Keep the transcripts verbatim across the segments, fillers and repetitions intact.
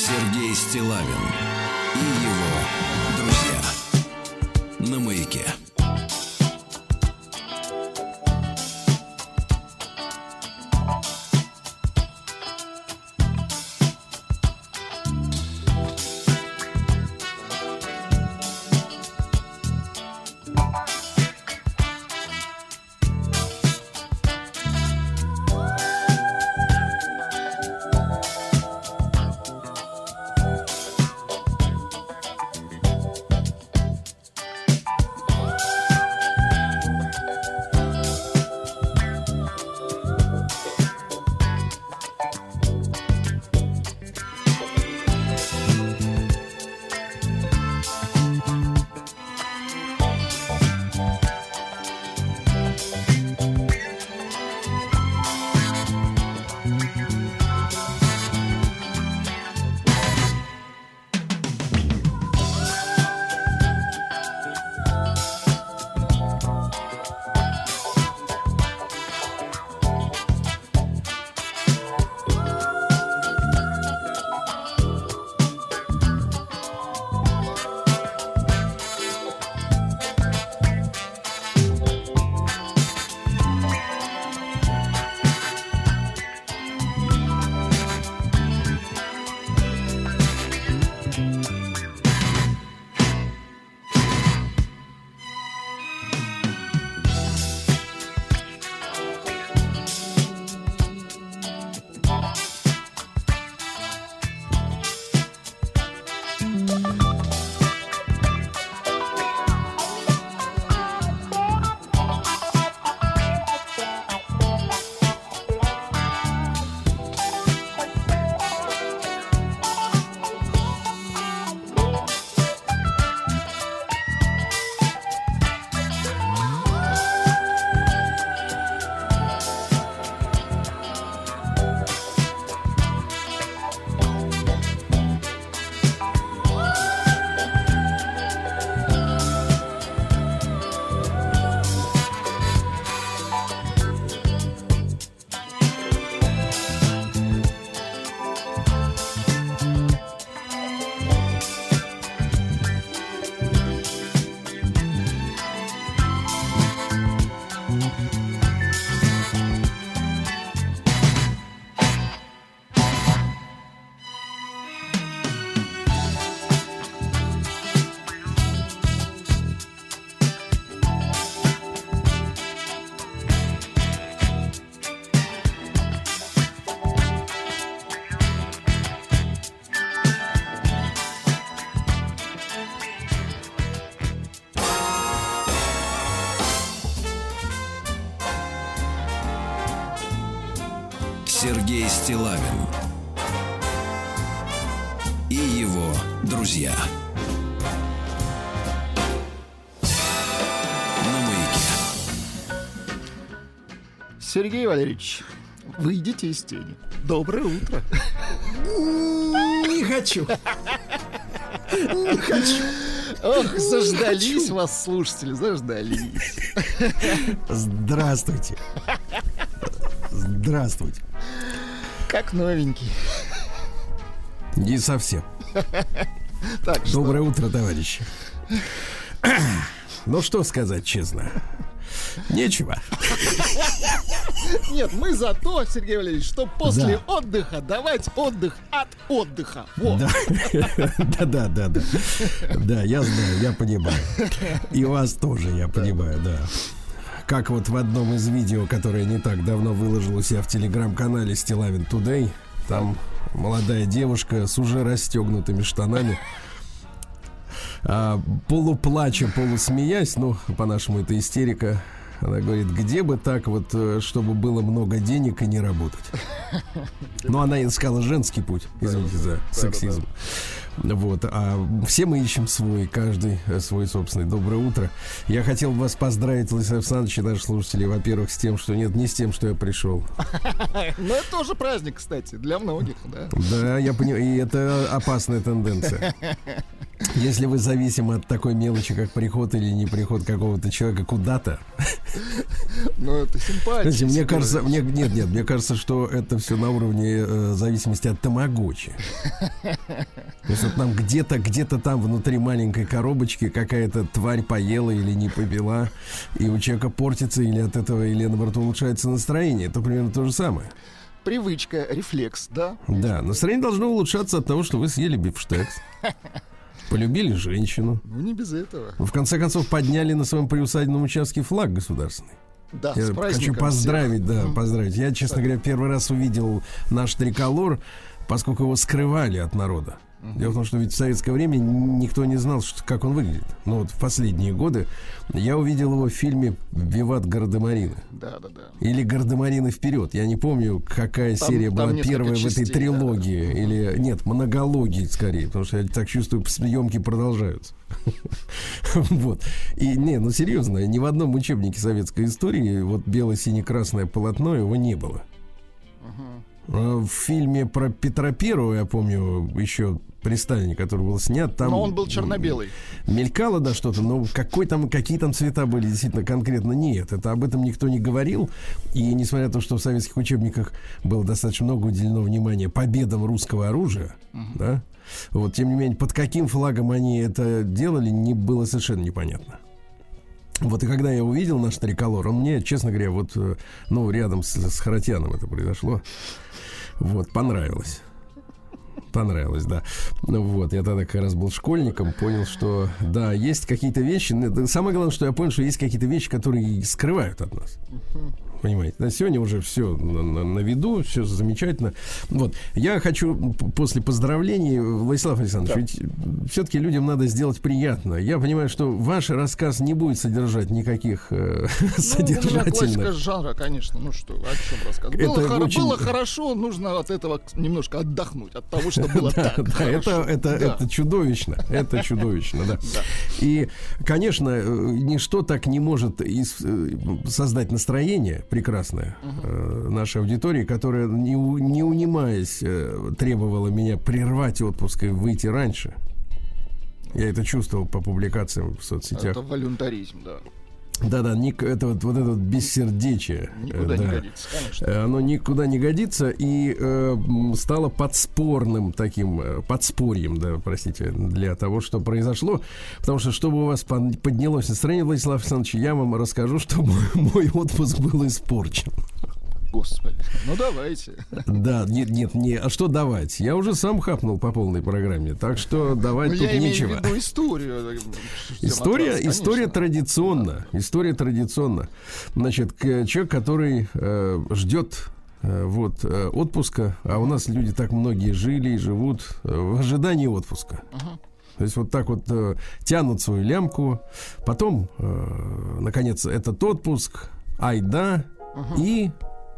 Сергей Стиллавин и его друзья на Маяке. Сергей Стиллавин и его друзья на Маяке. Сергей Валерьевич, выйдите из тени. Доброе утро. Не хочу. Не хочу. Ох, заждались вас, слушатели, заждались. Здравствуйте. Здравствуйте. Как новенький. Не совсем. Так, доброе что? Утро, товарищи. Ну что сказать честно? Нечего. Нет, мы за то, Сергей Валерьевич, что после да. отдыха давать отдых от отдыха. Вот. Да. да, да, да, да. Да, я знаю, я понимаю. И вас тоже, я понимаю, да. Как вот в одном из видео, которое не так давно выложил у себя в телеграм-канале Стиллавин Today, там молодая девушка с уже расстегнутыми штанами, а, полуплача, полусмеясь, ну, по-нашему это истерика, она говорит, где бы так вот, чтобы было много денег и не работать. Но она искала женский путь, извините за сексизм. Вот, а все мы ищем свой, каждый свой собственный. Доброе утро. Я хотел вас поздравить, Владислав Александрович, и наших слушателей, во-первых, с тем, что нет, не с тем, что я пришел. Ну, это тоже праздник, кстати, для многих, да? Да, я понимаю, и это опасная тенденция. Если вы зависимы от такой мелочи, как приход или не приход какого-то человека куда-то, Ну, это симпатия. Знаете, мне кажется, мне, нет, нет, мне кажется, что это все на уровне э, зависимости от тамагочи. То есть вот нам где-то, где-то там внутри маленькой коробочки какая-то тварь поела или не попила, и у человека портится или от этого, или наоборот улучшается настроение. Это примерно то же самое. Привычка, рефлекс, да? Да, настроение должно улучшаться от того, что вы съели бифштекс. Полюбили женщину. Ну, не без этого. В конце концов, подняли на своем приусадебном участке флаг государственный. Да, я хочу поздравить, всех. да, поздравить. Я, честно говоря, первый раз увидел наш триколор, поскольку его скрывали от народа. Uh-huh. Дело в том, что ведь в советское время никто не знал, что, как он выглядит. Но вот в последние годы я увидел его в фильме «Виват Гардемарины». Да, да, да. Или «Гардемарины вперед». Я не помню, какая там, серия там была первая частей, в этой трилогии. Да, да. Или, нет, моногологии скорее. Потому что я так чувствую, съемки продолжаются. Вот. И, не, ну серьезно, ни в одном учебнике советской истории вот бело-сине-красное полотно его не было. В фильме про Петра Первого, я помню, еще при Сталине, который был снят, там... Но он был черно-белый. Мелькало, да, что-то, но какой там, какие там цвета были, действительно, конкретно нет. Это об этом никто не говорил. И несмотря на то, что в советских учебниках было достаточно много уделено внимания победам русского оружия, uh-huh. да, вот, тем не менее, под каким флагом они это делали, не было совершенно непонятно. Вот и когда я увидел наш триколор, он мне, честно говоря, вот, ну, рядом с, с Харатьяном это произошло, вот, понравилось. Понравилось, да. Ну вот, я тогда как раз был школьником, понял, что, да, есть какие-то вещи. Самое главное, что я понял, что есть какие-то вещи, которые скрывают от нас. Понимаете, да, сегодня уже все на, на, на виду, все замечательно. Вот, я хочу после поздравлений, Владислав Александрович, да. ведь все-таки людям надо сделать приятно. Я понимаю, что ваш рассказ не будет содержать никаких э, ну, содержательных. Ну, классика жанра, конечно. Ну что, о чем рассказ? Было, хор- очень... было хорошо, нужно от этого немножко отдохнуть, от того, что было так хорошо. Это чудовищно, это чудовищно, да. И, конечно, ничто так не может создать настроение прекрасная uh-huh. э, нашей аудитории, которая, не, не унимаясь, э, требовала меня прервать отпуск и выйти раньше. Я это чувствовал по публикациям в соцсетях. Это волюнтаризм, да. Да-да, ник, это вот, вот это вот бессердечие. Никуда э, не да. годится, конечно. Оно никуда не годится и э, стало подспорным таким, э, подспорьем, да, простите, для того, что произошло. Потому что, чтобы у вас поднялось настроение, Владислав Александрович, я вам расскажу, что мой, мой отпуск был испорчен. Господи, ну давайте. Да, нет, нет, не, а что давать? Я уже сам хапнул по полной программе, так что давать ну, тут я нечего. Я имею в виду историю. История, раз, история традиционна. Да. История традиционна. Значит, человек, который э, ждет э, вот, э, отпуска, а у нас люди так многие жили и живут э, в ожидании отпуска. Uh-huh. То есть вот так вот э, тянут свою лямку, потом, э, наконец, этот отпуск, айда, uh-huh. и...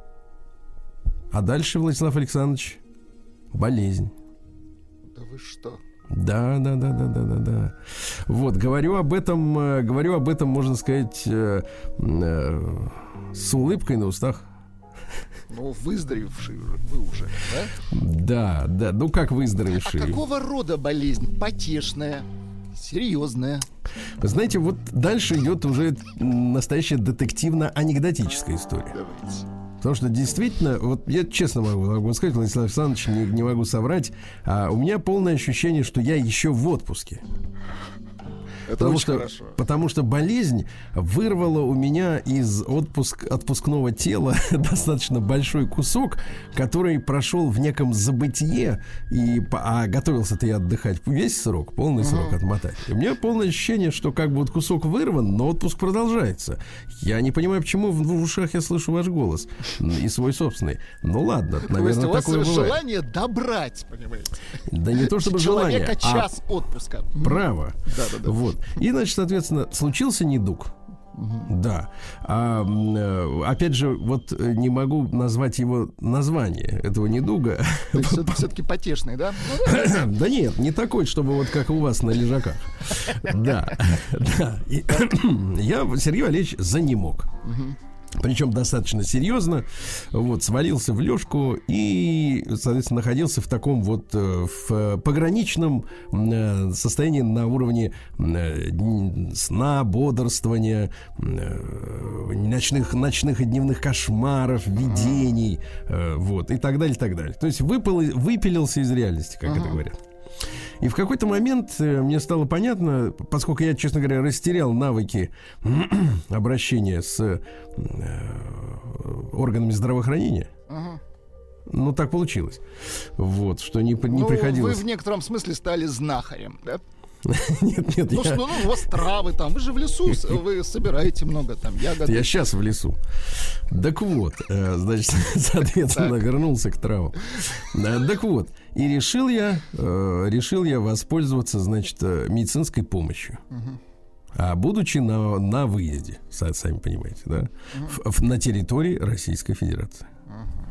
А дальше, Владислав Александрович, болезнь. Да вы что? Да, да, да, да, да, да, да. Вот, говорю об этом, говорю об этом, можно сказать, э, э, с улыбкой на устах. Ну, выздоровевший вы уже, да? Да, да, ну как выздоровевший? А какого рода болезнь? Потешная, серьезная? Вы знаете, вот дальше идет уже настоящая детективно-анекдотическая история. Давайте. Потому что действительно, вот я честно могу, могу сказать, Владислав Александрович, не, не могу соврать, а у меня полное ощущение, что я еще в отпуске. Это потому очень что, хорошо. Потому что болезнь вырвала у меня из отпуск, отпускного тела достаточно большой кусок, который прошел в неком забытие. И, а готовился-то я отдыхать весь срок, полный uh-huh. срок отмотать. И у меня полное ощущение, что как бы вот кусок вырван, но отпуск продолжается. Я не понимаю, почему в, в ушах я слышу ваш голос и свой собственный. Ну ладно, наверное, у вас такое бывает. Желание добрать, понимаете? Да не то чтобы желание, человека час а отпуска. Право. Да, да, да. Вот. И, значит, соответственно, случился недуг. Угу. Да. А, опять же, вот не могу назвать его название этого недуга. То есть все-таки потешный, да? Да нет, не такой, чтобы вот как у вас на лежаках. Да. Да. Я, Сергей Валерьевич, занемог. Причем достаточно серьезно. Вот, свалился в лёжку и, соответственно, находился в таком вот в пограничном состоянии на уровне сна, бодрствования, ночных, ночных и дневных кошмаров, видений, вот, и так далее, и так далее. То есть выпал, выпилился из реальности, как это говорят. И в какой-то момент мне стало понятно, поскольку я, честно говоря, растерял навыки обращения с э, органами здравоохранения. Uh-huh. Ну, так получилось. Вот, что не, не ну, приходилось. Вы в некотором смысле стали знахарем, да? Нет, нет, ну, я... что, ну, у вас травы там, вы же в лесу, вы собираете много там ягод. Я сейчас в лесу. Так вот, значит, соответственно, так. вернулся к травам. Так вот, и решил я, решил я воспользоваться, значит, медицинской помощью. Угу. А будучи на, на выезде, сами понимаете, да, угу. в, на территории Российской Федерации. Угу.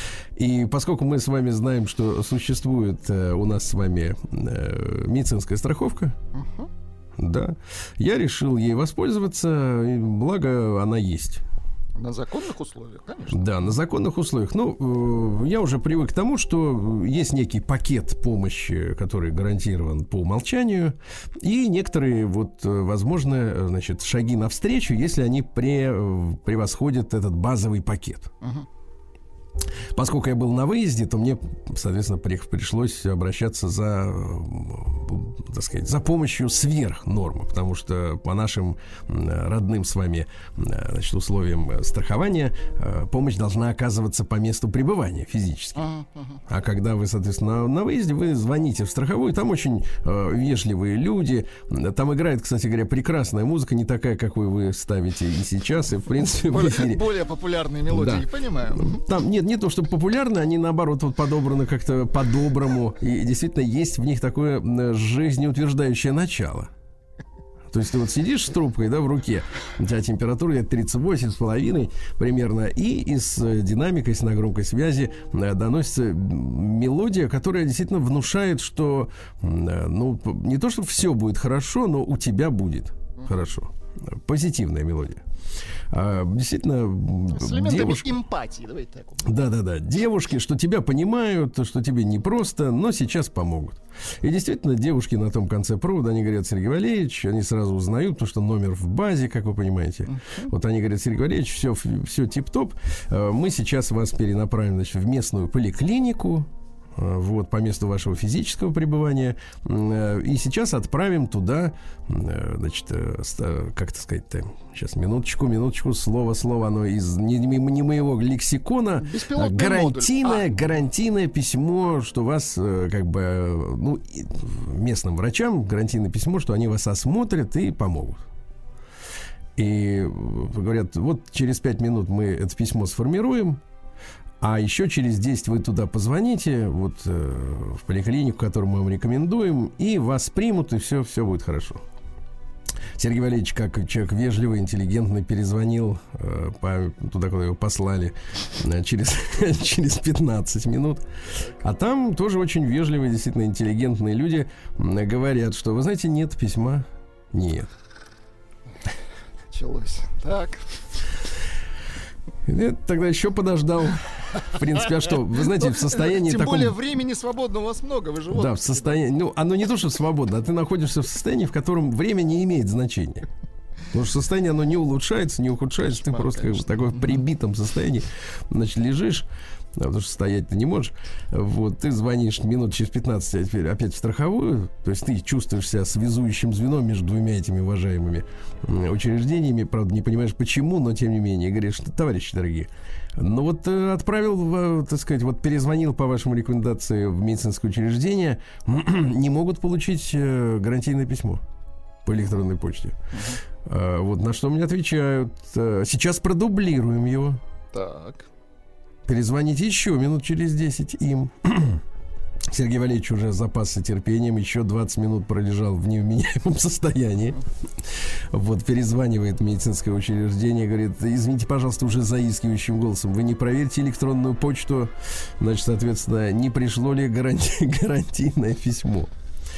И поскольку мы с вами знаем, что существует э, у нас с вами э, медицинская страховка, uh-huh. да, я решил ей воспользоваться, и благо она есть. На законных условиях, конечно. Да, на законных условиях. Ну, э, я уже привык к тому, что есть некий пакет помощи, который гарантирован по умолчанию, и некоторые, вот, возможно, значит, шаги навстречу, если они пре, превосходят этот базовый пакет. Uh-huh. Поскольку я был на выезде, то мне, соответственно, пришлось обращаться за, так сказать, за помощью сверх нормы, потому что по нашим родным с вами, значит, условиям страхования помощь должна оказываться по месту пребывания физически. Uh-huh, uh-huh. А когда вы, соответственно, на выезде, вы звоните в страховую, там очень вежливые люди, там играет, кстати говоря, прекрасная музыка, не такая, какую вы ставите и сейчас, и в принципе более, в эфире. Более популярные мелодии, да. Понимаю. Там нет, не то, что популярны, они наоборот вот подобраны как-то по-доброму. И действительно есть в них такое жизнеутверждающее начало. То есть ты вот сидишь с трубкой, да, в руке, у тебя температура тридцать восемь с половиной примерно, и из динамика, если на громкой связи доносится мелодия, которая действительно внушает, что, ну, не то, что все будет хорошо, но у тебя будет хорошо. Позитивная мелодия. А, действительно, с элементами девушки... эмпатии, давайте так. Да-да-да, девушки, что тебя понимают, что тебе непросто, но сейчас помогут. И действительно, девушки на том конце провода, они говорят: Сергей Валерьевич, они сразу узнают, потому что номер в базе, как вы понимаете. Uh-huh. Вот они говорят: Сергей Валерьевич, все, все тип-топ, мы сейчас вас перенаправим, значит, в местную поликлинику, вот, по месту вашего физического пребывания, и сейчас отправим туда, значит, как это сказать-то, сейчас, минуточку, минуточку, слово, слово, оно из не, не моего лексикона, гарантийное, а. гарантийное письмо, что вас, как бы, ну, местным врачам гарантийное письмо, что они вас осмотрят и помогут. И говорят: вот через пять минут мы это письмо сформируем, а еще через десять вы туда позвоните, вот э, в поликлинику, которую мы вам рекомендуем, и вас примут, и все, все будет хорошо. Сергей Валерьевич, как человек вежливый, интеллигентный, перезвонил э, по, туда, куда его послали, э, через, через пятнадцать минут. А там тоже очень вежливые, действительно интеллигентные люди э, говорят, что, вы знаете, нет письма, нет. Началось. Так. Я тогда еще подождал. В принципе, а что? Вы знаете, в состоянии Тем таком... более времени свободного у вас много, вы же Да, в состоянии... Ну, оно не то, что свободно, а ты находишься в состоянии, в котором время не имеет значения. Потому что состояние, оно не улучшается, не ухудшается. Ты просто как в таком прибитом состоянии, значит, лежишь, потому что стоять ты не можешь. Вот, ты звонишь минут через пятнадцать, а теперь опять в страховую. То есть ты чувствуешь себя связующим звеном между двумя этими уважаемыми учреждениями. Правда, не понимаешь почему, но тем не менее. Говоришь: товарищи дорогие, ну вот э, отправил, так сказать, вот перезвонил по вашему рекомендации в медицинское учреждение, не могут получить э, гарантийное письмо по электронной почте. Uh-huh. А, вот на что мне отвечают: сейчас продублируем его. Так. Перезвоните еще минут через десять им. Сергей Валерьевич уже запасся терпением, еще двадцать минут пролежал в невменяемом состоянии. Вот, перезванивает медицинское учреждение, говорит: извините, пожалуйста, уже заискивающим голосом, вы не проверите электронную почту, значит, соответственно, не пришло ли гаранти- гарантийное письмо.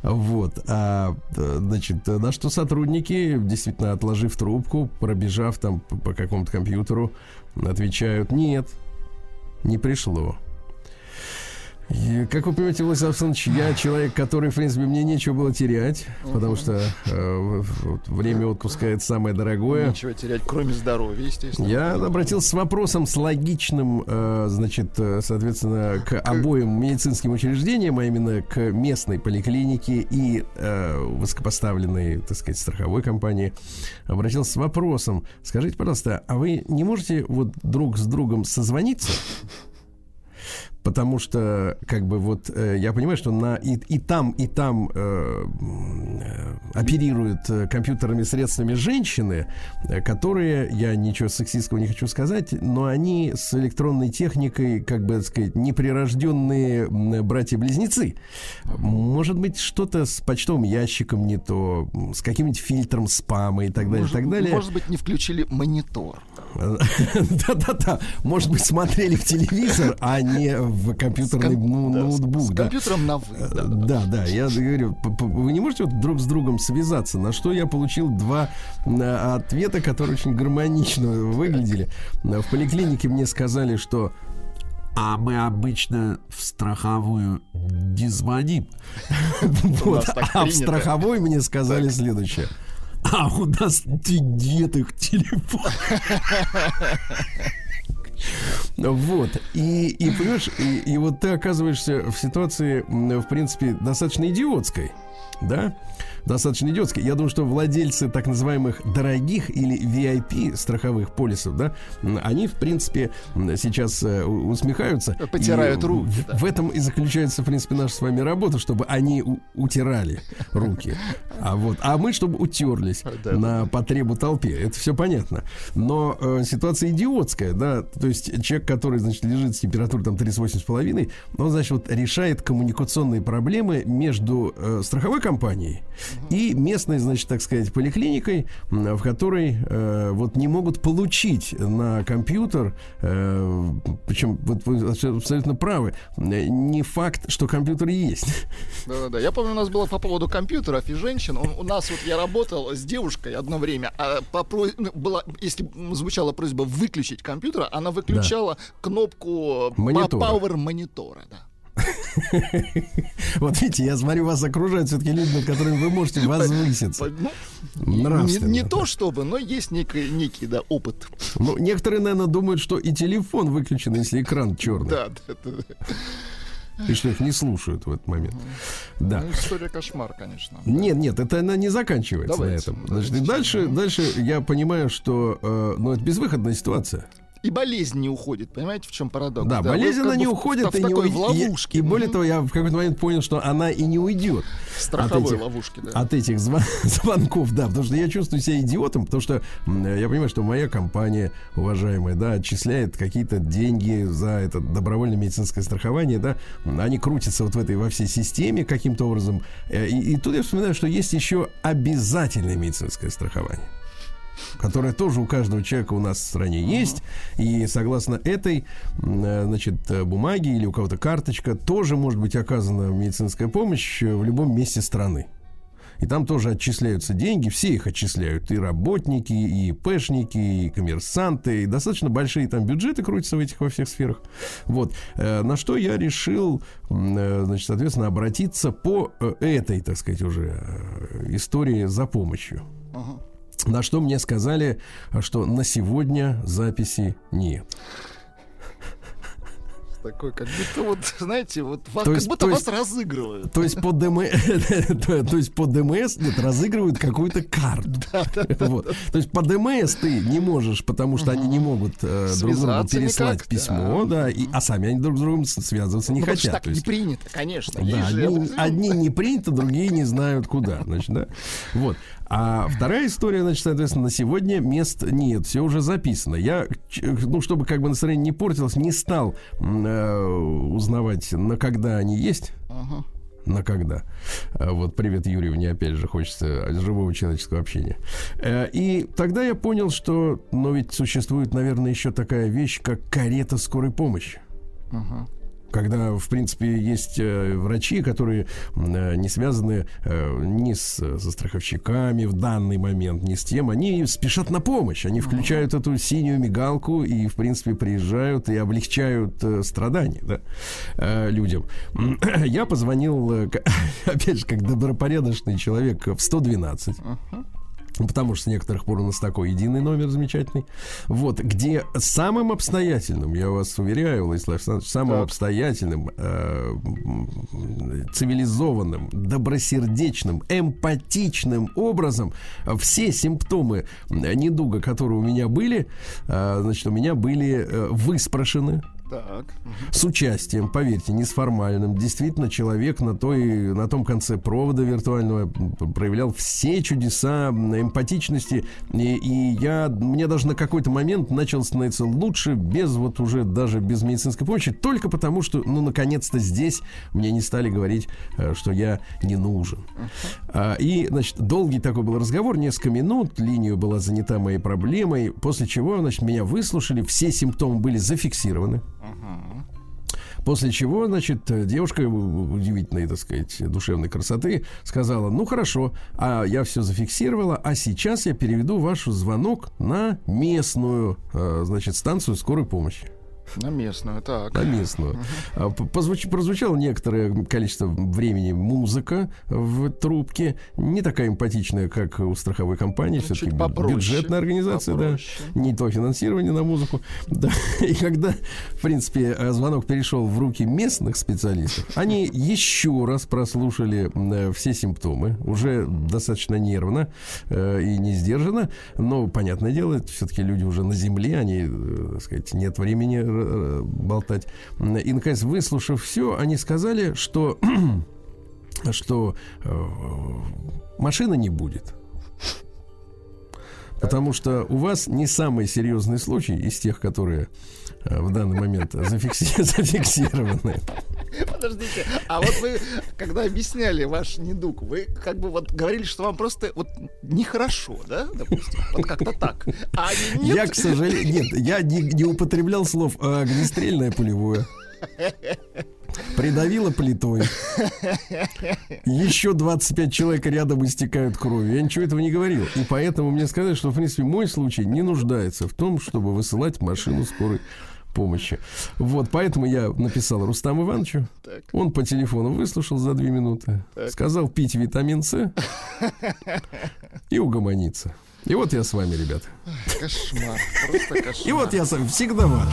Вот, а, значит, на что сотрудники, действительно, отложив трубку, пробежав там по, по какому-то компьютеру, отвечают: нет, не пришло. И, как вы понимаете, Владислав Александрович, я человек, который, в принципе, мне нечего было терять, потому что э, вот, время отпуска — это самое дорогое. Нечего терять, кроме здоровья, естественно. Я обратился с вопросом, с логичным, э, значит, соответственно, к обоим медицинским учреждениям, а именно к местной поликлинике и э, высокопоставленной, так сказать, страховой компании. Обратился с вопросом: скажите, пожалуйста, а вы не можете вот друг с другом созвониться? Потому что, как бы, вот, э, я понимаю, что на, и, и там, и там э, э, оперируют э, компьютерными средствами женщины, э, которые, я ничего сексистского не хочу сказать, но они с электронной техникой, как бы, так сказать, неприрожденные э, братья-близнецы. Может быть, что-то с почтовым ящиком не то, с каким-нибудь фильтром спама и так далее, может, и так далее. Может быть, не включили монитор. Да-да-да. Может быть, смотрели в телевизор, а не в компьютерный ну, да, ноутбук. С, с да. компьютером на вы. Да, да, да. Я говорю, вы не можете вот друг с другом связаться? На что я получил два ответа, которые очень гармонично выглядели. В поликлинике мне сказали, что а мы обычно в страховую не звоним. Вот. А в страховой мне сказали так. Следующее: а у нас нет их телефона. Вот. И, и понимаешь, и, и вот ты оказываешься в ситуации, в принципе, достаточно идиотской. Да? Достаточно идиотской. Я думаю, что владельцы так называемых дорогих или ви ай пи страховых полисов, да, они, в принципе, сейчас усмехаются. Потирают руки. В, да. в этом и заключается, в принципе, наша с вами работа, чтобы они у, утирали руки. А, вот, а мы, чтобы утерлись да, на да. потребу толпе. Это все понятно. Но э, ситуация идиотская, да. То есть человек, который, значит, лежит с температурой там тридцать восемь с половиной, он, значит, вот решает коммуникационные проблемы между э, страховой компанией и местной, значит, так сказать, поликлиникой, в которой э, вот не могут получить на компьютер, э, причем вот вы абсолютно правы, не факт, что компьютер есть. Да-да-да. Я помню, у нас было по поводу компьютеров и женщин. У, у нас вот я работал с девушкой одно время, а по, была, если звучала просьба выключить компьютер, она выключала да. кнопку монитора. Power монитора, да. Вот видите, я смотрю, вас окружают все-таки люди, над которыми вы можете возвыситься. Ну, нравственно. Не, не то чтобы, но есть некий, некий да, опыт. Ну, некоторые, наверное, думают, что и телефон выключен, если экран черный. Да, да, да. И что их не слушают в этот момент. Ну, да. история кошмар, конечно. Нет, нет, это она не заканчивается давайте, на этом. Значит, давайте, дальше, дальше я понимаю, что э, ну, это безвыходная ситуация. И болезнь не уходит, понимаете, в чем парадокс? Да, да болезнь она не уходит, в, и, в не уй... в ловушке. И, и более того, я в какой-то момент понял, что она и не уйдет. Страховой от этих, ловушки, да. От этих звон... звонков, да, потому что я чувствую себя идиотом, потому что я понимаю, что моя компания, уважаемая, да, отчисляет какие-то деньги за это добровольное медицинское страхование, да, они крутятся вот в этой, во всей системе каким-то образом. И, и тут я вспоминаю, что есть еще обязательное медицинское страхование, которая тоже у каждого человека у нас в стране есть. И согласно этой, значит, бумаге или у кого-то карточка, тоже может быть оказана медицинская помощь в любом месте страны. И там тоже отчисляются деньги, все их отчисляют, и работники, и ИПшники, и коммерсанты, и достаточно большие там бюджеты крутятся в этих во всех сферах. Вот. На что я решил, значит, соответственно, обратиться по этой, так сказать, уже истории за помощью. На что мне сказали, что на сегодня записи нет. Такой, как будто вот, знаете, вот вас, то как есть, будто вас есть, разыгрывают. То есть по ДМС, то есть по ДМС нет, разыгрывают какую-то карту. Да, да, да, вот. да. То есть по ДМС ты не можешь, потому что угу. они не могут э, друг другу переслать никак, письмо, да, да и, а сами они друг с другом связываться не ну, хотят. Так то есть, не принято, конечно. Да, одни, одни не принято, другие не знают куда. Значит, да? Вот. А вторая история, значит, соответственно, на сегодня мест нет, все уже записано. Я, ну, чтобы как бы настроение не портилось, не стал э, узнавать, на когда они есть. Uh-huh. На когда. Вот, привет Юрьевне, опять же, хочется живого человеческого общения. И тогда я понял, что, но ведь существует, наверное, еще такая вещь, как карета скорой помощи. Uh-huh. Когда, в принципе, есть э, врачи, которые э, не связаны э, ни с, со страховщиками в данный момент, ни с тем. Они спешат на помощь. Они включают эту синюю мигалку и, в принципе, приезжают и облегчают э, страдания, да, э, людям. Я позвонил, э, опять же, как добропорядочный человек, в сто двенадцать. Потому что с некоторых пор у нас такой единый номер замечательный. Вот, где самым обстоятельным, я вас уверяю, Владислав Александрович, самым так. обстоятельным, э, цивилизованным, добросердечным, эмпатичным образом все симптомы недуга, которые у меня были, э, значит, у меня были э, выспрашены. Так. С участием, поверьте, не с формальным. Действительно, человек на, той, на том конце провода виртуального проявлял все чудеса эмпатичности. И, и я, мне даже на какой-то момент начал становиться лучше, без вот уже даже без медицинской помощи, только потому, что, ну, наконец-то здесь мне не стали говорить, что я не нужен. Uh-huh. И, значит, долгий такой был разговор, несколько минут, линия была занята моей проблемой, после чего, значит, меня выслушали, все симптомы были зафиксированы. После чего, значит, девушка удивительной, так сказать, душевной красоты сказала: ну хорошо, а я все зафиксировала, а сейчас я переведу ваш звонок на местную, значит, станцию скорой помощи. На местную, так. На местную. Uh-huh. Позвуч, прозвучало некоторое количество времени музыка в трубке. Не такая эмпатичная, как у страховой компании. Ну, все-таки бюджетная организация, попроще. Да. Не то финансирование на музыку. Да. И когда, в принципе, звонок перешел в руки местных специалистов, они еще раз прослушали все симптомы. Уже достаточно нервно и не сдержанно. Но, понятное дело, все-таки люди уже на земле, они, так сказать, нет времени болтать. И, наконец, выслушав все, они сказали, что, что э, машины не будет. Потому что у вас не самый серьезный случай из тех, которые э, в данный момент зафикси- зафиксированы. Подождите, а вот вы, когда объясняли ваш недуг, вы как бы вот говорили, что вам просто вот нехорошо, да, допустим, вот как-то так. А нет? Я, к сожалению, нет, я не, не употреблял слов огнестрельное, пулевое. Придавило плитой. Еще двадцать пять человек рядом истекают кровью. Я ничего этого не говорил. И поэтому мне сказали, что, в принципе, мой случай не нуждается в том, чтобы высылать машину скорой помощи. Вот, поэтому я написал Рустаму Ивановичу. Так. Он по телефону выслушал за две минуты. Так. Сказал пить витамин С и угомониться. И вот я с вами, ребята. Кошмар, просто кошмар. И вот я с вами всегда ваш.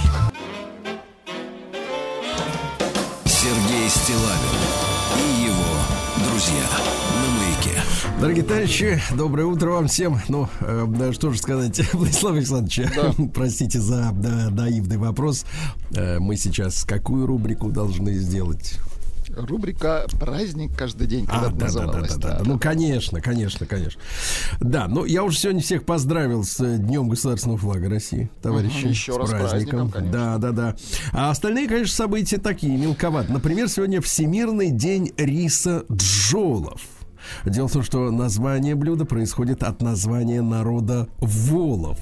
Сергей Стиллавин и его друзья на Маяке. Дорогие товарищи, доброе утро вам всем. Ну, э, что же сказать, Владислав Александрович, да. Простите за да, наивный вопрос. Э, мы сейчас какую рубрику должны сделать? Рубрика «Праздник каждый день», когда а, да, называлась. Да, да, да, да. Ну, конечно, конечно, конечно. Да, ну, я уже сегодня всех поздравил с Днем государственного флага России, товарищи. Угу, еще с раз праздником. праздником, да, да, да. А остальные, конечно, события такие, мелковаты. Например, сегодня Всемирный день риса джолов. Дело в том, что название блюда происходит от названия народа волов.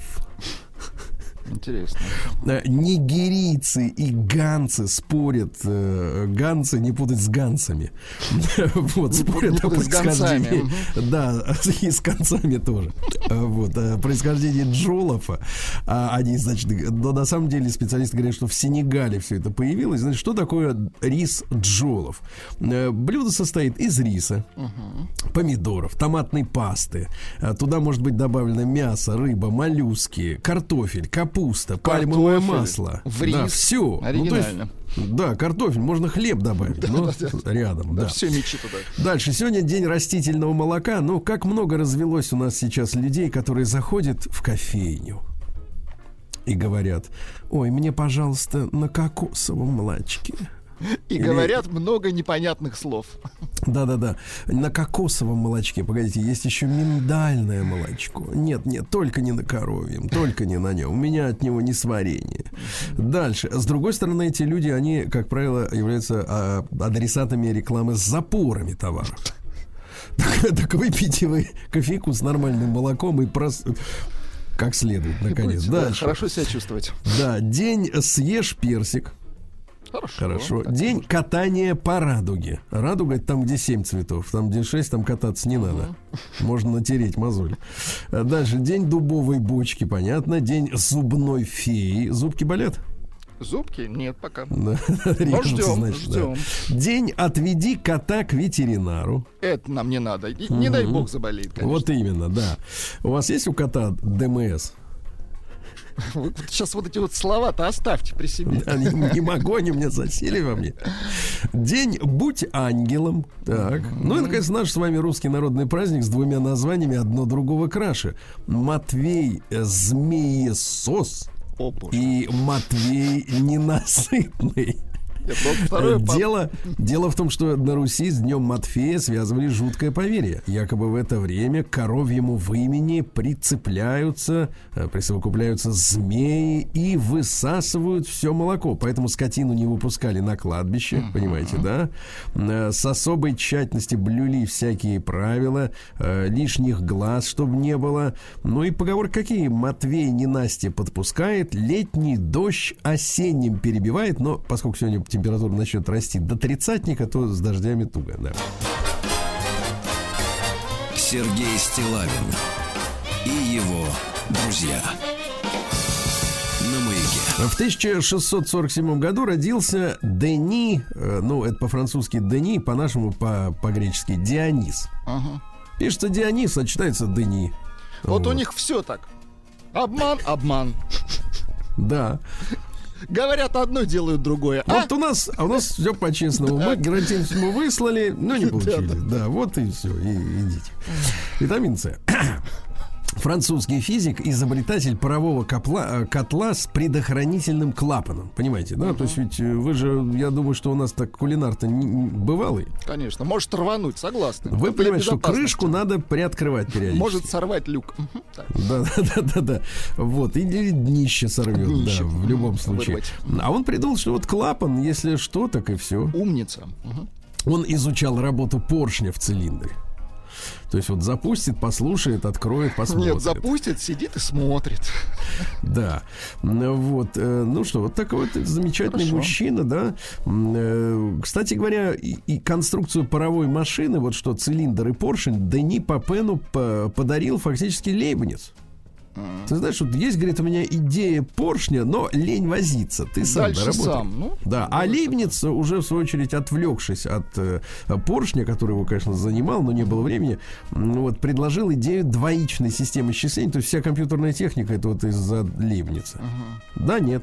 Интересно. Нигерийцы и ганцы спорят. Ганцы не путать с ганцами. Вот, спорят о происхождении. Да, и с концами тоже. Вот, происхождение джолов. Они, значит, но на самом деле специалисты говорят, что в Сенегале все это появилось. Значит, что такое рис джолов? Блюдо состоит из риса, помидоров, томатной пасты. Туда может быть добавлено мясо, рыба, моллюски, картофель, капуста. Капуста, пальмовое масло. В рис. Да, все. Оригинально. Ну, есть, да, картофель, можно хлеб добавить. Да, но да, да. Рядом, да. да. Все мечи туда. Дальше. Сегодня день растительного молока. Ну, как много развелось у нас сейчас людей, которые заходят в кофейню и говорят: ой, мне, пожалуйста, на кокосовом молочке. И Или... говорят много непонятных слов. Да-да-да. На кокосовом молочке. Погодите, есть еще миндальное молочко. Нет, нет, только не на коровьем, только не на нем. У меня от него несварение. Дальше. С другой стороны, эти люди, они, как правило, являются а, адресатами рекламы с запорами товаров. Так, так выпейте вы кофейку с нормальным молоком и просто... как следует, наконец. Дальше. Да, хорошо себя чувствовать. Да, день съешь персик. Хорошо. Хорошо. День катания по радуге. Радуга — это там, где семь цветов. Там, где шесть, там кататься не uh-huh. надо. Можно натереть мозоль. Дальше. День дубовой бочки, понятно. День зубной феи. Зубки болят? Зубки? Нет, пока. Да. Но ждем, значит, ждем. Да. День отведи кота к ветеринару. Это нам не надо. И, не mm-hmm. дай бог заболеет, конечно. Вот именно, да. У вас есть у кота ДМС? Вы сейчас вот эти вот слова-то оставьте при себе. Да, не, не могу, они мне засели во мне. День «Будь ангелом». Так. Mm-hmm. Ну и, наконец, наш с вами русский народный праздник с двумя названиями, одно другого краше. Матвей Змеесос О, и Матвей Ненасытный. Второе, дело, дело в том, что на Руси с днем Матфея связывали жуткое поверье. Якобы в это время к коровьему вымени прицепляются, присовокупляются змеи и высасывают все молоко. Поэтому скотину не выпускали на кладбище, uh-huh. понимаете, да? С особой тщательностью блюли всякие правила, лишних глаз, чтобы не было. Ну и поговорки какие? Матвей ненастье подпускает, летний дождь осенним перебивает. Но поскольку сегодня температура начнет расти до тридцатника, то с дождями туго, да. Сергей Стиллавин и его друзья на Маяке. В тысяча шестьсот сорок седьмом году родился Дени, ну, это по-французски Дени, по-нашему по- по-гречески Дионис. Ага. Пишется Дионис, а читается Дени. Вот, вот у них все так. Обман, обман. Да. Говорят одно, делают другое. Вот а? у нас, а у нас все по-честному. Мы гарантийно мы выслали, но не получили. Да, вот и все. И идите. Витамин С. Французский физик, изобретатель парового копла, котла с предохранительным клапаном. Понимаете, да? Uh-huh. То есть ведь вы же, я думаю, что у нас так кулинар-то не, не бывалый. Конечно, может рвануть, согласны. Вы понимаете, что крышку надо приоткрывать периодически. Может сорвать люк. Да, да, да, да. Вот, или днище сорвет, днище. Да, в любом случае. Вырвать. А он придумал, что вот клапан, если что, так и все. Умница. Uh-huh. Он изучал работу поршня в цилиндре. То есть вот запустит, послушает, откроет, посмотрит. Нет, запустит, сидит и смотрит. Да. Вот. Ну что, вот такой вот замечательный Хорошо. мужчина, да. Кстати говоря, и, и конструкцию паровой машины, вот что цилиндр и поршень, Дени Папену подарил фактически Лейбниц. Ты знаешь, вот есть, говорит, у меня идея поршня, но лень возиться. Ты сам Дальше доработай. Сам, ну, да. А Лейбниц, уже в свою очередь отвлекшись от э, поршня, который его, конечно, занимал, но не было времени, ну, вот, предложил идею двоичной системы счисления. То есть вся компьютерная техника — это вот из-за Лейбница. Uh-huh. Да, нет.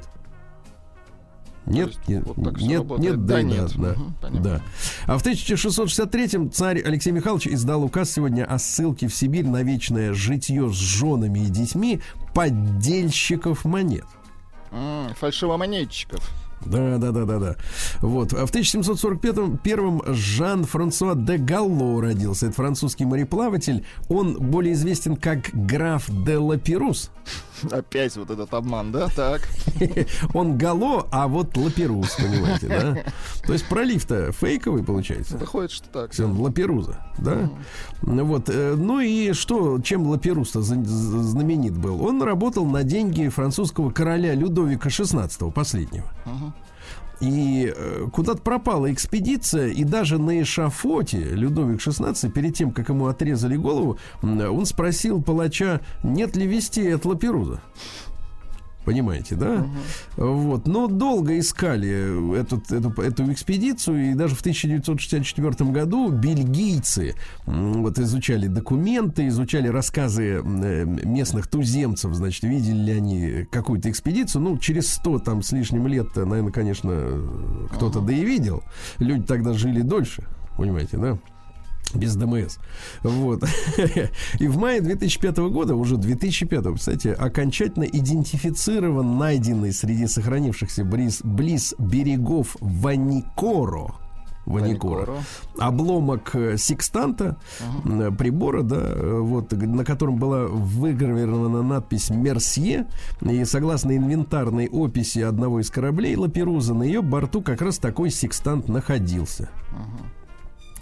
Нет, нет, вот нет, нет, да, да, нет. Да, угу, да. А в тысяча шестьсот шестьдесят третьем царь Алексей Михайлович издал указ сегодня о ссылке в Сибирь на вечное житье с женами и детьми поддельщиков монет. М-м, фальшивомонетчиков. Да, да, да, да, да. Вот. А в тысяча семьсот сорок первом Жан-Франсуа де Галло родился. Это французский мореплаватель. Он более известен как граф де Лаперус. Опять вот этот обман, да? Так. Он Галло, а вот Лаперус, понимаете, да? То есть пролив-то фейковый получается. Выходит, что так. Он Лаперуза, да? Mm. Вот. Ну и что, чем Лаперус-то знаменит был? Он работал на деньги французского короля Людовика шестнадцатого, последнего. Uh-huh. И э, куда-то пропала экспедиция, и даже на эшафоте Людовик шестнадцатый, перед тем, как ему отрезали голову, он спросил палача, нет ли вестей от Лаперуза. Понимаете, да? Uh-huh. Вот. Но долго искали эту, эту, эту экспедицию, и даже в тысяча девятьсот шестьдесят четвёртом году бельгийцы вот, изучали документы, изучали рассказы местных туземцев, значит, видели ли они какую-то экспедицию. Ну, через сто там с лишним лет, наверное, конечно, кто-то uh-huh. да и видел. Люди тогда жили дольше, понимаете, да? Без ДМС. Вот. И в мае две тысячи пятого года, уже две тысячи пятого, кстати, окончательно идентифицирован найденный среди сохранившихся близ, близ берегов Ваникоро. Ваникоро. Обломок секстанта, uh-huh. прибора, да, вот, на котором была выгравирована надпись «Мерсье». И согласно инвентарной описи одного из кораблей Лаперуза, на ее борту как раз такой секстант находился. Uh-huh.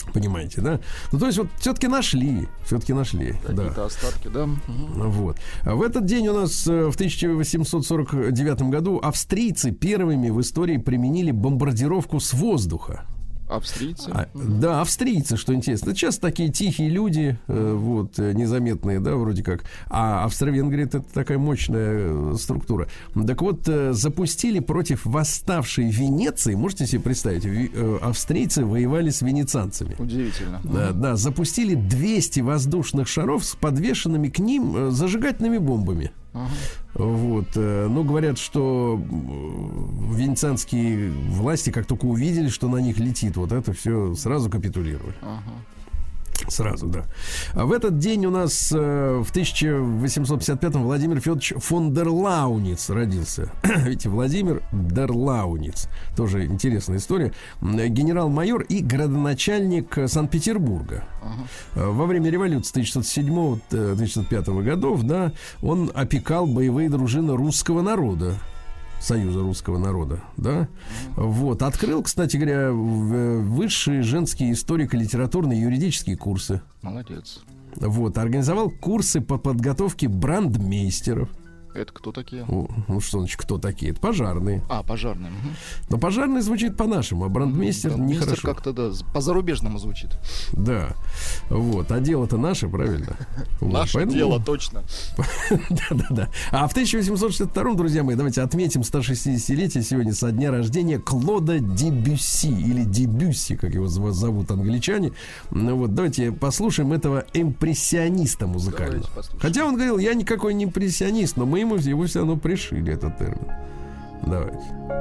Понимаете, да? Ну, то есть вот все-таки нашли, все-таки нашли. Какие-то да. остатки, да. Угу. Вот. В этот день у нас в тысяча восемьсот сорок девятом году австрийцы первыми в истории применили бомбардировку с воздуха. Австрийцы? А, да, австрийцы, что интересно. Сейчас такие тихие люди, э, вот, незаметные, да, вроде как. А Австро-Венгрия — это такая мощная э, структура. Так вот, э, запустили против восставшей Венеции, можете себе представить, ви, э, австрийцы воевали с венецианцами. Удивительно. Да, да, запустили двести воздушных шаров с подвешенными к ним э, зажигательными бомбами. Uh-huh. Вот, э, ну, говорят, что венецианские власти, как только увидели, что на них летит, вот это все сразу капитулировали. Uh-huh. Сразу, да. А в этот день у нас э, в тысяча восемьсот пятьдесят пятом Владимир Федорович фон дер Лауниц родился. Видите, Владимир дер Лауниц. Тоже интересная история. Генерал-майор и градоначальник Санкт-Петербурга. Uh-huh. Во время революции тысяча девятьсот седьмого — тысяча девятьсот пятого годов, да, он опекал боевые дружины русского народа. Союза русского народа, да, вот, открыл, кстати говоря, высшие женские историко-литературные юридические курсы. Молодец. Вот, организовал курсы по подготовке брандмейстеров. Это кто такие? Ну, ну что значит, кто такие? Это пожарные. А, пожарные. Угу. Но пожарный звучит по-нашему, а брандмейстер, брандмейстер нехорошо. Как-то, да, по-зарубежному звучит. Да. Вот. А дело-то наше, правильно? Наше вот, дело, точно. Да-да-да. А в тысяча восемьсот шестьдесят втором, друзья мои, давайте отметим сто шестидесятилетие сегодня со дня рождения Клода Дебюсси, или Дебюсси, как его зовут англичане. Ну вот, давайте послушаем этого импрессиониста музыкального. Хотя он говорил, я никакой не импрессионист, но мы ему его все равно пришили, этот термин. Давайте.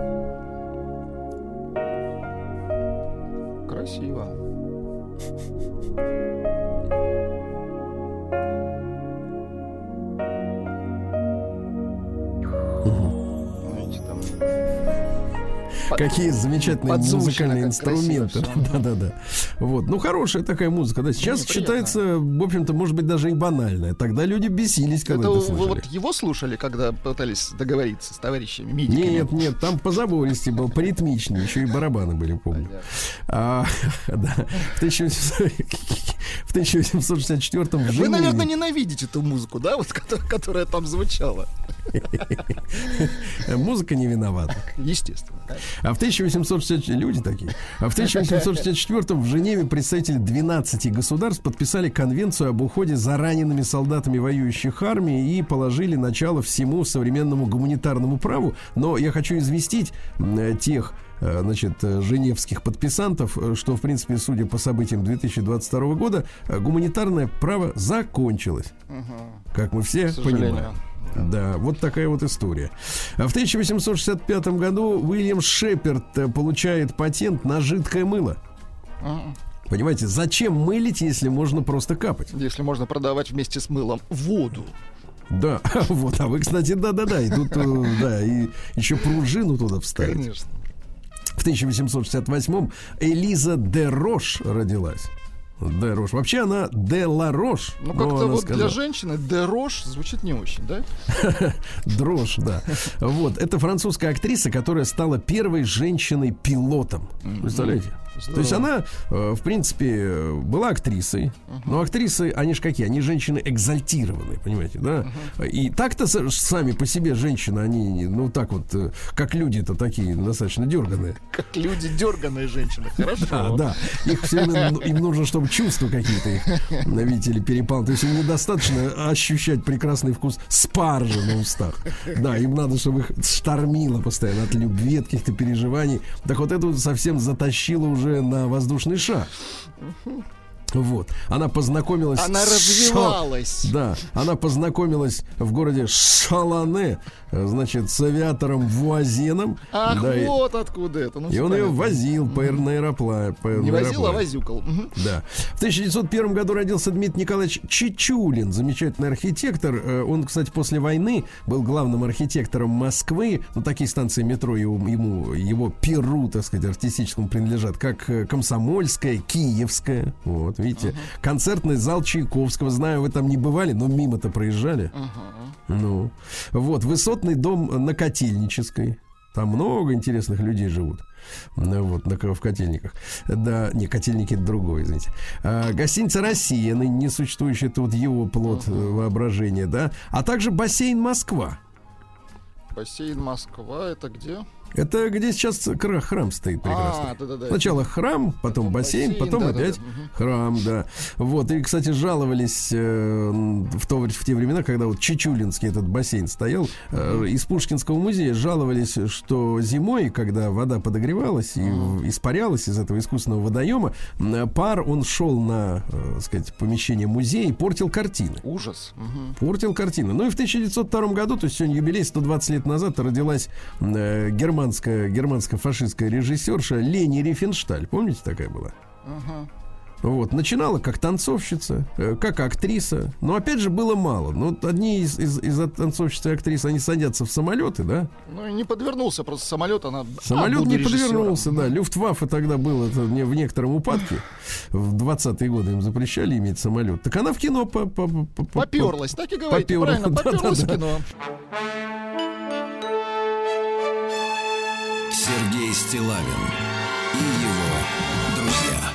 Красиво. Знаете, там... Какие замечательные музыкальные инструменты. Да-да-да. Вот. Ну, хорошая такая музыка. Да. Сейчас ну, считается, в общем-то, может быть, даже и банальная. Тогда люди бесились, когда это, это слушали. Вы вот его слушали, когда пытались договориться с товарищами медиками? Нет, нет, там позабористи был, поритмичнее. Еще и барабаны были, помню. А, да. В тысяча восемьсот шестьдесят четвёртом Вы, наверное, ненавидите эту музыку, да, вот, которая там звучала. Музыка не виновата. Естественно. А в тысяча восемьсот шестьдесят люди такие. А в тысяча восемьсот шестьдесят четвёртом в Женеве представители двенадцати государств подписали конвенцию об уходе за ранеными солдатами воюющих армий и положили начало всему современному гуманитарному праву. Но я хочу известить э, тех, э, значит, женевских подписантов, что, в принципе, судя по событиям две тысячи двадцать второго года, гуманитарное право закончилось. Угу. Как мы все понимаем. Да, вот такая вот история. В тысяча восемьсот шестьдесят пятом году Уильям Шеперд получает патент на жидкое мыло. А-а. Понимаете, зачем мылить, если можно просто капать? Если можно продавать вместе с мылом воду. Да, вот, а вы, кстати, да-да-да, и тут, да, и еще пружину туда вставить. Конечно. В тысяча восемьсот шестьдесят восьмом Элиза де Рош родилась. Де Рош. Вообще она де ла Рош. Ну, как-то вот сказала. Для женщины де Рош звучит не очень, да? Дрожь, да. Вот. Это французская актриса, которая стала первой женщиной-пилотом. Представляете? Здорово. То есть она, в принципе, была актрисой. Uh-huh. Но актрисы, они же какие? Они женщины экзальтированные, понимаете, да? Uh-huh. И так-то сами по себе женщины, они, ну так вот, как люди-то такие достаточно дерганые. Как люди дерганые женщины, хорошо. Да, да. Их все время, им нужно, чтобы чувства какие-то их, видите ли, перепал. То есть им недостаточно ощущать прекрасный вкус спаржи на устах. Да, им надо, чтобы их штормило постоянно от любви, от каких-то переживаний. Так вот это совсем затащило уже на воздушный шар. Вот. Она познакомилась... Она развивалась. Ша... Да. Она познакомилась в городе Шалане, значит, с авиатором Вуазеном. Ах, да, вот и... откуда это. Ну, и он ее возил по mm-hmm. аэроплану. Не возил, а возюкал. Угу. Да. В тысяча девятьсот первом году родился Дмитрий Николаевич Чичулин, замечательный архитектор. Он, кстати, после войны был главным архитектором Москвы. Ну, такие станции метро ему, ему его перу, так сказать, артистическому принадлежат, как Комсомольская, Киевская. Вот. Видите, uh-huh. концертный зал Чайковского. Знаю, вы там не бывали, но мимо-то проезжали. Uh-huh. Ну, вот, высотный дом на Котельнической. Там много интересных людей живут. Вот, на, в Котельниках. Да, не, Котельники — это другое, извините. А, гостиница «Россия», ныне несуществующая, это вот его плод uh-huh. воображения, да. А также бассейн «Москва». Бассейн «Москва» — это где? Это где сейчас храм стоит прекрасно. А, да, да, да. Сначала храм, потом, потом бассейн, бассейн, потом да, опять да, да. храм, да. Вот, и, кстати, жаловались э, в, то, в те времена, когда вот Чичулинский этот бассейн стоял, э, из Пушкинского музея жаловались, что зимой, когда вода подогревалась и uh-huh. испарялась из этого искусственного водоема, пар, он шел на, э, сказать, помещение музея и портил картины. Ужас. Uh-huh. Портил картины. Ну и в тысяча девятьсот втором году, то есть сегодня юбилей, сто двадцать лет назад, родилась э, германская Германская, германско-фашистская режиссерша Лени Рифеншталь. Помните, такая была? Uh-huh. Вот, начинала как танцовщица, как актриса. Но опять же было мало. Ну, вот одни из, из, из танцовщиц и актрис, они садятся в самолеты, да? Ну и не подвернулся просто самолет, она. Самолет а, не режиссером. подвернулся, да. Люфтваффе тогда был это не в некотором упадке. В двадцатые годы им запрещали иметь самолет. Так она в кино по, по, по, поперлась, так и говорите, поперлась, правильно, поперлась да, да, в кино. Сергей Стиллавин и его друзья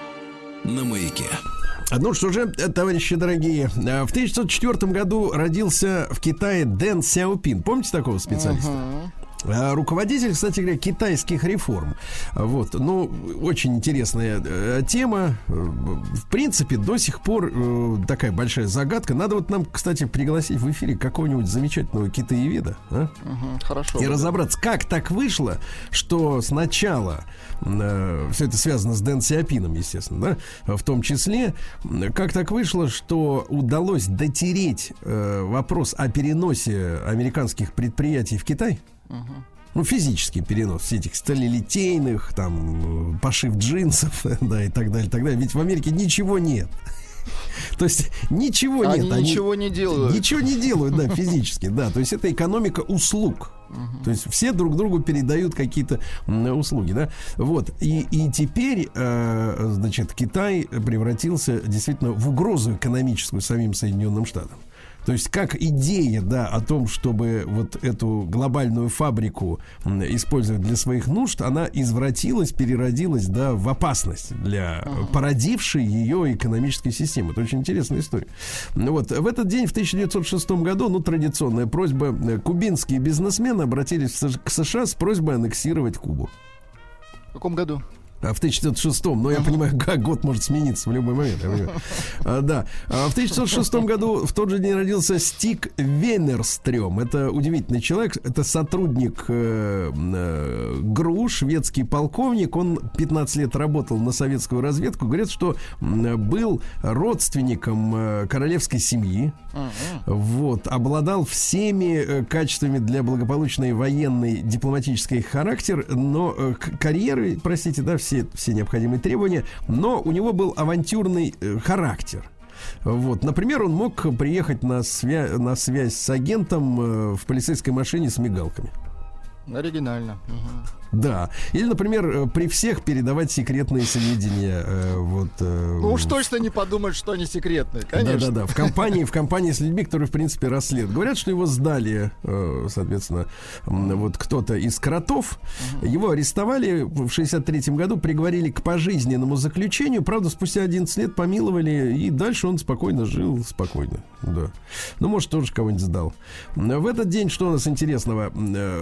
на Маяке. Ну что же, товарищи дорогие, в тысяча девятьсот четвёртом году родился в Китае Дэн Сяопин. Помните такого специалиста? Uh-huh. Руководитель, кстати говоря, китайских реформ. Вот, ну, очень интересная э, тема. В принципе, до сих пор э, такая большая загадка. Надо вот нам, кстати, пригласить в эфире какого-нибудь замечательного китаеведа, а? Угу, хорошо. И да. разобраться, как так вышло, что сначала э, все это связано с Дэн Сяопином, естественно, да, в том числе, как так вышло, что удалось дотереть э, вопрос о переносе американских предприятий в Китай. Uh-huh. Ну, физический перенос этих сталелитейных, там, пошив джинсов, да, и так далее, так далее. Ведь в Америке ничего нет. То есть ничего они нет. Они ничего не делают. Ничего не делают, да, физически, да. То есть это экономика услуг. Uh-huh. То есть все друг другу передают какие-то услуги, да. Вот. И, и теперь, э, значит, Китай превратился действительно в угрозу экономическую самим Соединенным Штатам. То есть как идея, да, о том, чтобы вот эту глобальную фабрику использовать для своих нужд, она извратилась, переродилась, да, в опасность для uh-huh. породившей ее экономической системы. Это очень интересная история. Вот. В этот день, в тысяча девятьсот шестом году, ну, традиционная просьба, кубинские бизнесмены обратились к США с просьбой аннексировать Кубу. В каком году? В тысяча девятьсот шестом, но я понимаю, как год может смениться в любой момент. А, да. А в тысяча девятьсот шестом году в тот же день родился Стиг Венерстрём. Это удивительный человек. Это сотрудник э, э, ГРУ, шведский полковник. Он пятнадцать лет работал на советскую разведку. Говорят, что был родственником э, королевской семьи. Uh-huh. Вот. Обладал всеми качествами для благополучной военной дипломатической характер, но э, карьеры, простите, да, все Все, все необходимые требования, но у него был авантюрный э, характер. Вот. Например, он мог приехать на, свя- на связь с агентом э, в полицейской машине с мигалками. Оригинально. Угу. Да. Или, например, при всех передавать секретные сведения. Э, вот, э, ну уж точно не подумать, что они секретные, конечно. Да-да-да. В компании, в компании с людьми, которые, в принципе, расследуют. Говорят, что его сдали, э, соответственно, вот кто-то из кротов. Uh-huh. Его арестовали в шестьдесят третьем году, приговорили к пожизненному заключению. Правда, спустя одиннадцать лет помиловали, и дальше он спокойно жил, спокойно. Да. Ну, может, тоже кого-нибудь сдал. В этот день, что у нас интересного?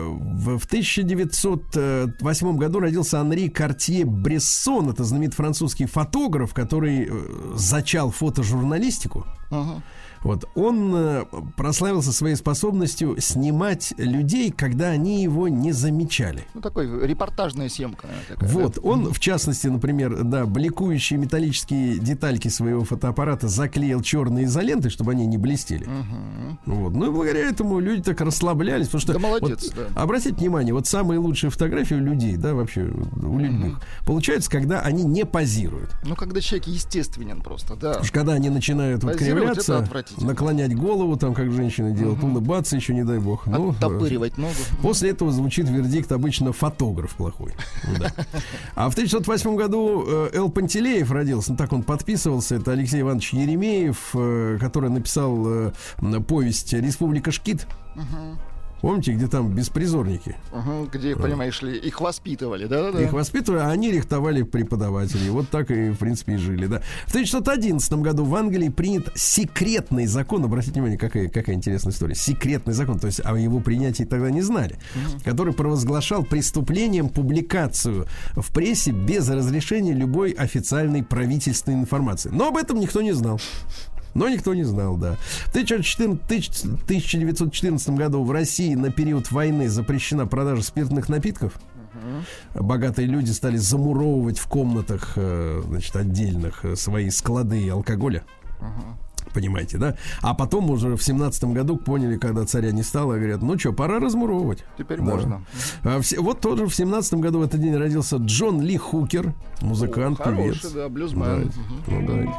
В тысяча девятьсот восьмом году родился Анри Картье-Брессон. Это знаменитый французский фотограф, который зачал фотожурналистику. Uh-huh. Вот. Он э, прославился своей способностью снимать людей, когда они его не замечали. Ну, такой репортажная съемка. Такая, вот. да? Он, в частности, например, да, бликующие металлические детальки своего фотоаппарата заклеил черной изолентой, чтобы они не блестели. Uh-huh. Вот. Ну и благодаря этому люди так расслаблялись. Потому что, да, молодец, вот, да. Обратите внимание, вот самые лучшие фотографии у людей, да, вообще у людей, uh-huh. получаются, когда они не позируют. Ну, когда человек естественен просто, да. Потому что когда они начинают вот кривляться, наклонять голову, там, как женщины делают, uh-huh. улыбаться еще, не дай бог. Ну, оттопыривать ногу. После этого звучит вердикт обычно фотограф плохой. Да. А в тысяча девятьсот восьмом году Эл Пантелеев родился, ну, так он подписывался, это Алексей Иванович Еремеев, который написал повесть «Республика Шкит». Uh-huh. Помните, где там беспризорники? Угу, где, понимаешь ли, их воспитывали, да-да-да. Их воспитывали, а они рихтовали преподавателей. Вот так и, в принципе, и жили, да. В тысяча девятьсот одиннадцатом году в Англии принят секретный закон. Обратите внимание, какая, какая интересная история. Секретный закон, то есть о его принятии тогда не знали. Угу. Который провозглашал преступлением публикацию в прессе без разрешения любой официальной правительственной информации. Но об этом никто не знал. Но никто не знал, да. В тысяча девятьсот четырнадцатом году в России на период войны запрещена продажа спиртных напитков. Uh-huh. Богатые люди стали замуровывать в комнатах, значит, отдельных свои склады алкоголя. Uh-huh. Понимаете, да? А потом уже в семнадцатом году поняли, когда царя не стало, говорят, ну что, пора размуровывать. Теперь да. можно. А все, вот тоже в семнадцатом году в этот день родился Джон Ли Хукер, музыкант, О, певец. Хороший, да, блюзмен. Да, угу. Ну,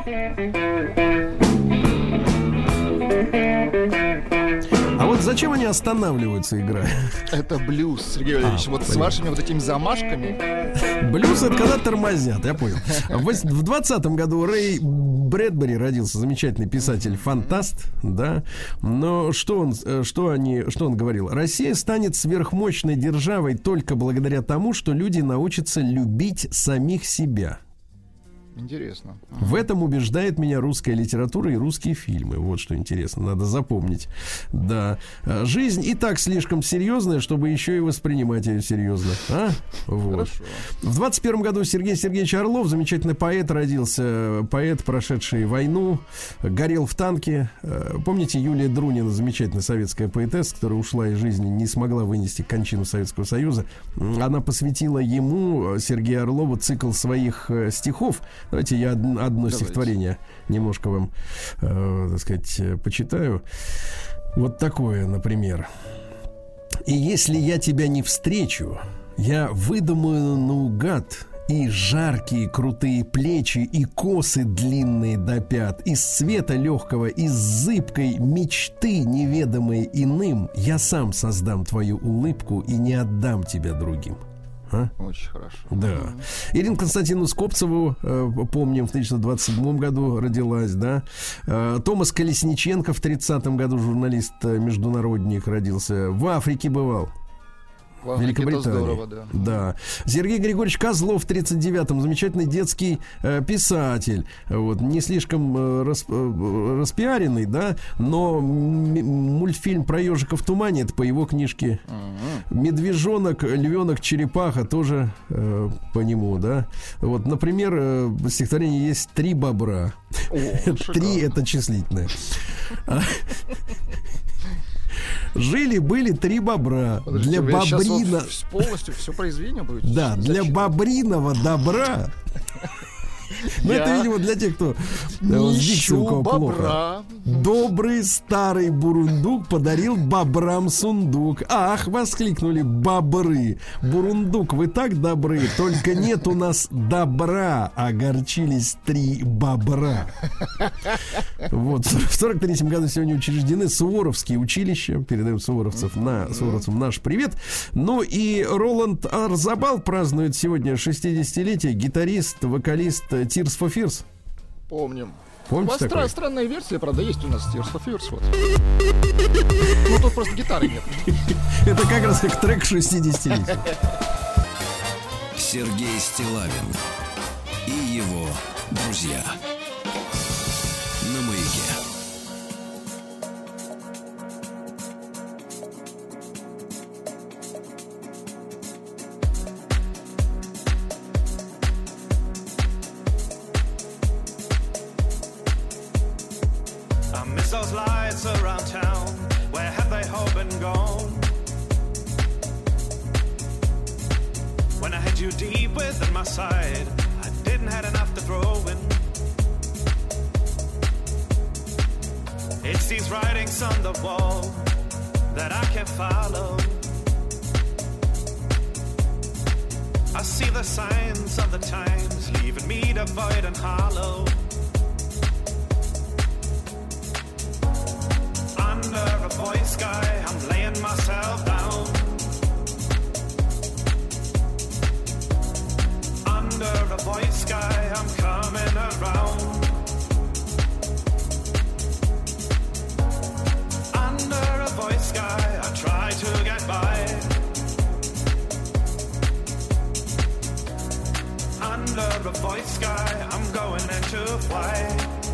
а вот зачем они останавливаются, играя? Это блюз, Сергей Валерьевич. А, вот понятно. С вашими вот этими замашками. Блюз — это когда тормозят, я понял. В двадцатом году Рэй Брэдбери родился, замечательный писатель-фантаст, да. Но что он, что они, что он говорил? Россия станет сверхмощной державой только благодаря тому, что люди научатся любить самих себя. Интересно. В этом убеждает меня русская литература и русские фильмы. Вот что интересно, надо запомнить. Да. Жизнь и так слишком серьезная, чтобы еще и воспринимать ее серьезно. А? Вот. Хорошо. В двадцать первом году Сергей Сергеевич Орлов, замечательный поэт, родился. Поэт, прошедший войну, горел в танке. Помните, Юлия Друнина, замечательная советская поэтесса, которая ушла из жизни, не смогла вынести кончину Советского Союза. Она посвятила ему, Сергею Орлову, цикл своих стихов. Давайте я одно, одно Давайте. стихотворение немножко вам, э, так сказать, почитаю. Вот такое, например. «И если я тебя не встречу, я выдумаю наугад и жаркие крутые плечи, и косы длинные до пят, из цвета легкого, из зыбкой мечты, неведомой иным, я сам создам твою улыбку и не отдам тебя другим». А? Очень хорошо. Да. Ирину Константиновну Скопцеву, э, помним, в тысяча девятьсот двадцать седьмом году родилась, да. Э, Томас Колесниченко в тридцатом году, журналист, международник, родился. В Африке бывал. В Великобритании. Здорово, да. Да. Сергей Григорьевич Козлов в тридцать девятом, замечательный детский э, писатель. Вот, не слишком э, рас, э, распиаренный, да, но м- мультфильм про ежика в тумане — это по его книжке. Uh-huh. Медвежонок, львенок, черепаха тоже э, по нему, да. Вот, например, э, в стихотворении есть «Три бобра». О, Три — это числительное. Жили-были три бобра. Подождите, для бобрина... вот полностью все произведение будет? Да, для бобриного добра. Ну, это, видимо, для тех, кто с дикцией у кого плохо. Добрый старый бурундук подарил бобрам сундук. Ах, воскликнули бобры. Бурундук, вы так добры, только нет у нас добра. Огорчились три бобра. Вот. В сорок третьем году сегодня учреждены суворовские училища. Передаем суворовцев на, суворовцам наш привет. Ну и Роланд Арзабал празднует сегодня шестидесятилетие. Гитарист, вокалист Tears for Fears. Помним. Помните у вас такое? стра- странная версия, правда, есть у нас Tears for Fears. Вот. Ну, тут просто гитары нет. Это как раз как трек шестидесятилетия. Сергей Стиллавин и его друзья на Маяке. Those lights around town, where have they all been gone? When I had you deep within my side, I didn't have enough to throw in. It's these writings on the wall that I can't follow. I see the signs of the times, leaving me devoid and hollow. Under a voice sky, I'm laying myself down. Under a voice sky, I'm coming around. Under a voice sky, I try to to fly.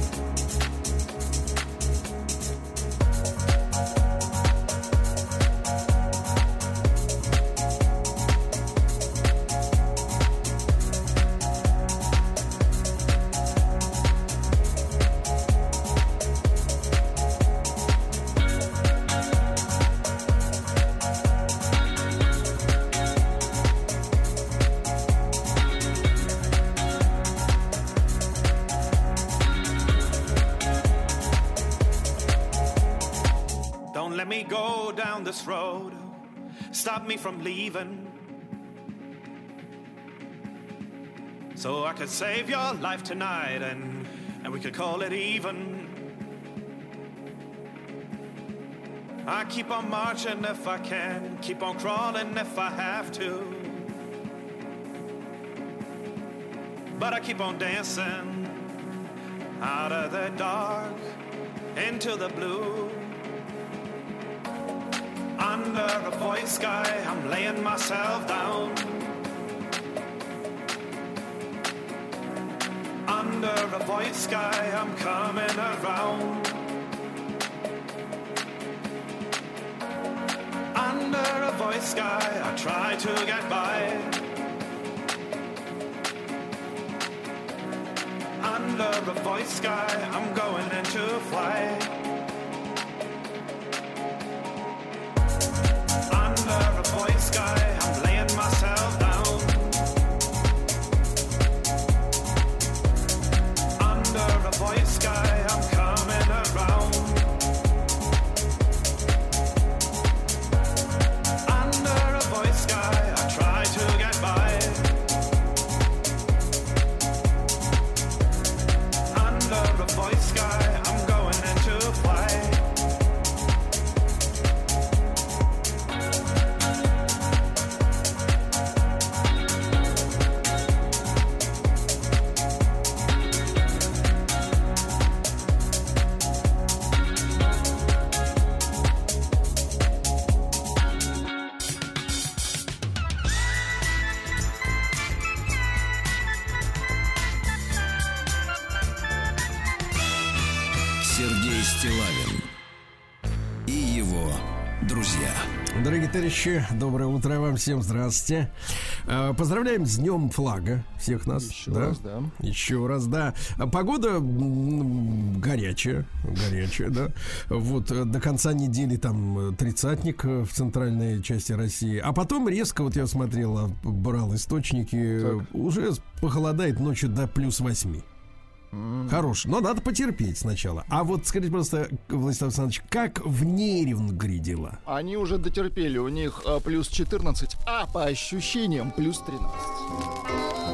Let me go down this road, stop me from leaving, so I could save your life tonight and, and we could call it even. I keep on marching if I can, keep on crawling if I have to, but I keep on dancing out of the dark into the blue. Under a void sky, I'm laying myself down. Under a void sky, I'm coming around. Under a void sky, I try to get by. Under a void sky, I'm going into flight. Under a void sky, I'm laying myself down. Under a void sky, I'm coming around. Under a void sky, I try to get by. Under a void sky, I'm going into flight. Сергей Стиллавин и его друзья. Дорогие товарищи, доброе утро вам всем, здравствуйте. Поздравляем с Днем флага всех нас. Еще да? раз, да. Еще раз, да. Погода горячая, горячая, да. Вот до конца недели там тридцатник в центральной части России. А потом резко, вот я смотрел, брал источники, так. Уже похолодает ночью до плюс восьми. Хорош, но надо потерпеть сначала. А вот скажите, просто, Владислав Александрович, как в Нерюнгри дела? Они уже дотерпели, у них а, плюс четырнадцать, а по ощущениям плюс тринадцать.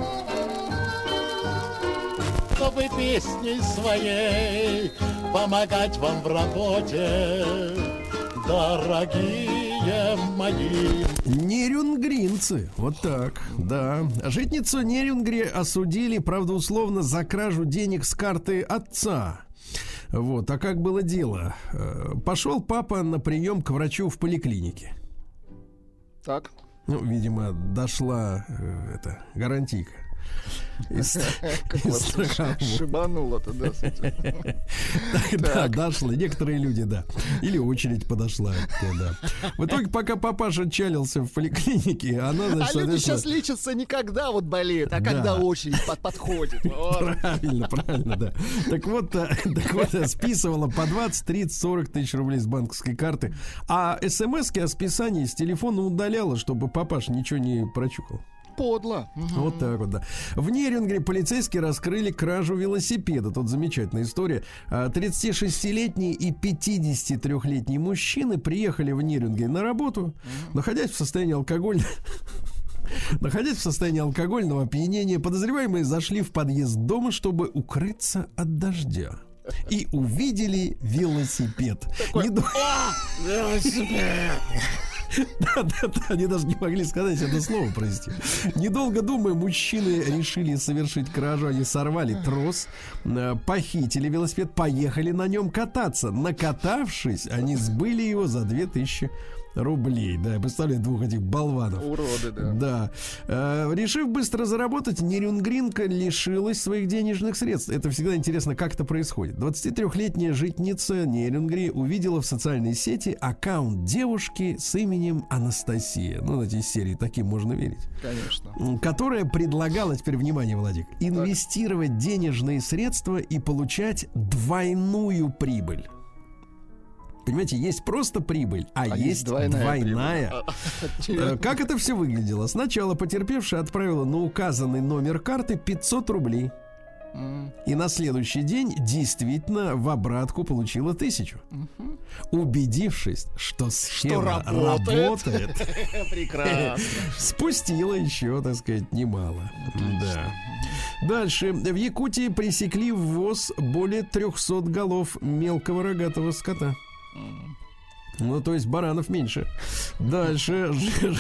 Чтобы песней своей помогать вам в работе, дорогие мои. Нерюнгринцы, вот так, да. Житницу Нерюнгри осудили, правда, условно, за кражу денег с карты отца. Вот, а как было дело? Пошел папа на прием к врачу в поликлинике. Так. Ну, видимо, дошла э, эта гарантийка. Как вас шибануло-то, да, с этим. Да, дошло. Некоторые люди, да. Или очередь подошла. В итоге, пока папаша чалился в поликлинике, она, значит, а люди сейчас лечатся не когда вот болеют, а когда очередь подходит. Правильно, правильно, да. Так вот, так вот, списывала по двадцать, тридцать, сорок тысяч рублей с банковской карты, а смс-ки о списании с телефона удаляла, чтобы папаша ничего не прочухал. Подло. Угу. Вот так вот, да. В Нерюнгре полицейские раскрыли кражу велосипеда. Тут замечательная история. тридцатишестилетний и пятидесятитрёхлетний мужчины приехали в Нерюнгре на работу, угу. находясь в состоянии алкогольного... Находясь в состоянии алкогольного опьянения, подозреваемые зашли в подъезд дома, чтобы укрыться от дождя. И увидели велосипед. Такой... Не... А, велосипед! Да, да, да, они даже не могли сказать это слово произнести. Недолго думая, мужчины решили совершить кражу. Они сорвали трос, похитили велосипед, поехали на нем кататься. Накатавшись, они сбыли его за две тысячи рублей. Да, я представляю двух этих болванов. Уроды, да. Да. Э, решив быстро заработать, Нерюнгринка лишилась своих денежных средств. Это всегда интересно, как это происходит. двадцатитрёхлетняя житница Нерюнгри увидела в социальной сети аккаунт девушки с именем Анастасия. Ну, на этой серии таким можно верить. Конечно. Которая предлагала, теперь внимание, Владик, инвестировать денежные средства и получать двойную прибыль. Понимаете, есть просто прибыль, а, а есть, есть двойная. двойная. Как это все выглядело? Сначала потерпевшая отправила на указанный номер карты пятьсот рублей. Mm. И на следующий день действительно в обратку получила тысячу. Mm-hmm. Убедившись, что схема что работает, работает прекрасно, спустила еще, так сказать, немало. Да. Дальше. В Якутии пресекли ввоз более трехсот голов мелкого рогатого скота. Ну, то есть баранов меньше. Дальше.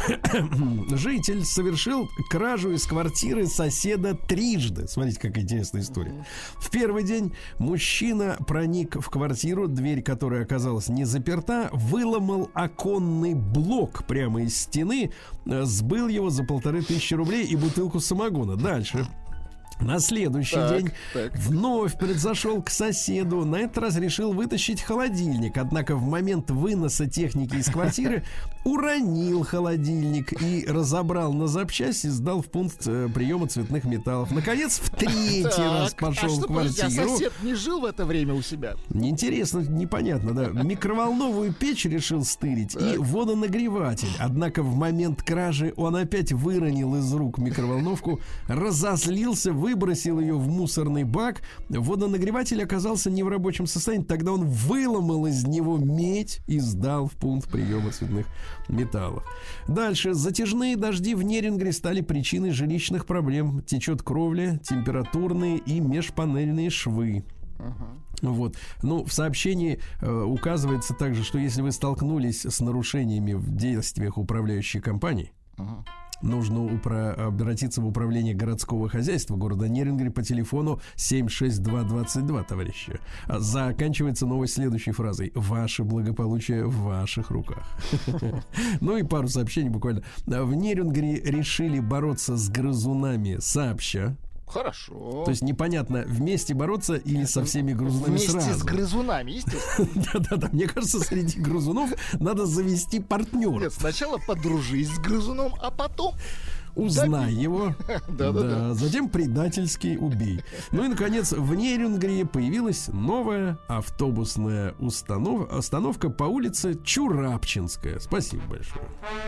Житель совершил кражу из квартиры соседа трижды. Смотрите, какая интересная история. В первый день мужчина проник в квартиру, дверь которой оказалась не заперта, выломал оконный блок прямо из стены, сбыл его за полторы тысячи рублей и бутылку самогона. Дальше. На следующий так, день так. вновь произошел к соседу. На этот раз решил вытащить холодильник. Однако в момент выноса техники из квартиры уронил холодильник и разобрал на запчасти, сдал в пункт э, приема цветных металлов. Наконец, в третий раз пошел в квартиру. А сосед не жил в это время у себя? Неинтересно, непонятно, да. Микроволновую печь решил стырить и водонагреватель. Однако в момент кражи он опять выронил из рук микроволновку, разозлился, выбросил ее в мусорный бак. Водонагреватель оказался не в рабочем состоянии. Тогда он выломал из него медь и сдал в пункт приема цветных металлов. Дальше. Затяжные дожди в Нерюнгри стали причиной жилищных проблем. Течет кровля, температурные и межпанельные швы. Uh-huh. Вот. Ну, в сообщении э, указывается также, что если вы столкнулись с нарушениями в действиях управляющей компании, uh-huh. нужно упра- обратиться в управление городского хозяйства города Нерюнгри по телефону семь шесть два двадцать два, товарищи. А заканчивается новость следующей фразой: «Ваше благополучие в ваших руках». Ну и пару сообщений буквально. В Нерюнгри решили бороться с грызунами сообща. Хорошо. То есть непонятно, вместе бороться или со всеми грызунами вместе сразу. Вместе с грызунами, естественно. Да-да-да, мне кажется, среди грызунов надо завести партнера. Нет, сначала подружись с грызуном, а потом... Узнай его. Да-да-да. Затем предательски убей. Ну и, наконец, в Нерюнгри появилась новая автобусная установ... остановка по улице Чурапчинская. Спасибо большое.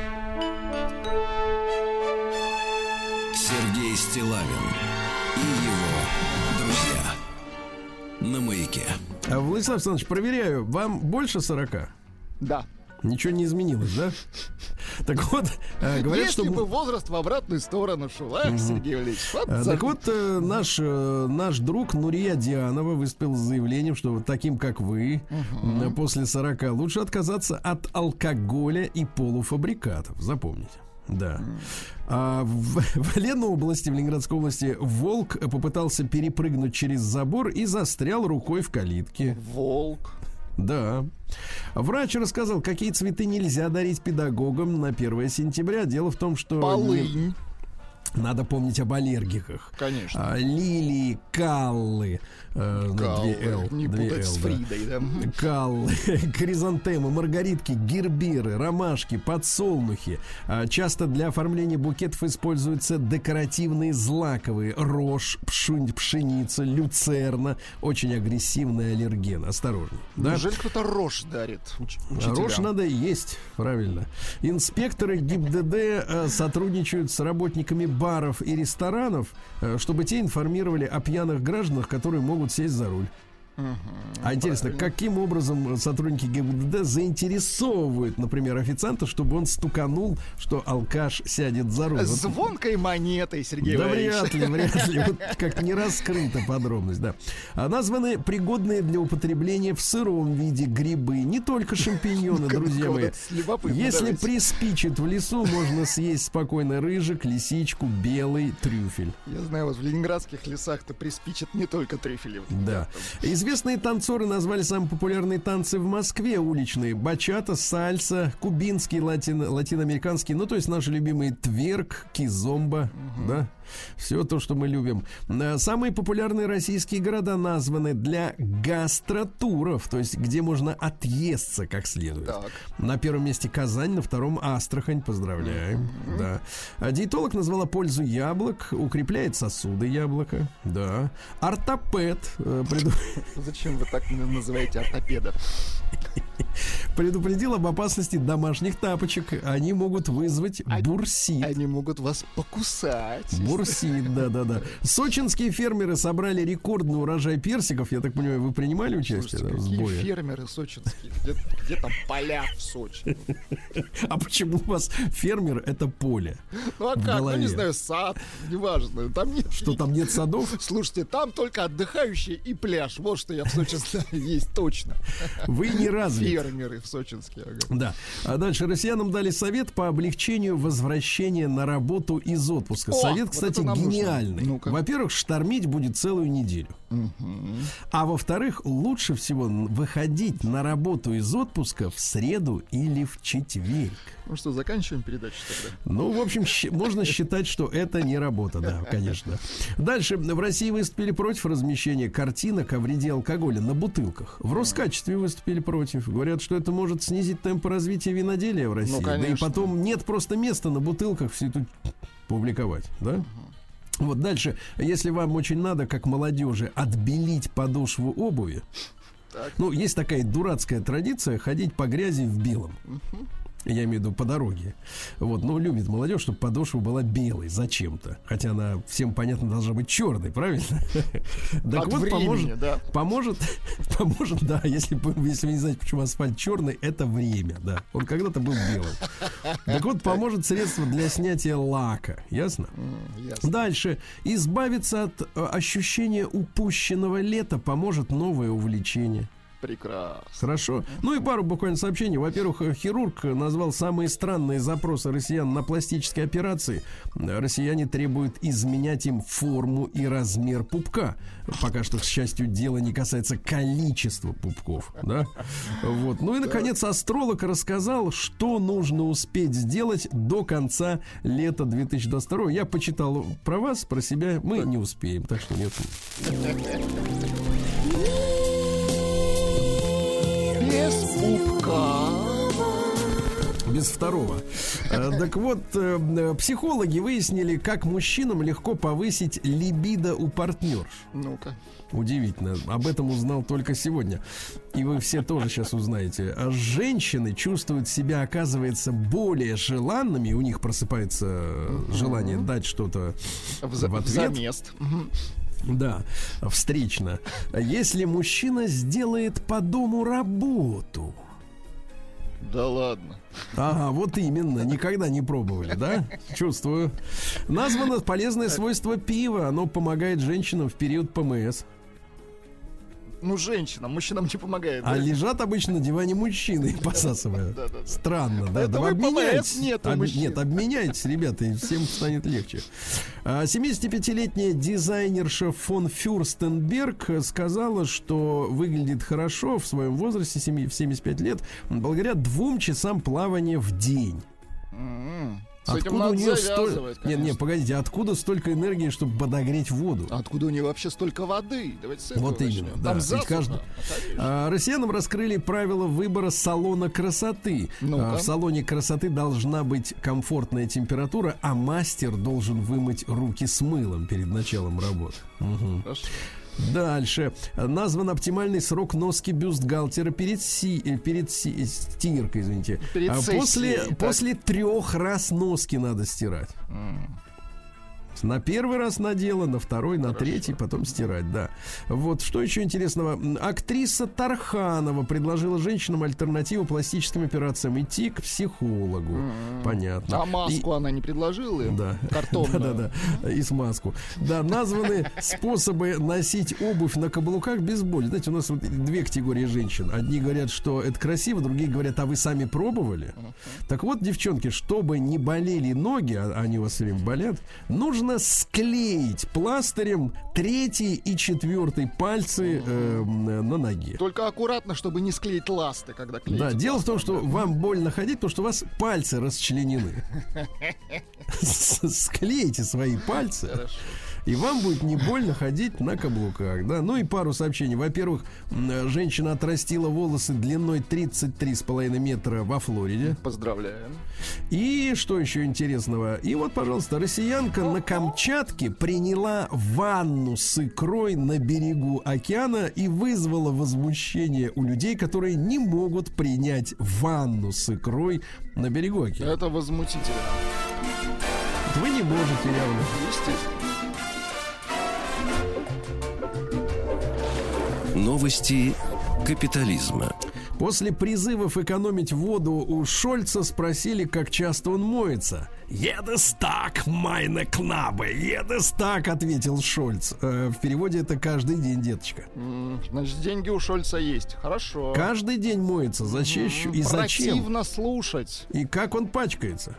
Сергей Стиллавин и его друзья на Маяке. А, Владислав Александрович, проверяю, вам больше сорока? Да. Ничего не изменилось, да? Так вот, говорят, если что... бы возраст в обратную сторону шел, ах, угу. Сергей Валерьевич. Вот а, так вот, наш, наш друг Нурия Дианова выступил с заявлением, что таким, как вы, угу. после сорока лучше отказаться от алкоголя и полуфабрикатов. Запомните. Да. А в, в Ленобласти, в Ленинградской области, волк попытался перепрыгнуть через забор и застрял рукой в калитке. Волк? Да. Врач рассказал, какие цветы нельзя дарить педагогам на первое сентября. Дело в том, что... Полынь. Надо помнить об аллергиках. Конечно. А, лилии, каллы, э, каллы. две Л, не две путать Л, с Фридой, да. да. Каллы, хризантемы, маргаритки, герберы, ромашки, подсолнухи. А, часто для оформления букетов используются декоративные злаковые: рожь, пшунь, пшеница, люцерна. Очень агрессивный аллерген. Осторожней. Да? Неужели кто-то рожь дарит уч- учителям? Рожь надо есть, правильно. Инспекторы ГИБДД э, сотрудничают с работниками баров и ресторанов, чтобы те информировали о пьяных гражданах, которые могут сесть за руль. Uh-huh, а интересно, правильно. Каким образом сотрудники ГИБДД заинтересовывают, например, официанта, чтобы он стуканул, что алкаш сядет за руль? Звонкой монетой, Сергей Да Валерьевич. вряд ли, вряд ли. Вот как не раскрыта подробность, да. А названы пригодные для употребления в сыром виде грибы, не только шампиньоны, друзья мои. Если приспичит в лесу, можно съесть спокойно рыжик, лисичку, белый трюфель. Я знаю, вот в ленинградских лесах-то приспичит не только трюфели. Да. Известно, Известные танцоры назвали самые популярные танцы в Москве уличные: бачата, сальса, кубинский, латин, латиноамериканский, ну то есть наши любимые тверк, кизомба, угу. да, все то, что мы любим. Самые популярные российские города названы для гастротуров, то есть где можно отъесться как следует. Так. На первом месте Казань, на втором Астрахань, поздравляем. Mm-hmm. Да. А диетолог назвала пользу яблок, укрепляет сосуды яблока. Да. Ортопед. Э, преду... Зачем вы так называете ортопеда? Предупредил об опасности домашних тапочек. Они могут вызвать они, бурсит. Они могут вас покусать. Бурсит, да-да-да. Сочинские фермеры собрали рекордный урожай персиков. Я так понимаю, вы принимали участие? Слушайте, да, какие в фермеры сочинские? Где, где там поля в Сочи? А почему у вас фермер — это поле? Ну а как? Ну не знаю, сад, неважно. Там нет. Что, там нет садов? Слушайте, там только отдыхающие и пляж. Вот что я в Сочи знаю, есть точно. Вы не разве? Фермеры в Сочинске. Ага. Да. А дальше россиянам дали совет по облегчению возвращения на работу из отпуска. О, совет, кстати, вот гениальный. Во-первых, штормить будет целую неделю. Угу. А во-вторых, лучше всего выходить на работу из отпуска в среду или в четверг. Ну что, заканчиваем передачу тогда? Ну, в общем, можно считать, что это не работа, да, конечно. Дальше. В России выступили против размещения картинок о вреде алкоголя на бутылках. В Роскачестве выступили против. Говорят, что это может снизить темпы развития виноделия в России. Ну, да и потом нет просто места на бутылках все это публиковать, да? Угу. Вот дальше. Если вам очень надо, как молодежи, отбелить подошву обуви, так. Ну, есть такая дурацкая традиция ходить по грязи в белом. Угу. Я имею в виду по дороге. Вот, ну, любит молодежь, чтобы подошва была белой зачем-то. Хотя она, всем понятно, должна быть черной, правильно? Так вот, поможет, поможет, поможет, да, если, если вы не знаете, почему асфальт черный, это время, да. Он когда-то был белым. Так вот, поможет средство для снятия лака. Ясно? Дальше. Избавиться от ощущения упущенного лета поможет новое увлечение. Прекрасно. Хорошо. Ну и пару буквально сообщений. Во-первых, хирург назвал самые странные запросы россиян на пластические операции. Россияне требуют изменять им форму и размер пупка. Пока что, к счастью, дело не касается количества пупков. Да? Вот. Ну и, наконец, астролог рассказал, что нужно успеть сделать до конца лета две тысячи двадцать второго. Я почитал про вас, про себя. Мы не успеем, так что нет. Без пупка. Без второго. Так вот, психологи выяснили, как мужчинам легко повысить либидо у партнерш. Ну-ка. Удивительно. Об этом узнал только сегодня. И вы все тоже сейчас узнаете. А женщины чувствуют себя, оказывается, более желанными. У них просыпается uh-huh. желание дать что-то в, в ответ. Замест. Да, встречно. Если мужчина сделает по дому работу. Да ладно. Ага, вот именно. Никогда не пробовали, да? Чувствую. Названо полезное свойство пива. Оно помогает женщинам в период ПМС. Ну, женщинам, мужчинам не помогает. А да? лежат обычно на диване мужчины и посасывают. Да, да, да. Странно, да. Да, обменяйтесь. Нет, Об... нет, обменяйтесь, ребята, и всем станет легче. семидесятипятилетняя дизайнерша фон Фюрстенберг сказала, что выглядит хорошо в своем возрасте, в семьдесят пять лет, благодаря двум часам плавания в день. Mm-hmm. С откуда этим надо у нее завязывать, столь... Нет, нет, погодите, откуда столько энергии, чтобы подогреть воду? Откуда у нее вообще столько воды? Давайте с этого вот именно, начнем. да. Ведь каждый... а, россиянам раскрыли правила выбора салона красоты. А, в салоне красоты должна быть комфортная температура, а мастер должен вымыть руки с мылом перед началом работы. Угу. Хорошо. Дальше. Назван оптимальный срок носки бюстгальтера перед, си, перед си, стиркой, извините. Перед а сессией, после, так. после трех раз носки надо стирать. Mm. На первый раз надела, на второй, на Хорошо. третий, потом стирать, да. Вот, что еще интересного. Актриса Тарханова предложила женщинам альтернативу пластическим операциям: идти к психологу. Mm-hmm. Понятно. А маску и... она не предложила им? Да. Картонную. Да-да-да. И смазку. Да, названы способы носить обувь на каблуках без боли. Знаете, у нас вот две категории женщин. Одни говорят, что это красиво, другие говорят, а вы сами пробовали? Uh-huh. Так вот, девчонки, чтобы не болели ноги, а они у вас все время болят, нужно нужно склеить пластырем третий и четвертый пальцы э, на ноге. Только аккуратно, чтобы не склеить ласты, когда клеите. Да, дело в том, что вам больно ходить, потому что у вас пальцы расчленены. Склейте свои пальцы. Хорошо. И вам будет не больно ходить на каблуках, да. Ну и пару сообщений. Во-первых, женщина отрастила волосы длиной тридцать три с половиной метра во Флориде. Поздравляем. И что еще интересного? И вот, пожалуйста, россиянка на Камчатке приняла ванну с икрой на берегу океана и вызвала возмущение у людей, которые не могут принять ванну с икрой на берегу океана. Это возмутительно. Вы не можете явно. Естественно. Новости капитализма. После призывов экономить воду у Шольца спросили, как часто он моется. «Едес так, майне кнабе, едес так», ответил Шольц. Э, в переводе это каждый день, деточка. Значит, деньги у Шольца есть. Хорошо. Каждый день моется. Зачем? И зачем? Противно слушать. И как он пачкается?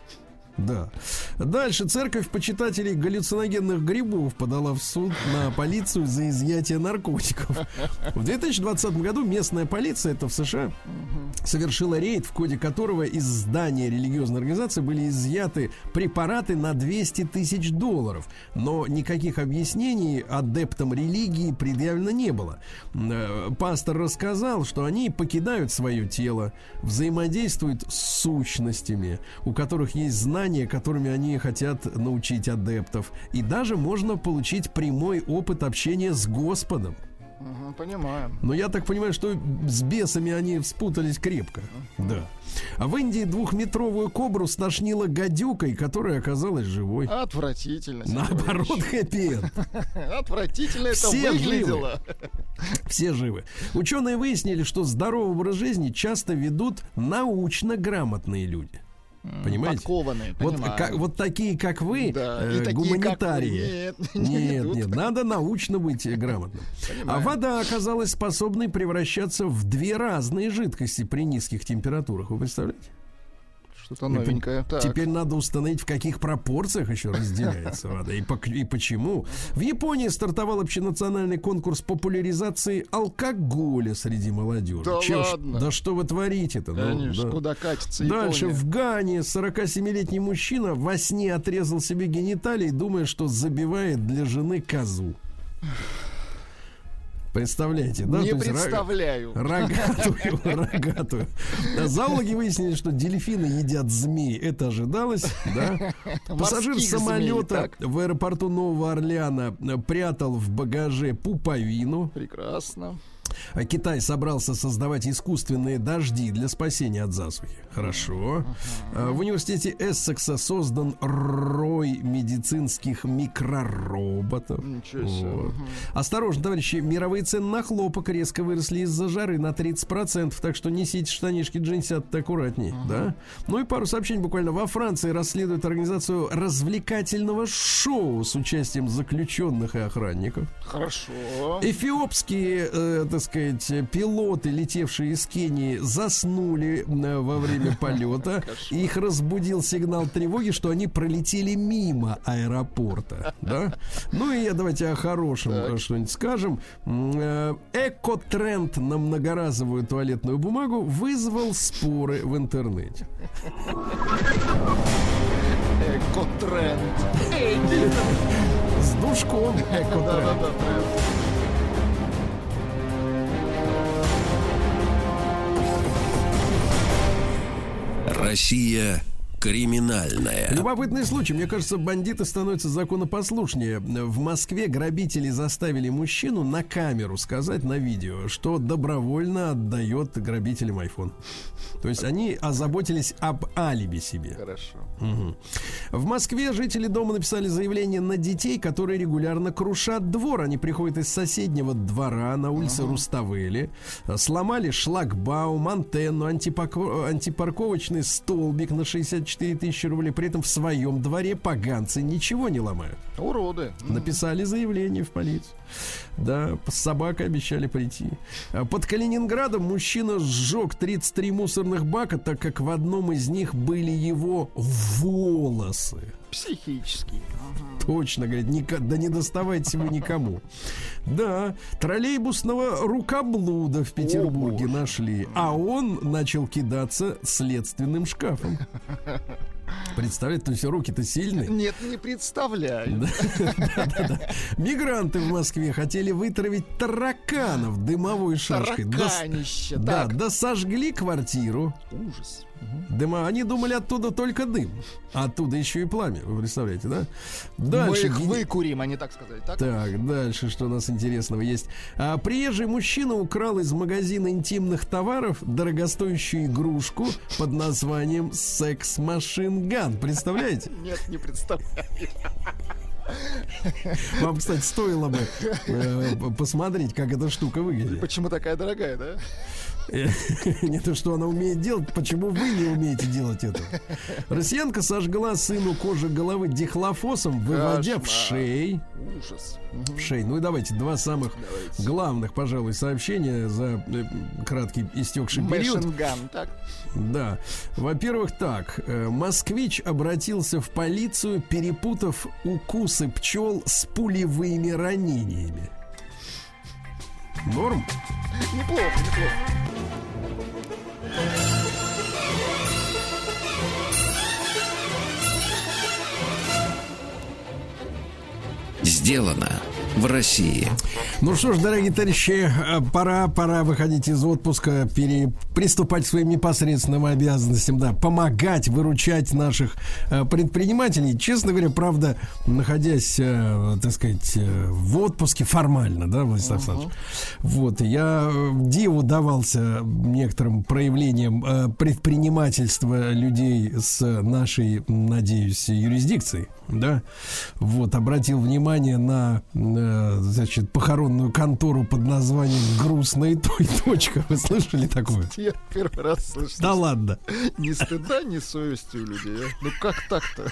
Да. Дальше церковь почитателей галлюциногенных грибов подала в суд на полицию за изъятие наркотиков. В две тысячи двадцатом году местная полиция, это в США, совершила рейд, в ходе которого из здания религиозной организации были изъяты препараты на двести тысяч долларов. Но никаких объяснений адептам религии предъявлено не было. Пастор рассказал, что они покидают свое тело, взаимодействуют с сущностями, у которых есть знания, которыми они хотят научить адептов. И даже можно получить прямой опыт общения с Господом. Угу, понимаю. Но я так понимаю, что с бесами они спутались крепко. Uh-huh. Да. А в Индии двухметровую кобру стошнило гадюкой, которая оказалась живой. Отвратительно. Наоборот, хэппи-энд. Отвратительно это Все выглядело. Живы. Все живы. Ученые выяснили, что здоровый образ жизни часто ведут научно грамотные люди. Понимаете? Подкованные, вот, как, вот такие, как вы, да, э, такие, гуманитарии. Как вы. Нет, нет, нет, надо научно быть грамотным. Понимаю. А вода оказалась способной превращаться в две разные жидкости при низких температурах. Вы представляете? Что-то новенькое. Так. Теперь надо установить, в каких пропорциях еще разделяется вода и, по, и почему. В Японии стартовал общенациональный конкурс популяризации алкоголя среди молодежи. Да Че, ладно? Да что вы творите-то? Конечно, ну, да. Куда катится Япония? Дальше в Гане сорокасемилетний мужчина во сне отрезал себе гениталии, думая, что забивает для жены козу. Представляете, да? Не То есть представляю. Рогатую, рогатую. Зоологи выяснили, что дельфины едят змей. Это ожидалось, да? Пассажир самолета в аэропорту Нового Орлеана прятал в багаже пуповину. Прекрасно. Китай собрался создавать искусственные дожди для спасения от засухи. Хорошо. Uh-huh. В университете Эссекса создан рой медицинских микророботов. Ничего себе. Вот. Uh-huh. Осторожно, товарищи, мировые цены на хлопок резко выросли из-за жары на тридцать процентов, так что несите штанишки джинсят аккуратней, uh-huh. да? Ну и пару сообщений буквально. Во Франции расследуют организацию развлекательного шоу с участием заключенных и охранников. Хорошо. Эфиопские, э, так сказать, пилоты, летевшие из Кении, заснули э, во время полета. Их разбудил сигнал тревоги, что они пролетели мимо аэропорта. Да? Ну и давайте о хорошем так. что-нибудь скажем. Э, экотренд на многоразовую туалетную бумагу вызвал споры в интернете. Экотренд. С душком экотренд. Россия криминальная. Любопытный случай. Мне кажется, бандиты становятся законопослушнее. В Москве грабители заставили мужчину на камеру сказать на видео, что добровольно отдает грабителям айфон. То есть они озаботились об алиби себе. Хорошо. Угу. В Москве жители дома написали заявление на детей, которые регулярно крушат двор. Они приходят из соседнего двора на улице uh-huh. Руставели, сломали шлагбаум, антенну, антипако- антипарковочный столбик на шестьдесят четыре тысячи рублей. При этом в своем дворе поганцы ничего не ломают. Уроды. Написали заявление в полицию. Да, с собакой обещали прийти. Под Калининградом мужчина сжег тридцать три мусорных бака, так как в одном из них были его волосы. Психический. Ага. Точно, говорит, ника- да не доставайте вы никому. Да, троллейбусного рукоблуда в Петербурге нашли, а он начал кидаться следственным шкафом. Представляете, то есть руки-то сильные. Нет, не представляю. Да, да, да, да. Мигранты в Москве хотели вытравить тараканов дымовой шашкой. Тараканище, Да, так. да сожгли квартиру. Ужас. Дыма, они думали, оттуда только дым. А оттуда еще и пламя, вы представляете, да? Дальше. Мы их ген- выкурим, они так сказали, так? Так, дальше, что у нас интересного есть. А, приезжий мужчина украл из магазина интимных товаров дорогостоящую игрушку под названием секс-машин-ган. Представляете? Нет, не представляю. Вам, кстати, стоило бы э, посмотреть, как эта штука выглядит. Почему такая дорогая, да? Не то, что она умеет делать, почему вы не умеете делать это? Россиянка сожгла сыну кожу головы дихлофосом, выводя в шей. Ужас. В шей. Ну и давайте два самых Давайте. главных, пожалуй, сообщения за э, краткий истекший период. Мэшинган, так? Да. Во-первых, так. э, Москвич обратился в полицию, перепутав укусы пчел с пулевыми ранениями. Норм? Неплохо, неплохо. Сделано в России. Ну что ж, дорогие товарищи, пора, пора выходить из отпуска, пере, приступать к своим непосредственным обязанностям, да, помогать, выручать наших э, предпринимателей. Честно говоря, правда, находясь, э, так сказать, э, в отпуске формально, да, Владислав uh-huh. Александрович, вот, я э, диву давался некоторым проявлениям э, предпринимательства людей с нашей, надеюсь, юрисдикцией, да, вот, обратил внимание на значит, похоронную контору под названием «Грустная точка». Вы слышали такое? Я первый раз слышу. Да ладно. Ни стыда, ни совести у людей. А? Ну как так-то?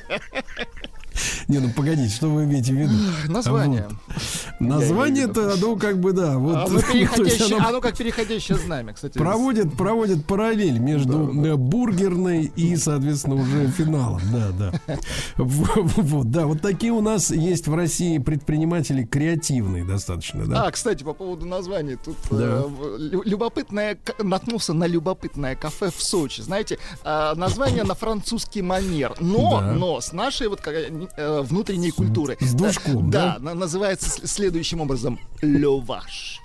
Не, ну погодите, что вы имеете в виду? Название. Вот. Название-то, ну как бы да. Вот, оно, переходящее, оно оно как переходящее знамя, кстати. Проводит, проводит параллель между да, да. бургерной и, соответственно, уже финалом. Да, да. Вот, да, вот такие у нас есть в России предприниматели креативные достаточно, да. А, кстати, по поводу названия. Тут да. э, любопытное, наткнулся на любопытное кафе в Сочи. Знаете, э, название на французский манер. Но, да. но с нашей вот как, э, внутренней культуры. С душком, да? Да, на, называется следующим образом. Леваш.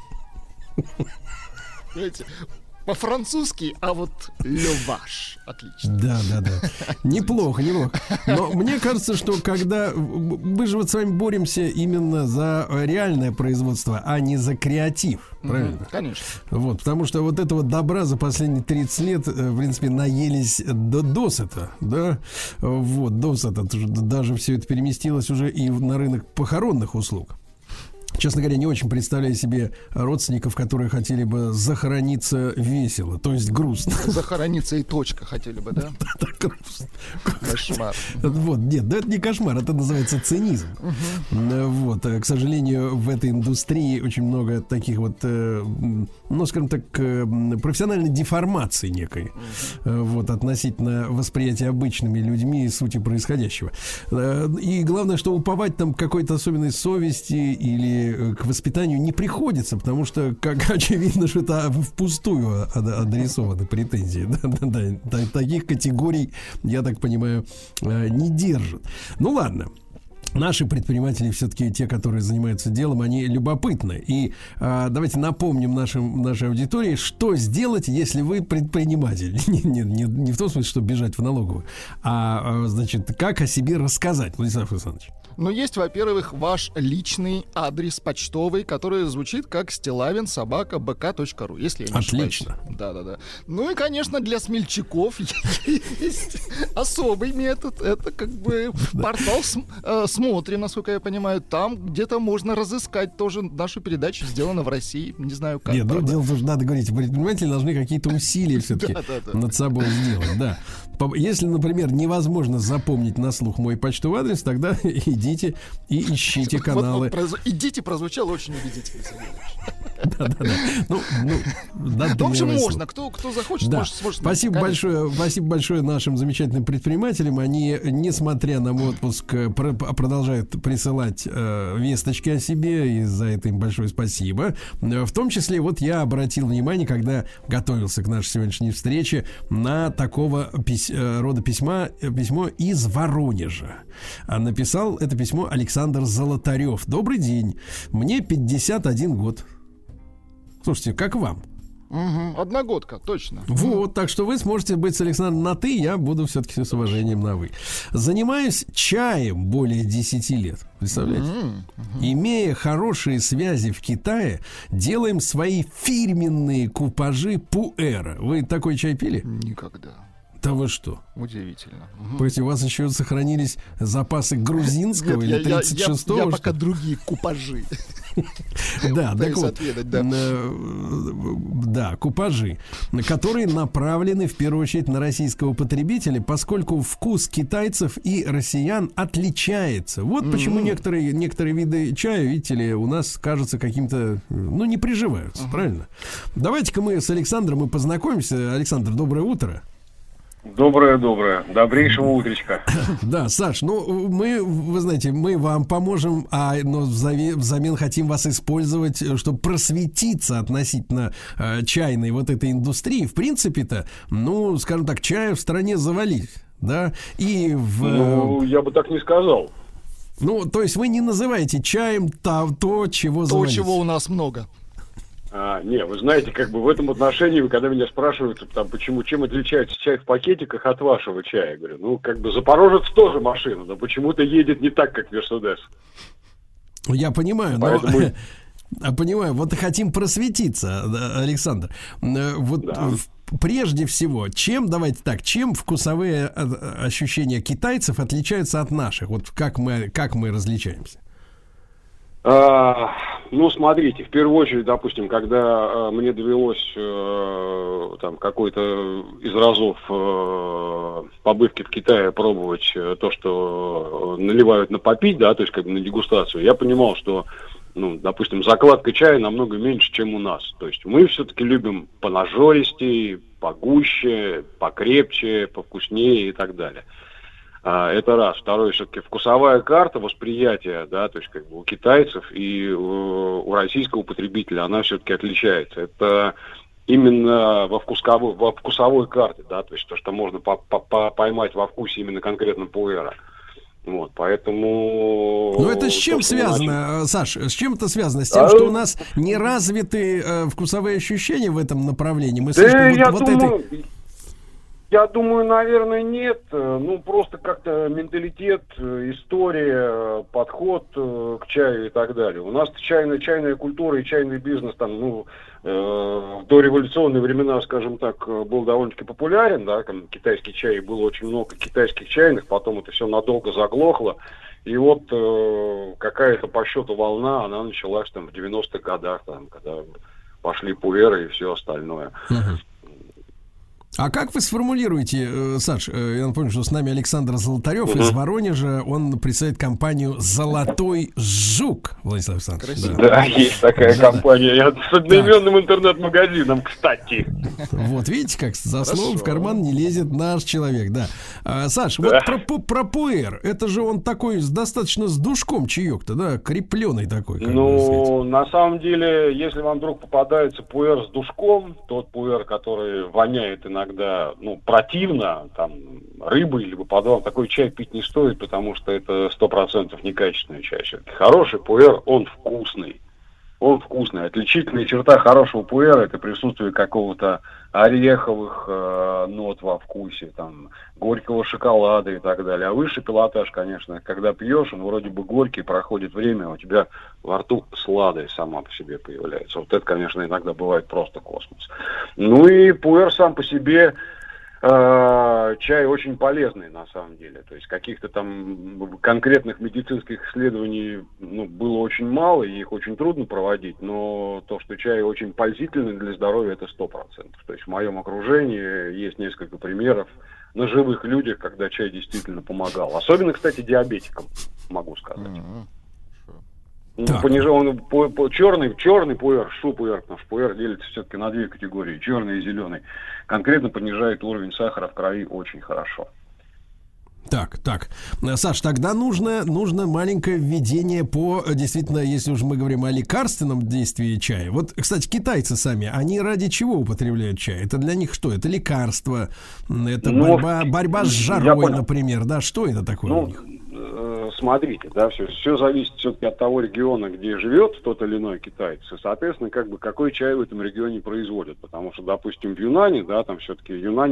Понимаете? По-французски, а вот леваш. Отлично. Да, да, да. Неплохо, неплохо. Но мне кажется, что когда мы же вот с вами боремся именно за реальное производство, а не за креатив. Правильно? Mm-hmm, конечно. Вот, потому что вот этого добра за последние тридцать лет, в принципе, наелись до досыта, да? Вот, досыта. Даже все это переместилось уже и на рынок похоронных услуг. Честно говоря, не очень представляю себе родственников, которые хотели бы захорониться весело, то есть грустно. Захорониться и точка хотели бы, да? Да, грустно. Кошмар. Вот, нет, да это не кошмар, это называется цинизм. Вот, к сожалению, в этой индустрии очень много таких вот, ну, скажем так, профессиональной деформации некой, вот, относительно восприятия обычными людьми сути происходящего. И главное, что уповать там какой-то особенной совести или к воспитанию не приходится, потому что, как очевидно, что это впустую адресованы претензии. Да, да, да. Таких категорий, я так понимаю, не держат. Ну ладно. Наши предприниматели, все-таки те, которые занимаются делом, они любопытны. И а, давайте напомним нашим, нашей аудитории, что сделать, если вы предприниматель. Не, не, не, не в том смысле, что бежать в налоговую, а, а значит, как о себе рассказать, Владислав Александрович. Ну, есть, во-первых, ваш личный адрес почтовый, который звучит как стилавин собака бэ ка точка ру, если я не ошибаюсь. Отлично. Да-да-да. Ну и, конечно, для смельчаков есть особый метод. Это как бы портал «Смотрим», насколько я понимаю. Там где-то можно разыскать тоже нашу передачу «Сделано в России». Не знаю, как. Нет, ну, дело в том, что надо говорить, предприниматели должны какие-то усилия все-таки над собой сделать, да. Если, например, невозможно запомнить на слух мой почтовый адрес, тогда идите идите и ищите каналы. Вот, вот, идите прозвучало очень убедительно, Сергей Ильич. Да-да-да. Ну, ну, в общем, можно. Кто, кто захочет, да. может, сможет. Спасибо Конечно. большое, спасибо большое нашим замечательным предпринимателям. Они, несмотря на мой отпуск, про- продолжают присылать э, весточки о себе, и за это им большое спасибо. В том числе, вот я обратил внимание, когда готовился к нашей сегодняшней встрече, на такого пись- рода письма, письмо из Воронежа. Написал это письмо Александр Золотарев. Добрый день. Мне пятьдесят один год. Слушайте, как вам? Угу, одногодка, точно. Вот, так что вы сможете быть с Александром на «ты», я буду все-таки с уважением на «вы». Занимаюсь чаем более десяти лет. Представляете? Mm-hmm. Имея хорошие связи в Китае, делаем свои фирменные купажи пуэра. Вы такой чай пили? Никогда. Да вы что? Удивительно. То есть у вас еще сохранились запасы грузинского Нет, или тридцать шестого? Я, я, я пока другие купажи. Да, так вот, да, купажи, которые направлены в первую очередь на российского потребителя, поскольку вкус китайцев и россиян отличается. Вот почему некоторые, некоторые виды чая, видите ли, у нас кажется каким-то, ну, не приживаются, правильно? Давайте-ка мы с Александром и познакомимся. Александр, доброе утро. Доброе-доброе. Добрейшего утречка. Да, Саш, ну мы, вы знаете, мы вам поможем, а но взамен хотим вас использовать, чтобы просветиться относительно э, чайной вот этой индустрии. В принципе-то, ну, скажем так, чая в стране завалить, да, и в... Ну, я бы так не сказал. Ну, то есть вы не называете чаем то, то чего завалить. То, чего у нас много. А, не, вы знаете, как бы в этом отношении, вы, когда меня спрашивают, там, почему, чем отличается чай в пакетиках от вашего чая, я говорю, ну, как бы Запорожец тоже машина, но почему-то едет не так, как Мерседес. Я понимаю, Поэтому... но... Понимаю, вот хотим просветиться, Александр. Вот да. Прежде всего, чем, давайте так, чем вкусовые ощущения китайцев отличаются от наших? Вот как мы, как мы различаемся? А, ну, смотрите, в первую очередь, допустим, когда а, мне довелось а, там какой-то из разов а, побывки в Китае пробовать а, то, что наливают на попить, да, то есть как бы на дегустацию, я понимал, что, ну, допустим, закладка чая намного меньше, чем у нас. То есть мы все-таки любим понажористее, погуще, покрепче, повкуснее и так далее. Это раз. Второе, все-таки вкусовая карта восприятия, да, то есть как бы у китайцев и у российского потребителя, она все-таки отличается. Это именно во вкусовой, во вкусовой карте, да, то есть то, что можно по- по- поймать во вкусе именно конкретно пуэра. Вот, поэтому... Ну, это с чем связано, Саш? С чем это связано? С тем, а... что у нас не развиты э, вкусовые ощущения в этом направлении? Мы да слишком я вот, думаю... вот этой... Я думаю, наверное, нет. Ну, просто как-то менталитет, история, подход к чаю и так далее. У нас чайная, чайная культура и чайный бизнес там, ну, э, в дореволюционные времена, скажем так, был довольно-таки популярен, да, там китайский чай, было очень много китайских чайных, потом это все надолго заглохло. И вот э, какая-то по счету волна, она началась там в девяностых годах, там, когда пошли пуэры и все остальное. А как вы сформулируете, Саш, я напомню, что с нами Александр Золотарев угу. из Воронежа, он представляет компанию «Золотой жук», Владислав Александрович. Да. да, есть такая да, компания, да. с одноименным так. интернет-магазином, кстати. Вот, видите, как за словом в карман не лезет наш человек, да. А, Саш, да. вот про, про пуэр, это же он такой достаточно с душком чаек-то, да, крепленый такой. Ну, на самом деле, если вам вдруг попадается пуэр с душком, тот пуэр, который воняет иногда иногда, ну, противно, там, рыбой либо подвал, такой чай пить не стоит, потому что это сто процентов некачественный чай. Все-таки хороший пуэр, он вкусный. Он вкусный. Отличительная черта хорошего пуэра — это присутствие какого-то ореховых э, нот во вкусе, там, горького шоколада и так далее. А высший пилотаж, конечно, когда пьешь, он вроде бы горький, проходит время, у тебя во рту сладость сама по себе появляется. Вот это, конечно, иногда бывает просто космос. Ну и пуэр сам по себе... Чай очень полезный на самом деле, то есть каких-то там конкретных медицинских исследований, ну, было очень мало, и их очень трудно проводить, но то, что чай очень пользительный для здоровья, это сто процентов. То есть в моем окружении есть несколько примеров на живых людях, когда чай действительно помогал. Особенно, кстати, диабетикам. могу сказать. Mm-hmm. Ну, понижал, он, по, по, черный, черный пуэр, шу-пуэр, потому что пуэр делится все-таки на две категории, черный и зеленый, конкретно понижает уровень сахара в крови очень хорошо. Так, так. Саш, тогда нужно, нужно маленькое введение по, действительно, если уж мы говорим о лекарственном действии чая. Вот, кстати, китайцы сами, они ради чего употребляют чай? Это для них что? Это лекарство, это ну, борьба, борьба с жарой, например, да? Что это такое ну, у них? Смотрите, да, все, все зависит все-таки от того региона, где живет тот или иной китаец, и, соответственно, как бы какой чай в этом регионе производят, потому что, допустим, в Юнане, да, там все-таки Юнань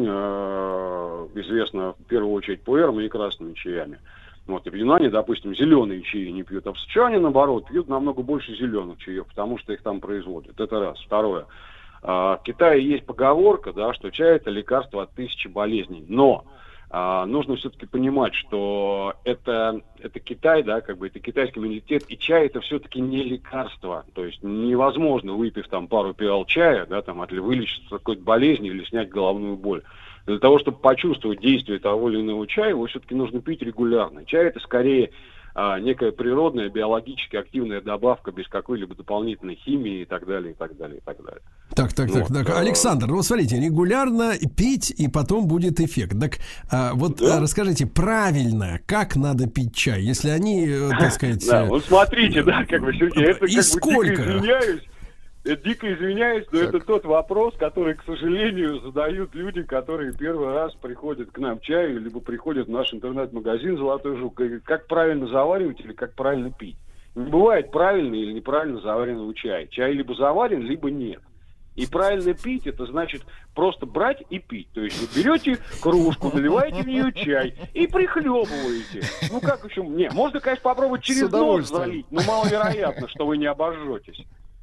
э, известна в первую очередь пуэром и красными чаями. Вот, и в Юнане, допустим, зеленые чаи не пьют, а в Сычуане, наоборот, пьют намного больше зеленых чаев, потому что их там производят. Это раз. Второе. Э, в Китае есть поговорка, да, что чай – это лекарство от тысячи болезней, но А, нужно все-таки понимать, что это, это Китай, да, как бы это китайский менталитет, и чай это все-таки не лекарство. То есть невозможно, выпив там пару пиал чая, да, там, вылечить какой-то болезни или снять головную боль. Для того, чтобы почувствовать действие того или иного чая, его все-таки нужно пить регулярно. Чай это скорее а, некая природная, биологически активная добавка без какой-либо дополнительной химии и так далее, и так далее, и так далее. Так, так, так, вот, так. А... Александр, ну смотрите, регулярно пить, и потом будет эффект. Так, а, вот да? расскажите, правильно, как надо пить чай, если они, так сказать... Да, вот смотрите, да, как бы, Сергей, это и как сколько? бы дико извиняюсь, дико извиняюсь, но так. Это тот вопрос, который, к сожалению, задают люди, которые первый раз приходят к нам в чаю, либо приходят в наш интернет-магазин «Золотой жук». Как правильно заваривать или как правильно пить? Не бывает правильно или неправильно заваренного чая. Чай либо заварен, либо нет. И правильно пить, это значит просто брать и пить. То есть вы берете кружку, наливаете в нее чай и прихлебываете. Ну как еще? Не, можно, конечно, попробовать через нос залить, но маловероятно, что вы не обожжетесь.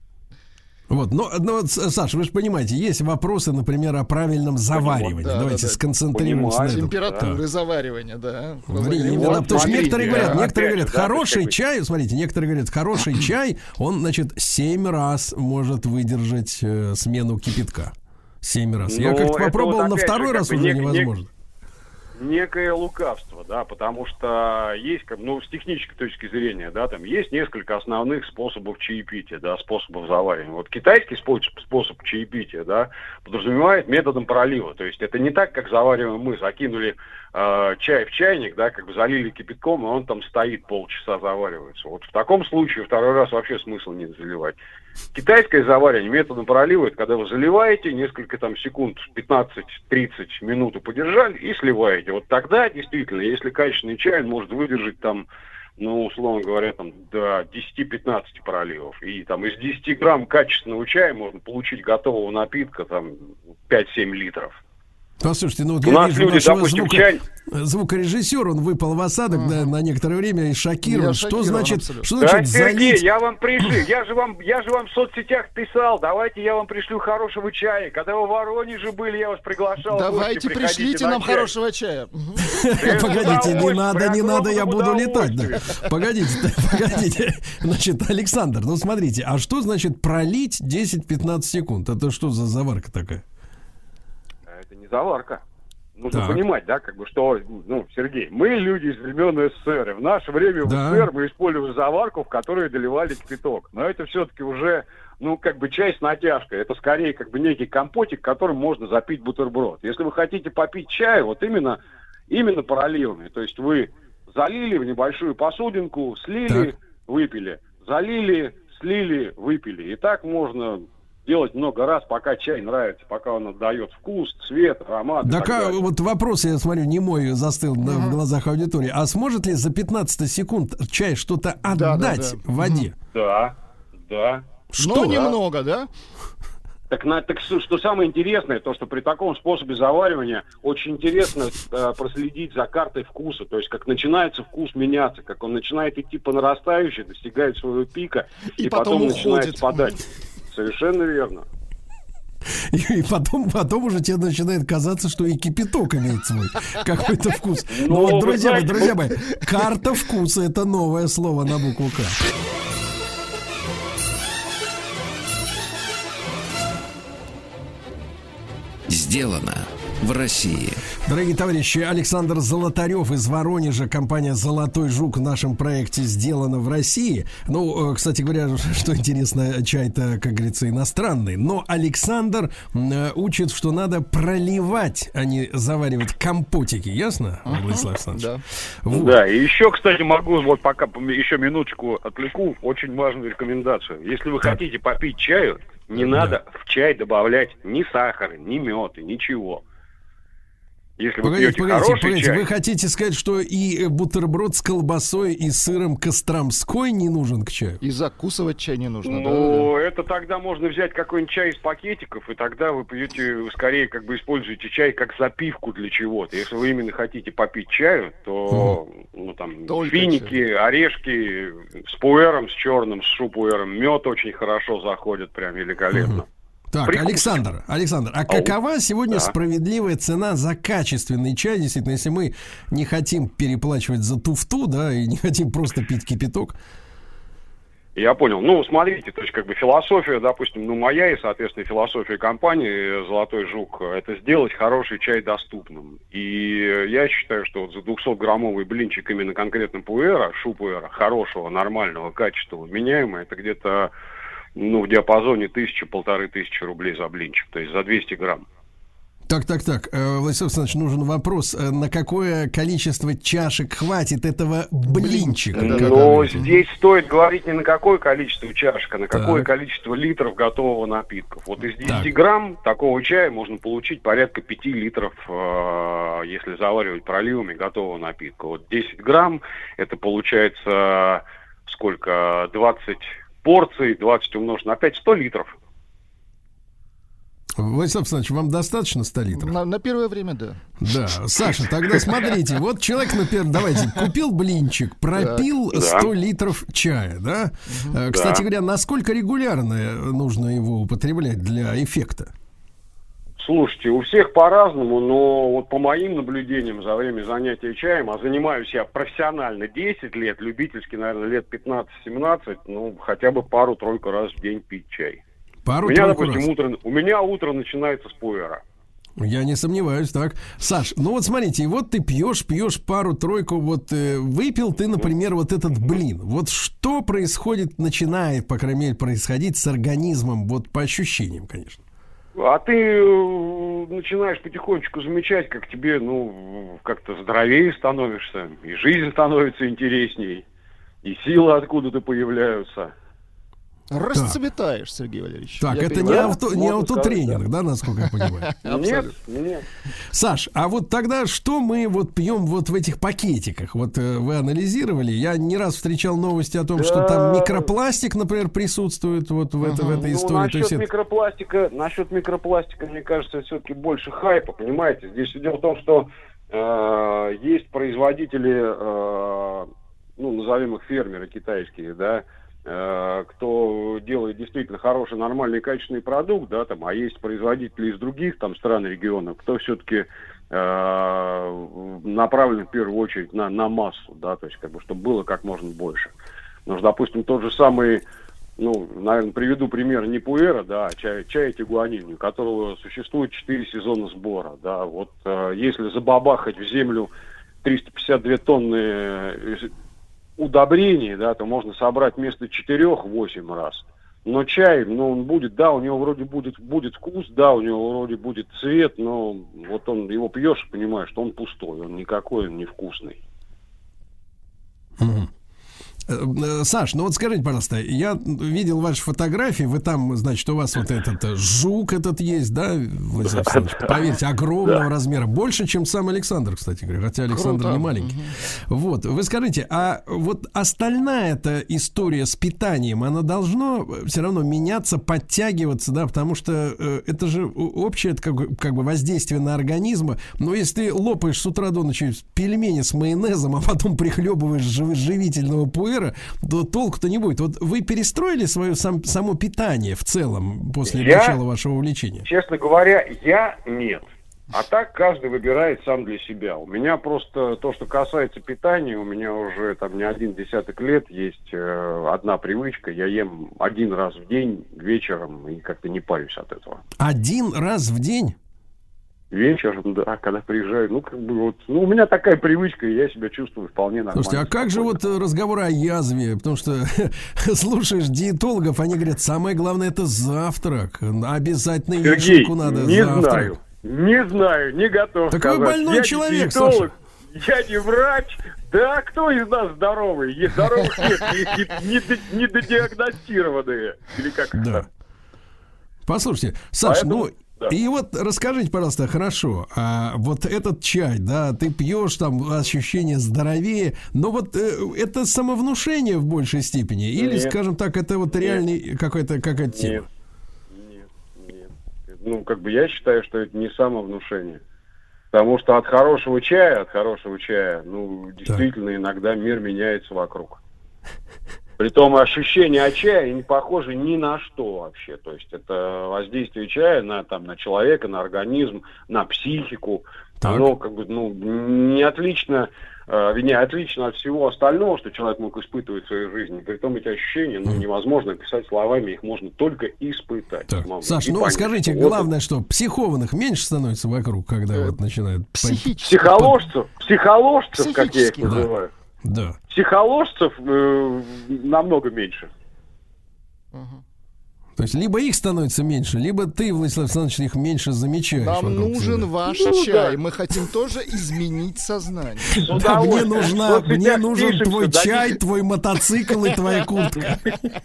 Вот, но, но вот, Саша, вы же понимаете, есть вопросы, например, о правильном заваривании. Да, Давайте да, да. сконцентрируемся на этом. Температуры да. заваривания, да. Именно, вот, потому что некоторые говорят, некоторые говорят, да, хороший чай, смотрите, некоторые говорят, хороший чай, он, значит, семь раз может выдержать э, смену кипятка. Семь раз. Я как-то попробовал, вот на второй раз уже нек- невозможно. Некое лукавство, да, потому что есть, ну, с технической точки зрения, да, там есть несколько основных способов чаепития, да, способов заваривания. Вот китайский способ, способ чаепития, да, подразумевает методом пролива. То есть это не так, как завариваем мы, закинули э, чай в чайник, да, как бы залили кипятком, и он там стоит полчаса заваривается. Вот в таком случае второй раз вообще смысла нет заливать. Китайское заваривание методом пролива, это когда вы заливаете, несколько там секунд, пятнадцать-тридцать минут подержали и сливаете. Вот тогда, действительно, если качественный чай, он может выдержать там, ну, условно говоря, там до десяти-пятнадцати проливов. И там из десяти грамм качественного чая можно получить готового напитка там пять-семь литров. Послушайте, ну вот у я нас вижу люди, нашего допустим, звука, чай... звукорежиссер, он выпал в осадок uh-huh. да, на некоторое время и шокирован. Я что значит, абсолютно. что значит да, Сергей, залить? я вам пришлю, я же вам, я же вам в соцсетях писал, давайте я вам пришлю хорошего чая. Когда вы в Воронеже были, я вас приглашал. Давайте пришлите нам хорошего чая. Погодите, не надо, не надо, я буду летать. Погодите, погодите. Значит, Александр, ну смотрите, а что значит пролить десять-пятнадцать секунд? Это что за заварка такая? Это не заварка. Нужно так. понимать, да, как бы, что, ну, Сергей, мы люди из времен СССР, и в наше время да. в СССР мы использовали заварку, в которую доливали кипяток. Но это все-таки уже, ну, как бы, чай с натяжкой. Это скорее, как бы, некий компотик, которым можно запить бутерброд. Если вы хотите попить чай, вот именно, именно проливами. То есть вы залили в небольшую посудинку, слили, так. выпили. Залили, слили, выпили. И так можно... делать много раз, пока чай нравится, пока он отдает вкус, цвет, аромат. Да, как, вот вопрос, я смотрю, не мой застыл uh-huh. в глазах аудитории. А сможет ли за пятнадцать секунд чай что-то отдать да, да, да. в воде? Да, да. Что? Но немного, да? Так, на, так что самое интересное, то, что при таком способе заваривания очень интересно э, проследить за картой вкуса. То есть, как начинается вкус меняться, как он начинает идти по нарастающей, достигает своего пика, и, и потом, потом начинает спадать. Совершенно верно. И, и потом, потом уже тебе начинает казаться, что и кипяток имеет свой какой-то вкус. Ну вот, друзья мои, друзья мои, карта вкуса — это новое слово на букву К. Сделано в России. Дорогие товарищи, Александр Золотарев из Воронежа, компания «Золотой жук» в нашем проекте «Сделано в России». Ну, кстати говоря, что интересно, чай-то, как говорится, иностранный. Но Александр э, учит, что надо проливать, а не заваривать компотики. Ясно, uh-huh. Владислав Александрович? Да. Вот. Да, и еще, кстати, могу, вот пока еще минуточку отвлеку, очень важную рекомендацию. Если вы так. хотите попить чаю, не да. надо в чай добавлять ни сахара, ни меда, ничего. Если вы погодите, пьете погодите, хороший погодите, чай... Вы хотите сказать, что и бутерброд с колбасой и сыром костромской не нужен к чаю? И закусывать чай не нужно, ну, да? это тогда можно взять какой-нибудь чай из пакетиков, и тогда вы пьете, вы скорее как бы используете чай как запивку для чего-то. Если вы именно хотите попить чаю, то mm. ну, там Только финики, чай. орешки с пуэром, с черным, с шупуэром, мед очень хорошо заходит, прям великолепно. Mm. Так, Прикус. Александр, Александр, а какова сегодня да. справедливая цена за качественный чай? Действительно, если мы не хотим переплачивать за туфту, да, и не хотим просто пить кипяток. Я понял. Ну, смотрите, то есть как бы философия, допустим, ну моя и, соответственно, философия компании «Золотой жук» — это сделать хороший чай доступным. И я считаю, что вот за двухсотграммовый блинчик именно конкретно пуэра, шупуэра, хорошего, нормального, качественного, меняемого, это где-то ну, в диапазоне тысяча-полторы тысячи рублей за блинчик, то есть за двести грамм. Так, так, так, Владислав Александрович, нужен вопрос, на какое количество чашек хватит этого блинчика? Но здесь стоит говорить не на какое количество чашек, а на какое так. количество литров готового напитка. Вот из десяти так. грамм такого чая можно получить порядка пяти литров, э, если заваривать проливами готового напитка. Вот десять грамм, это получается сколько? двадцать порций, двадцать умножить на пять, сто литров. Владислав Александрович, вам достаточно ста литров? На, на первое время, да. Да, Саша, тогда смотрите, вот человек, например, давайте, купил блинчик, пропил сто литров чая, да? Угу. Кстати да. говоря, насколько регулярно нужно его употреблять для эффекта? Слушайте, у всех по-разному, но вот по моим наблюдениям за время занятия чаем, а занимаюсь я профессионально десять лет, любительски, наверное, лет пятнадцать-семнадцать, ну, хотя бы пару-тройку раз в день пить чай. Пару, у меня, допустим, утро, у меня утро начинается с пуэра. Я не сомневаюсь, так. Саш, ну вот смотрите, вот ты пьешь, пьешь пару-тройку, вот э, выпил ты, например, вот этот блин. Вот что происходит, начинает, по крайней мере, происходить с организмом, вот по ощущениям, конечно. А ты э, начинаешь потихонечку замечать, как тебе, ну, как-то здоровее становишься, и жизнь становится интересней, и силы откуда-то появляются. Расцветаешь, Сергей Валерьевич. Так, я это не, авто, не аутотренинг, да, насколько я понимаю? Нет, нет. Саш, а вот тогда что мы вот пьем вот в этих пакетиках? Вот э, вы анализировали, я не раз встречал новости о том, да. что там микропластик, например, присутствует вот в, это, в этой ну, истории. Насчет, То есть микропластика, это... насчет микропластика, мне кажется, все-таки больше хайпа, понимаете? Здесь дело в том, что э, есть производители, э, ну, назовем их фермеры китайские, да, кто делает действительно хороший, нормальный, качественный продукт, да, там, а есть производители из других там стран, регионов, кто все-таки э, направлен в первую очередь на, на массу, да, то есть, как бы, чтобы было как можно больше. Ну, допустим, тот же самый, ну, наверное, приведу пример не пуэра, да, а чая, чая тигуанин, у которого существует четыре сезона сбора, да, вот э, если забабахать в землю триста пятьдесят две тонны удобрений, да, то можно собрать вместо четырех-восемь раз. Но чай, ну, он будет, да, у него вроде будет, будет вкус, да, у него вроде будет цвет, но вот он, его пьешь и понимаешь, что он пустой, он никакой, он невкусный. Mm-hmm. Саш, ну вот скажите, пожалуйста, я видел ваши фотографии, вы там, значит, у вас вот этот жук этот есть, да, Владимир Александрович? Поверьте, огромного да. размера, больше, чем сам Александр, кстати говоря, хотя Александр Круто. не маленький. Угу. Вот, вы скажите, а вот остальная эта история с питанием, она должна все равно меняться, подтягиваться, да, потому что э, это же общее это как, бы, как бы воздействие на организм. Но если ты лопаешь с утра до ночи пельмени с майонезом, а потом прихлебываешь жив, живительного пуэра, то толку-то не будет. Вот вы перестроили свое сам, само питание в целом после я, начала вашего увлечения? Честно говоря, я нет. А так каждый выбирает сам для себя. У меня просто то, что касается питания, у меня уже там не один десяток лет есть э, одна привычка. Я ем один раз в день вечером и как-то не парюсь от этого. Один раз в день? вечером, да, когда приезжаю, ну, как бы вот, ну, у меня такая привычка, и я себя чувствую вполне нормально. Слушайте, а как же вот разговоры о язве? Потому что слушаешь диетологов, они говорят, самое главное это завтрак. Обязательно яичнику надо не завтрак. знаю, не знаю, не готов так сказать. Вы больной я человек, диетолог, Саша. Я не врач. Да кто из нас здоровый? Есть здоровых нет, недодиагностированные. Или как да. это? Послушайте, Саш, Поэтому... ну... И вот расскажите, пожалуйста, хорошо, а вот этот чай, да, ты пьешь, там ощущение здоровее, но вот э, это самовнушение в большей степени, или, нет. скажем так, это вот реальный какой-то какая-то тема? Нет, нет, нет. Ну, как бы я считаю, что это не самовнушение. Потому что от хорошего чая, от хорошего чая, ну, действительно, так. иногда мир меняется вокруг. Притом ощущение от чая не похоже ни на что вообще. То есть это воздействие чая на, там, на человека, на организм, на психику. Так. Оно как бы ну, не отлично, э, не отлично от всего остального, что человек мог испытывать в своей жизни. Притом эти ощущения ну, невозможно описать словами, их можно только испытать. Саша, ну понять, скажите, что главное, вот... что психованных меньше становится вокруг, когда э, вот начинают... Психоложцев, психоложцев, как я их называю. Да. Да. Психоложцев э, намного меньше. Угу. То есть либо их становится меньше, либо ты, Владислав Александрович, их меньше замечаешь. Нам нужен себя. Ваш ну, чай. Да. Мы хотим тоже изменить сознание. Да, мне нужна, мне нужен твой чай, твой мотоцикл и твоя куртка.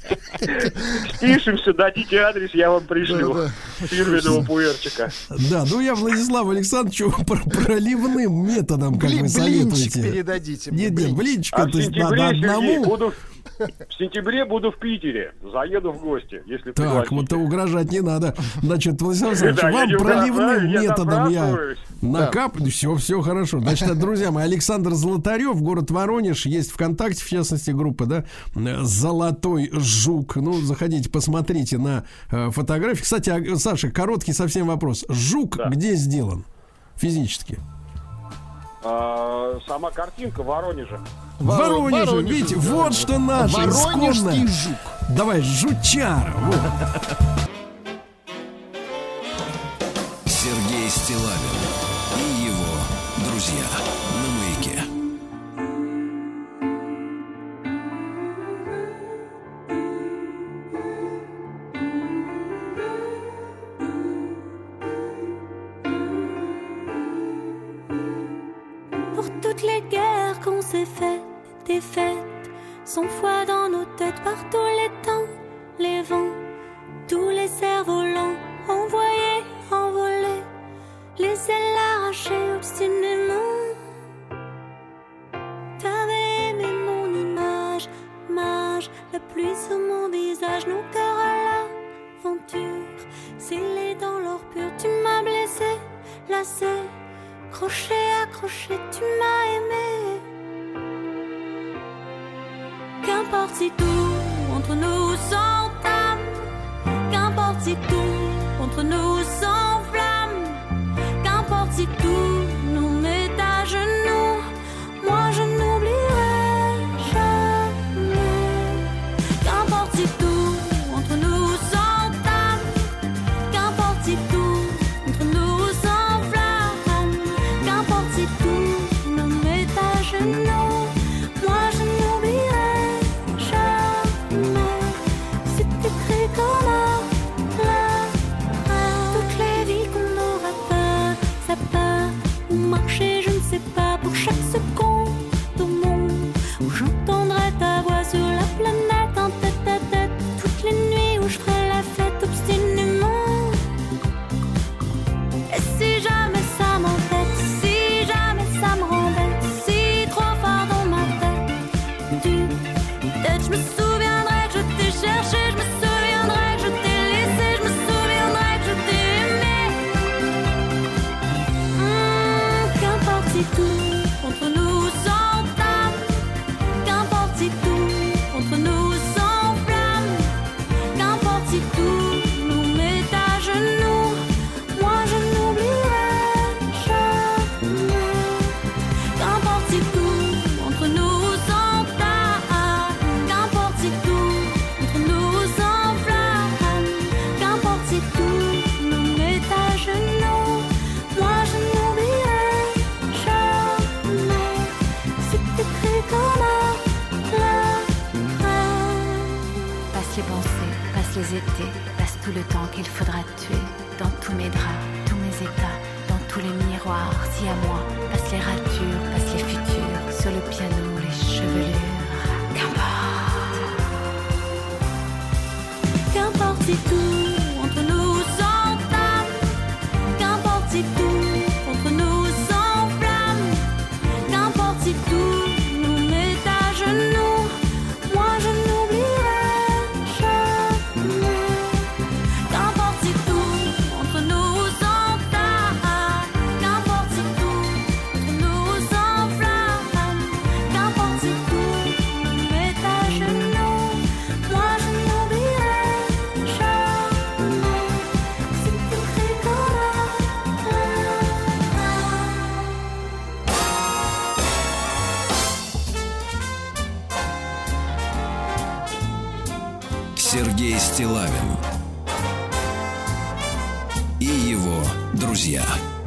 Пишемся, дадите адрес, я вам пришлю. Фирменного пуэрчика. Да, ну я Владиславу Александровичу проливным методом, как вы советуете. Передадите. Нет, нет, блинчика, то есть надо одному. В сентябре буду в Питере. Заеду в гости, если так, вот угрожать не надо. Значит, Владислав Александрович, вам проливным методом я накапливаю. Все, все хорошо. Значит, друзья мои, Александр Золотарев, город Воронеж. Есть ВКонтакте, в частности, группа, да, «Золотой жук». Ну, заходите, посмотрите на э, фотографии. Кстати, Саша, короткий совсем вопрос. Жук да. где сделан физически? А, сама картинка в Воронеже. В Воронеже, Воронеже видите, да, вот да. что наше Воронежский жук. Давай, жучара. Вот. Сергей Стиллавин и его друзья на Маяке. Qu'on s'est fait des fêtes, sans foi dans nos têtes par tous les temps, les vents, tous les cerfs-volants envoyés, envolés, les ailes arrachées obstinément. T'avais aimé mon image, mage, la pluie sur mon visage, nos cœurs à l'aventure, scellés dans l'or pur, tu m'as blessé, lassé, crochet, accroché, tu m'as aimé. Qu'importe si tout entre nous s'entame, qu'importe si tout entre nous s'enflamme, qu'importe si tout nous met à genoux, moi je n'oublierai jamais. Qu'importe si tout entre nous s'entame, qu'importe si tout entre nous s'enflamme, qu'importe si tout nous met à genoux. Toutes les vies qu'on n'aura pas, ça part. les étés passent tout le temps qu'il faudra tuer. Dans tous mes draps, tous mes états, dans tous les miroirs, si à moi passent les ratures, passent les futurs, sur le piano, les chevelures. Qu'importe. Qu'importe si tout entre nous s'entame. Qu'importe si tout entre nous s'enflamme. Qu'importe si tout nous met à genoux. Moi je n'oublierai jamais. Qu'importe si tout entre nous s'entame. Qu'importe si tout entre nous s'enflamme. Qu'importe si tout nous met à genoux. Moi je n'oublierai jamais. Si tu rigoles. Сергей Стиллавин и его друзья.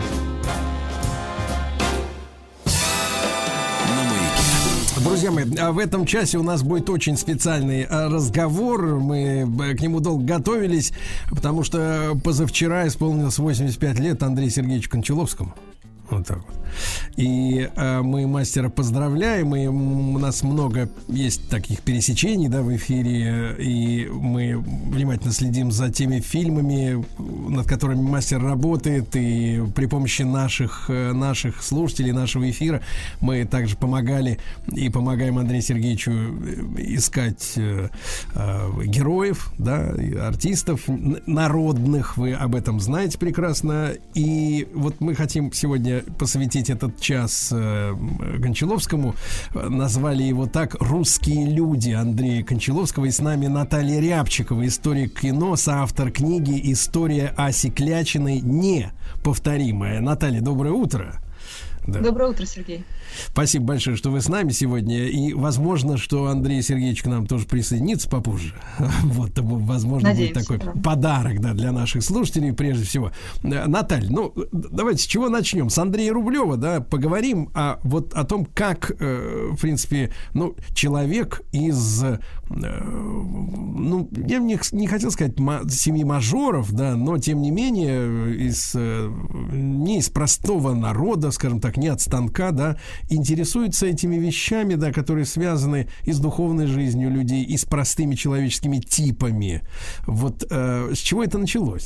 На маяке. Друзья мои, а в этом часе у нас будет очень специальный а, разговор. Мы б, к нему долго готовились, потому что позавчера исполнилось восемьдесят пять лет Андрею Сергеевичу Кончаловскому. Вот так вот. И э, мы мастера поздравляем, и у нас много есть таких пересечений, да, в эфире, и мы внимательно следим за теми фильмами, над которыми мастер работает, и при помощи наших, наших слушателей, нашего эфира мы также помогали и помогаем Андрею Сергеевичу искать э, э, героев, да, артистов народных, вы об этом знаете прекрасно, и вот мы хотим сегодня посвятить этот час э, Кончаловскому. Назвали его так «Русские люди» Андрея Кончаловского. И с нами Наталья Рябчикова, историк кино, соавтор книги «История Аси Клячиной. Неповторимая». Наталья, доброе утро. Да. Доброе утро, Сергей. Спасибо большое, что вы с нами сегодня. И возможно, что Андрей Сергеевич к нам тоже присоединится попозже. Вот, возможно, Надеемся, будет такой да. подарок, да, для наших слушателей, прежде всего. Наталья, ну, давайте с чего начнем? С Андрея Рублева, да, поговорим о, вот, о том, как, э, в принципе, ну, человек из, э, ну, я не, не хотел сказать ма- семьи мажоров, да, но, тем не менее, из, э, не из простого народа, скажем так, не от станка, да, интересуется этими вещами, да, которые связаны и с духовной жизнью людей, и с простыми человеческими типами. Вот э, с чего это началось?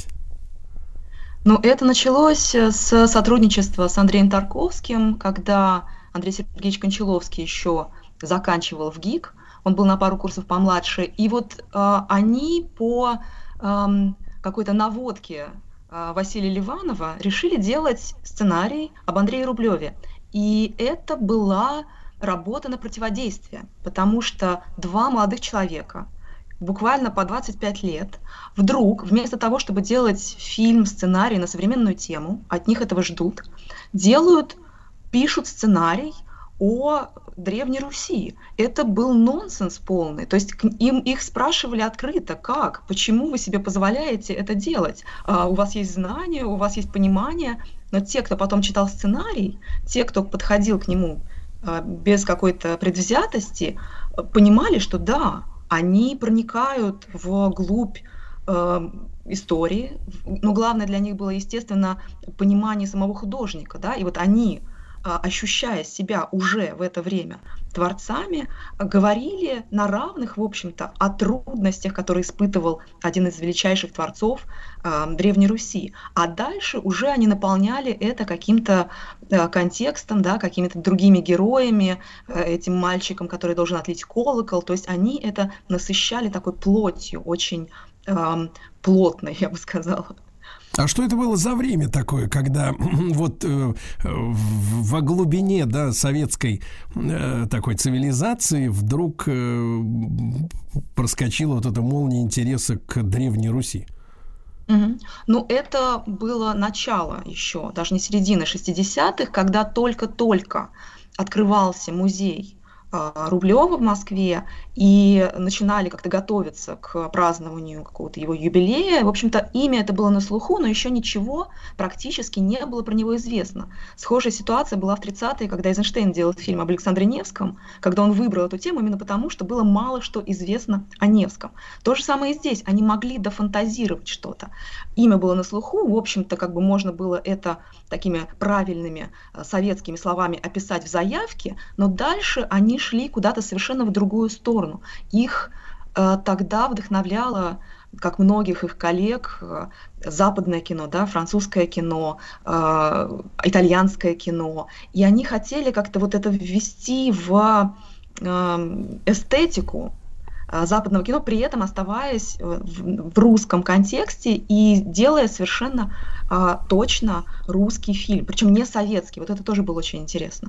Ну, это началось с сотрудничества с Андреем Тарковским, когда Андрей Сергеевич Кончаловский еще заканчивал в ГИК, он был на пару курсов помладше, и вот э, они по э, какой-то наводке э, Василия Ливанова решили делать сценарий об Андрее Рублеве. И это была работа на противодействие, потому что два молодых человека, буквально по двадцать пять лет, вдруг, вместо того, чтобы делать фильм, сценарий на современную тему, от них этого ждут, делают, пишут сценарий о Древней Руси. Это был нонсенс полный. То есть им, их спрашивали открыто, как, почему вы себе позволяете это делать? А, у вас есть знания, у вас есть понимание, но те, кто потом читал сценарий, те, кто подходил к нему а, без какой-то предвзятости, понимали, что да, они проникают вглубь э, истории, но главное для них было, естественно, понимание самого художника, да, и вот они, ощущая себя уже в это время творцами, говорили на равных, в общем-то, о трудностях, которые испытывал один из величайших творцов э, Древней Руси. А дальше уже они наполняли это каким-то э, контекстом, да, какими-то другими героями, э, этим мальчиком, который должен отлить колокол. То есть они это насыщали такой плотью, очень э, плотной, я бы сказала. А что это было за время такое, когда вот э, в, во глубине, да, советской э, такой цивилизации вдруг э, проскочила вот эта молния интереса к Древней Руси? Угу. Ну, это было начало еще, даже не середина шестидесятых, когда только-только открывался музей Рублева в Москве и начинали как-то готовиться к празднованию какого-то его юбилея. В общем-то, имя это было на слуху, но еще ничего практически не было про него известно. Схожая ситуация была в тридцатые, когда Эйзенштейн делал фильм об Александре Невском, когда он выбрал эту тему именно потому, что было мало что известно о Невском. То же самое и здесь. Они могли дофантазировать что-то. Имя было на слуху, в общем-то, как бы можно было это такими правильными советскими словами описать в заявке, но дальше они шли куда-то совершенно в другую сторону. Их э, тогда вдохновляло, как многих их коллег, э, западное кино, да, французское кино, э, итальянское кино. И они хотели как-то вот это ввести в э, эстетику западного кино, при этом оставаясь в, в русском контексте и делая совершенно э, точно русский фильм, причем не советский. Вот это тоже было очень интересно.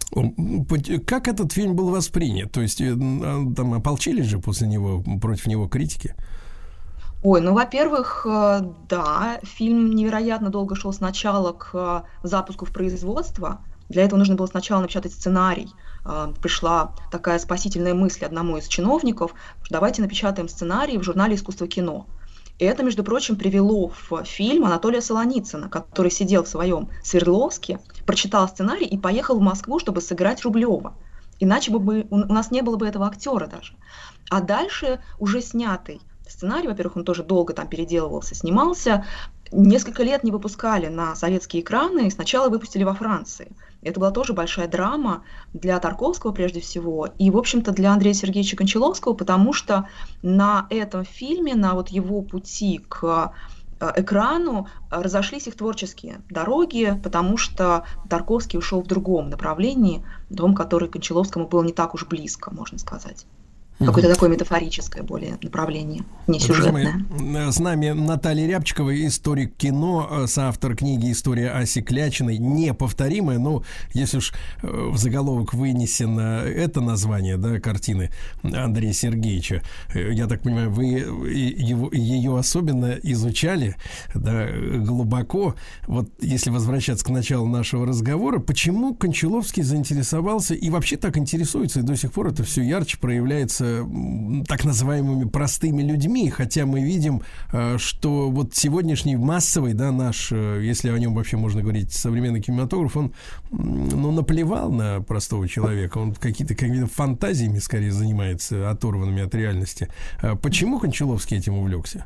Как этот фильм был воспринят? То есть там ополчились же после него, против него критики? Ой, ну, во-первых, да, фильм невероятно долго шел сначала к запуску в производство. Для этого нужно было сначала напечатать сценарий. Пришла такая спасительная мысль одному из чиновников, что давайте напечатаем сценарий в журнале «Искусство кино». И это, между прочим, привело в фильм Анатолия Солоницына, который сидел в своем Свердловске, прочитал сценарий и поехал в Москву, чтобы сыграть Рублева. Иначе бы мы, у нас не было бы этого актера даже. А дальше уже снятый сценарий, во-первых, он тоже долго там переделывался, снимался, несколько лет не выпускали на советские экраны, и сначала выпустили во Франции. Это была тоже большая драма для Тарковского прежде всего, и, в общем-то, для Андрея Сергеевича Кончаловского, потому что на этом фильме, на вот его пути к экрану разошлись их творческие дороги, потому что Тарковский ушел в другом направлении, том, который Кончаловскому было не так уж близко, можно сказать. Какое-то такое метафорическое более направление, не сюжетное. С нами Наталья Рябчикова, историк кино, соавтор книги «История Аси Клячиной». Неповторимая, но если уж в заголовок вынесено это название, да, картины Андрея Сергеевича, я так понимаю, вы его, ее особенно изучали, да, глубоко. Вот если возвращаться к началу нашего разговора, почему Кончаловский заинтересовался и вообще так интересуется, и до сих пор это все ярче проявляется так называемыми простыми людьми, хотя мы видим, что вот сегодняшний массовый, да, наш, если о нем вообще можно говорить, современный кинематограф, он, ну, наплевал на простого человека, он какие-то, какими-то фантазиями скорее занимается, оторванными от реальности. Почему Кончаловский этим увлекся?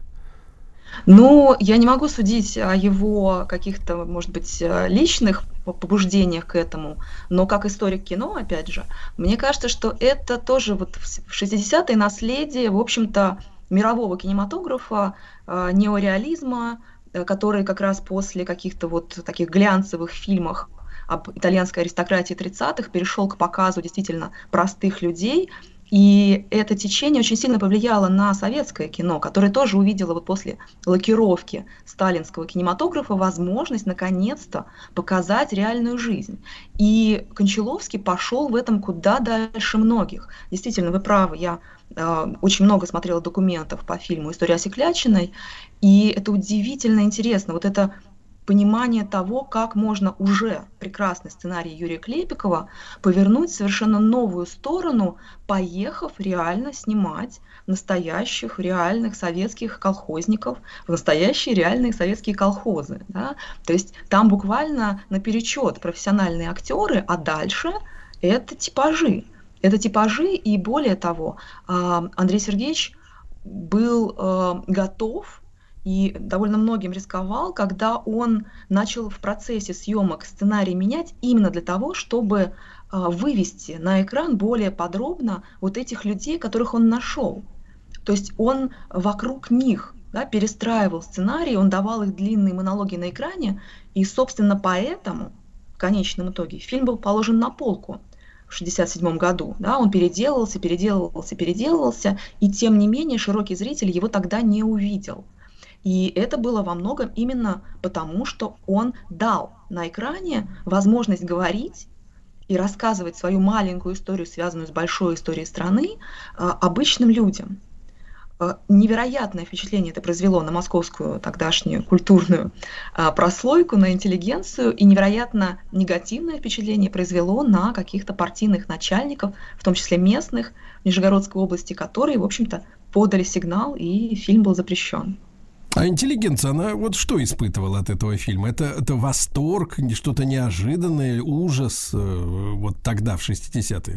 Ну, я не могу судить о его каких-то, может быть, личных побуждениях к этому, но как историк кино, опять же, мне кажется, что это тоже вот в шестидесятые наследие, в общем-то, мирового кинематографа, неореализма, который как раз после каких-то вот таких глянцевых фильмов об итальянской аристократии тридцатых перешел к показу действительно простых людей. И это течение очень сильно повлияло на советское кино, которое тоже увидело вот после лакировки сталинского кинематографа возможность наконец-то показать реальную жизнь. И Кончаловский пошел в этом куда дальше многих. Действительно, вы правы, я э, очень много смотрела документов по фильму «История Аси Клячиной», и это удивительно интересно. Вот это понимание того, как можно уже прекрасный сценарий Юрия Клепикова повернуть в совершенно новую сторону, поехав реально снимать настоящих реальных советских колхозников в настоящие реальные советские колхозы. Да? То есть там буквально наперечет профессиональные актеры, а дальше это типажи. Это типажи, и более того, Андрей Сергеевич был готов и довольно многим рисковал, когда он начал в процессе съемок сценарий менять именно для того, чтобы вывести на экран более подробно вот этих людей, которых он нашел. То есть он вокруг них, да, перестраивал сценарий, он давал их длинные монологи на экране, и, собственно, поэтому в конечном итоге фильм был положен на полку в шестьдесят седьмом году. Да, он переделывался, переделывался, переделывался, и тем не менее широкий зритель его тогда не увидел. И это было во многом именно потому, что он дал на экране возможность говорить и рассказывать свою маленькую историю, связанную с большой историей страны, обычным людям. невероятное впечатление это произвело на московскую тогдашнюю культурную прослойку, на интеллигенцию, и невероятно негативное впечатление произвело на каких-то партийных начальников, в том числе местных, в Нижегородской области, которые, в общем-то, подали сигнал, и фильм был запрещен. А интеллигенция, она вот что испытывала от этого фильма? Это, это восторг, что-то неожиданное, ужас вот тогда, в шестидесятые?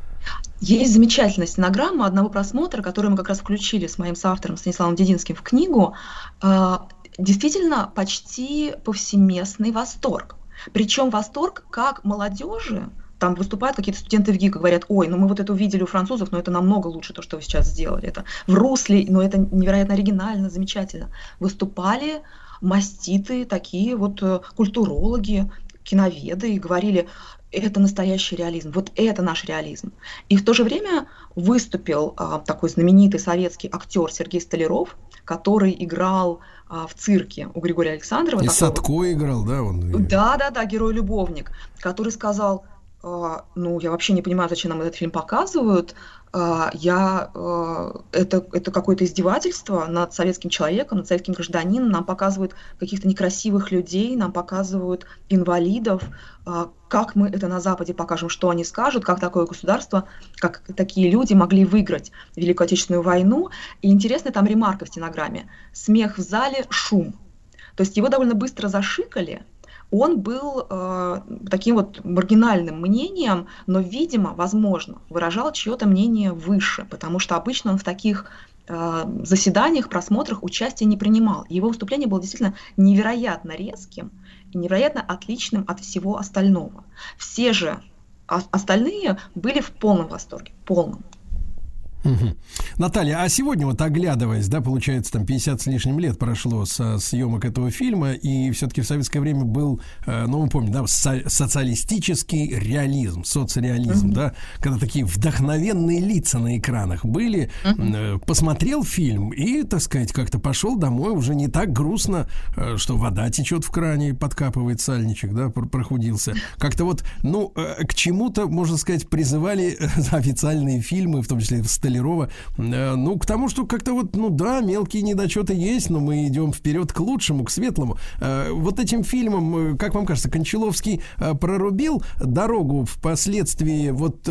Есть замечательная стенограмма одного просмотра, которую мы как раз включили с моим соавтором Станиславом Дединским в книгу. Действительно, почти повсеместный восторг. Причем восторг как молодежи. Там выступают какие-то студенты в ГИК и говорят: ой, ну мы вот это увидели у французов, но это намного лучше то, что вы сейчас сделали. Это в русле, но это невероятно оригинально, замечательно. Выступали маститы, такие вот культурологи, киноведы, и говорили: это настоящий реализм, вот это наш реализм. И в то же время выступил а, такой знаменитый советский актер Сергей Столяров, который играл а, в цирке у Григория Александрова. И такого... Садко играл, да? Он... Да-да-да, герой-любовник, который сказал: ну, я вообще не понимаю, зачем нам этот фильм показывают. Я, это, это какое-то издевательство над советским человеком, над советским гражданином. Нам показывают каких-то некрасивых людей, нам показывают инвалидов. Как мы это на Западе покажем, что они скажут, как такое государство, как такие люди могли выиграть Великую Отечественную войну. И интересная там ремарка в стенограмме: смех в зале, шум. То есть его довольно быстро зашикали. Он был э, таким вот маргинальным мнением, но, видимо, возможно, выражал чье-то мнение выше, потому что обычно он в таких э, заседаниях, просмотрах участия не принимал. Его выступление было действительно невероятно резким и невероятно отличным от всего остального. Все же остальные были в полном восторге, полном. Угу. Наталья, а сегодня вот оглядываясь, да, получается, там пятьдесят с лишним лет прошло со съемок этого фильма, и все-таки в советское время был, э, ну, мы помним, да, со- социалистический реализм, соцреализм, угу. да, когда такие вдохновенные лица на экранах были, угу. э, посмотрел фильм и, так сказать, как-то пошел домой, уже не так грустно, э, что вода течет в кране, подкапывает сальничек, да, прохудился. Как-то вот, ну, э, к чему-то, можно сказать, призывали э, официальные фильмы, в том числе в Сталин Лерова, ну, к тому, что как-то вот, ну да, мелкие недочеты есть, но мы идем вперед к лучшему, к светлому. Вот этим фильмом, как вам кажется, Кончаловский прорубил дорогу впоследствии вот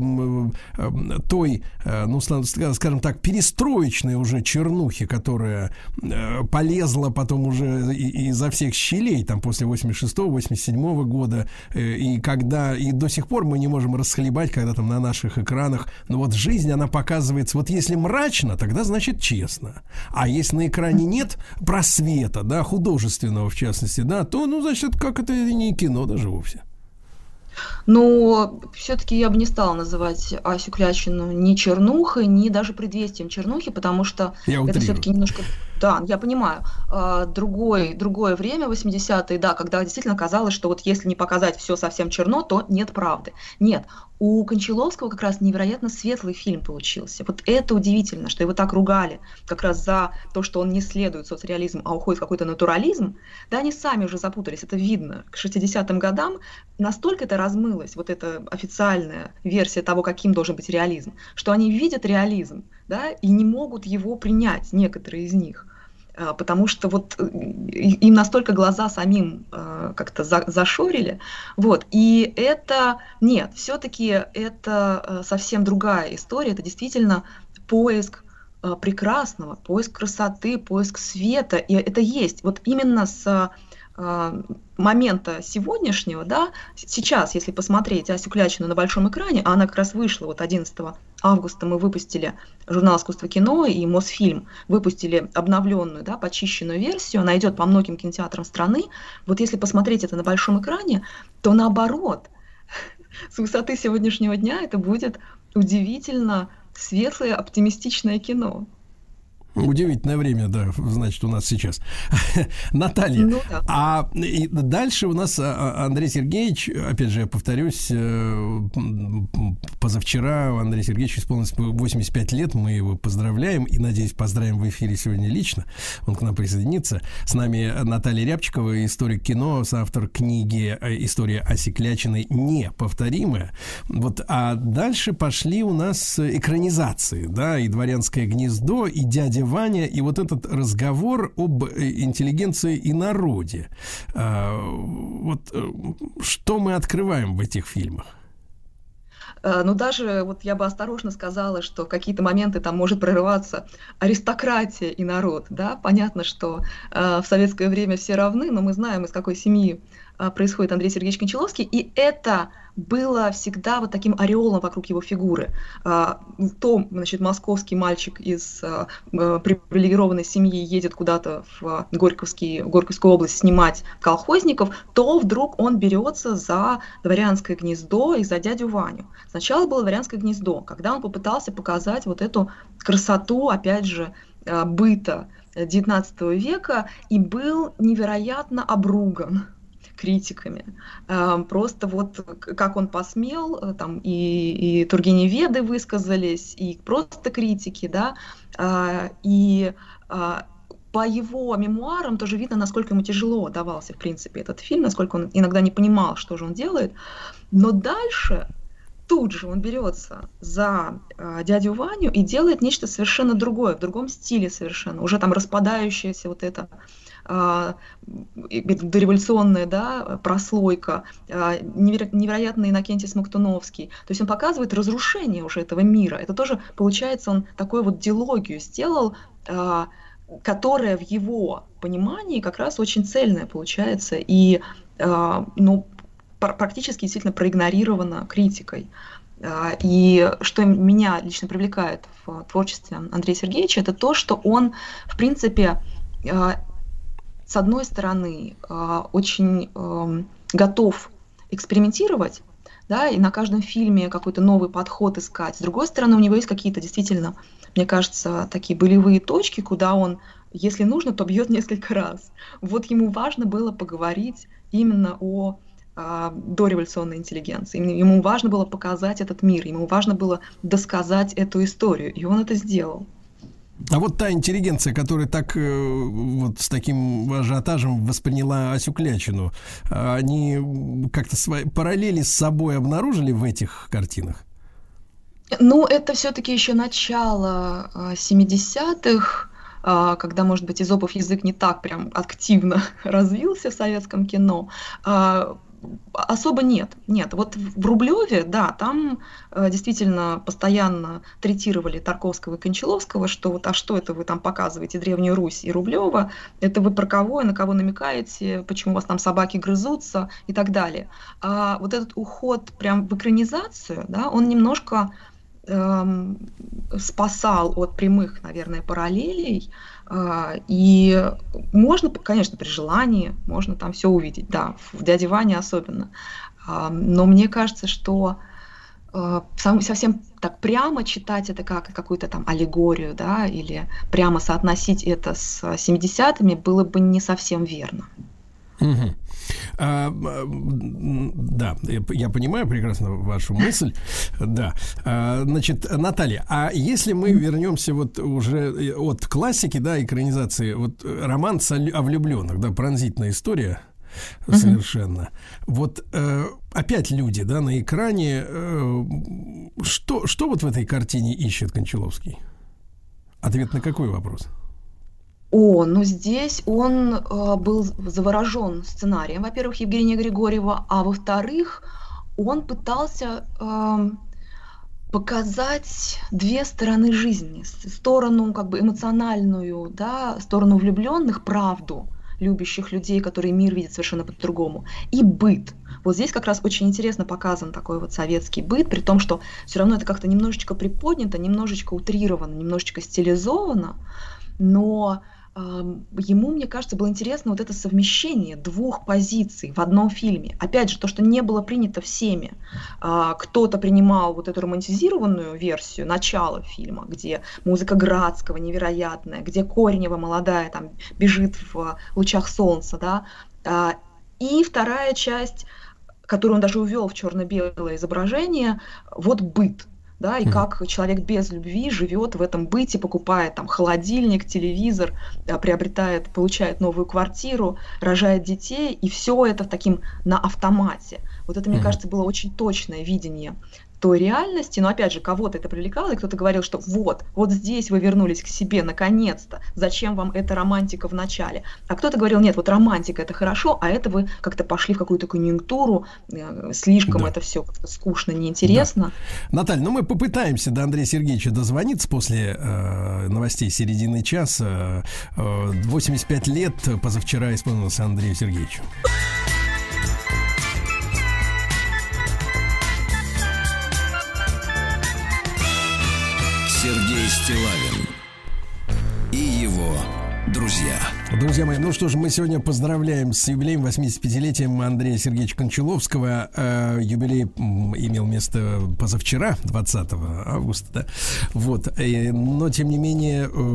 той, ну, скажем так, перестроечной уже чернухи, которая полезла потом уже изо всех щелей, там, после восемьдесят шестого восемьдесят седьмого года, и когда, и до сих пор мы не можем расхлебать, когда там на наших экранах, ну, вот жизнь, она пока оказывается, вот если мрачно, тогда значит честно. А если на экране нет просвета, да, художественного в частности, да, то, ну, значит, как это не кино даже вовсе. Но все-таки я бы не стала называть Асю Клячину ни чернухой, ни даже предвестием чернухи, потому что это все-таки немножко... Да, я понимаю. Другой, другое время, восьмидесятые, да, когда действительно казалось, что вот если не показать все совсем черно, то нет правды. Нет, у Кончаловского как раз невероятно светлый фильм получился. Вот это удивительно, что его так ругали как раз за то, что он не следует соцреализму, а уходит в какой-то натурализм. Да, они сами уже запутались, это видно. К шестидесятым годам настолько это размылось, вот эта официальная версия того, каким должен быть реализм, что они видят реализм, да, и не могут его принять, некоторые из них. Потому что вот им настолько глаза самим э, как-то за, зашорили. Вот. И это, нет, все-таки это совсем другая история. Это действительно поиск э, прекрасного, поиск красоты, поиск света. И это есть. Вот именно с э, момента сегодняшнего, да, сейчас, если посмотреть Асю Клячину на большом экране, а она как раз вышла вот одиннадцатого августа, мы выпустили журнал «Искусство кино» и Мосфильм выпустили обновленную, да, почищенную версию, она идет по многим кинотеатрам страны. Вот если посмотреть это на большом экране, то наоборот, с высоты сегодняшнего дня это будет удивительно светлое, оптимистичное кино. Удивительное время, да, значит, у нас сейчас. Наталья, ну, да. а и дальше у нас Андрей Сергеевич, опять же, я повторюсь, позавчера Андрей Сергеевич исполнилось восемьдесят пять лет, мы его поздравляем и, надеюсь, поздравим в эфире сегодня лично, он к нам присоединится. С нами Наталья Рябчикова, историк кино, соавтор книги «История Аси Клячиной. Неповторимая». Вот, а дальше пошли у нас экранизации, да, и «Дворянское гнездо», и «Дядя Ваня», и вот этот разговор об интеллигенции и народе. А, вот что мы открываем в этих фильмах? Ну, даже вот я бы осторожно сказала, что в какие-то моменты там может прорываться аристократия и народ, да, понятно, что э, в советское время все равны, но мы знаем, из какой семьи э, происходит Андрей Сергеевич Кончаловский, и это было всегда вот таким ореолом вокруг его фигуры. Э, то, значит, московский мальчик из э, привилегированной семьи едет куда-то в, Горьковский, в Горьковскую область снимать колхозников, то вдруг он берется за «Дворянское гнездо» и за «Дядю Ваню». Сначала было «Дворянское гнездо», когда он попытался показать вот эту красоту, опять же, быта девятнадцатого века, и был невероятно обруган критиками. Просто вот как он посмел, там и, и тургеневеды высказались, и просто критики, да, и по его мемуарам тоже видно, насколько ему тяжело давался, в принципе, этот фильм, насколько он иногда не понимал, что же он делает. Но дальше тут же он берется за э, «Дядю Ваню» и делает нечто совершенно другое, в другом стиле совершенно. Уже там распадающаяся вот эта э, дореволюционная, да, прослойка, э, неверо- невероятный Иннокентий Смоктуновский. То есть он показывает разрушение уже этого мира. Это тоже, получается, он такую вот дилогию сделал, э, которая в его понимании как раз очень цельная получается и, э, ну, практически действительно проигнорирована критикой. И что меня лично привлекает в творчестве Андрея Сергеевича, это то, что он, в принципе, с одной стороны, очень готов экспериментировать, да, и на каждом фильме какой-то новый подход искать. С другой стороны, у него есть какие-то действительно, мне кажется, такие болевые точки, куда он, если нужно, то бьет несколько раз. Вот ему важно было поговорить именно о дореволюционной интеллигенции. Ему важно было показать этот мир, ему важно было досказать эту историю, и он это сделал. А вот та интеллигенция, которая так вот с таким ажиотажем восприняла Асю Клячину, они как-то свои параллели с собой обнаружили в этих картинах? Ну, это все-таки еще начало семидесятых, когда, может быть, эзопов язык не так прям активно развился в советском кино. Особо нет, нет. Вот в Рублеве, да, там э, действительно постоянно третировали Тарковского и Кончаловского, что вот, а что это вы там показываете, Древнюю Русь и Рублева, это вы про кого и на кого намекаете, почему у вас там собаки грызутся и так далее. А вот этот уход прям в экранизацию, да, он немножко э, спасал от прямых, наверное, параллелей. И можно, конечно, при желании, можно там все увидеть, да, в «Дяде Ване» особенно. Но мне кажется, что совсем так прямо читать это как какую-то там аллегорию, да, или прямо соотносить это с семидесятыми было бы не совсем верно. Угу. А, да, я понимаю прекрасно вашу мысль. Да. А, значит, Наталья, а если мы вернемся вот уже от классики, да, экранизации, вот роман о влюбленных, да, пронзительная история совершенно. Uh-huh. Вот э, опять люди, да, на экране. Э, что, что вот в этой картине ищет Кончаловский? Ответ на какой вопрос? О, ну здесь он э, был заворожен сценарием, во-первых, Евгения Григорьева, а во-вторых, он пытался э, показать две стороны жизни, сторону как бы эмоциональную, да, сторону влюбленных, правду любящих людей, которые мир видят совершенно по-другому, и быт. Вот здесь как раз очень интересно показан такой вот советский быт, при том, что все равно это как-то немножечко приподнято, немножечко утрировано, немножечко стилизовано, но ему, мне кажется, было интересно вот это совмещение двух позиций в одном фильме. Опять же, то, что не было принято всеми. Кто-то принимал вот эту романтизированную версию начала фильма, где музыка Градского невероятная, где Коренева молодая там бежит в лучах солнца, да. И вторая часть, которую он даже увел в черно-белое изображение, вот быт. Да, и как человек без любви живет в этом быте, покупает там холодильник, телевизор, приобретает, получает новую квартиру, рожает детей, и все это таким на автомате. Вот это, мне mm-hmm. кажется, было очень точное видение той реальности, но опять же, кого-то это привлекало, и кто-то говорил, что вот, вот здесь вы вернулись к себе, наконец-то, зачем вам эта романтика в начале? А кто-то говорил, нет, вот романтика это хорошо, а это вы как-то пошли в какую-то конъюнктуру, слишком да. это все как-то скучно, неинтересно. Да. Наталья, ну мы попытаемся до Андрея Сергеевича дозвониться после э, новостей середины часа. Э, восемьдесят пять лет позавчера исполнилось Андрею Сергеевичу. Сергей Стиллавин и его друзья. Друзья мои, ну что ж, мы сегодня поздравляем с юбилеем, восьмидесятипятилетием Андрея Сергеевича Кончаловского. Э, юбилей имел место позавчера, двадцатого августа, да? Вот. Э, но, тем не менее, э,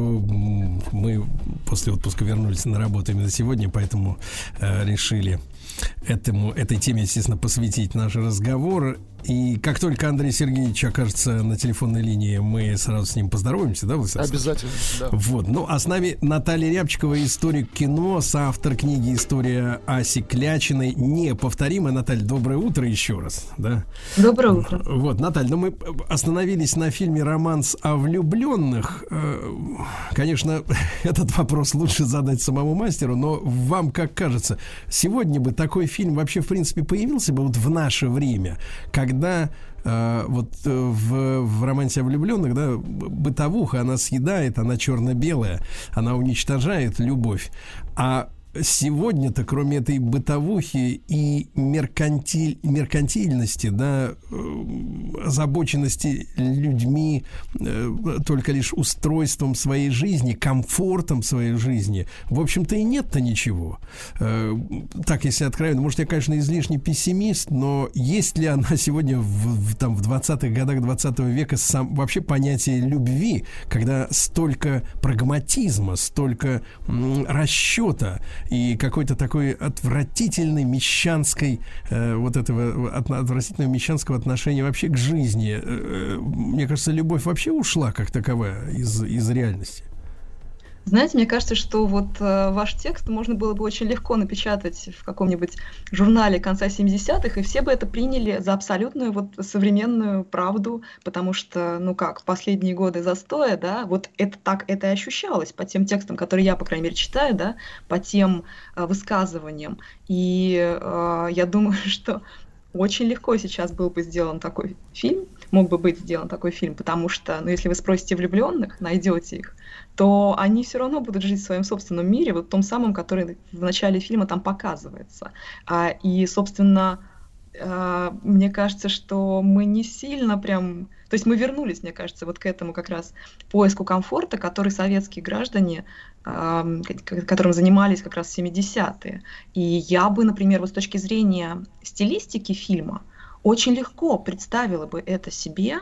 мы после отпуска вернулись на работу именно сегодня, поэтому э, решили этому, этой теме, естественно, посвятить наш разговор. И как только Андрей Сергеевич окажется на телефонной линии, мы сразу с ним поздороваемся, да, Владислав? Обязательно, да. Вот. Ну, а с нами Наталья Рябчикова, историк кино, соавтор книги «История Аси Клячиной». Неповторимая. Наталья, доброе утро еще раз, да? Доброе утро. Вот, Наталья, ну мы остановились на фильме «Романс о влюбленных». Конечно, этот вопрос лучше задать самому мастеру, но вам как кажется, сегодня бы такой фильм вообще, в принципе, появился бы вот в наше время, когда э, вот э, в, в «Романсе о влюбленных», да, бытовуха, она съедает, она черно-белая, она уничтожает любовь. А сегодня-то, кроме этой бытовухи и меркантиль, меркантильности, да, озабоченности людьми э, только лишь устройством своей жизни, комфортом своей жизни, в общем-то и нет-то ничего. Э, так, если откровенно, может, я, конечно, излишне пессимист, но есть ли она сегодня в, в, там, в двадцатых годах двадцатого века сам, вообще понятие любви, когда столько прагматизма, столько м, расчета и какой-то такой отвратительной мещанской э, вот этого от, отвратительного мещанского отношения вообще к жизни. Э, мне кажется, любовь вообще ушла как таковая из, из реальности. Знаете, мне кажется, что вот э, ваш текст можно было бы очень легко напечатать в каком-нибудь журнале конца семидесятых, и все бы это приняли за абсолютную вот современную правду, потому что, ну как, в последние годы застоя, да, вот это так это и ощущалось по тем текстам, которые я, по крайней мере, читаю, да, по тем э, высказываниям. И э, я думаю, что очень легко сейчас был бы сделан такой фильм, мог бы быть сделан такой фильм, потому что, ну, если вы спросите влюбленных, найдете их, то они все равно будут жить в своем собственном мире, вот том самом, который в начале фильма там показывается. А, и, собственно, а, мне кажется, что мы не сильно прям... То есть мы вернулись, мне кажется, вот к этому как раз поиску комфорта, который советские граждане, а, которым занимались как раз в семидесятые. И я бы, например, вот с точки зрения стилистики фильма очень легко представила бы это себе,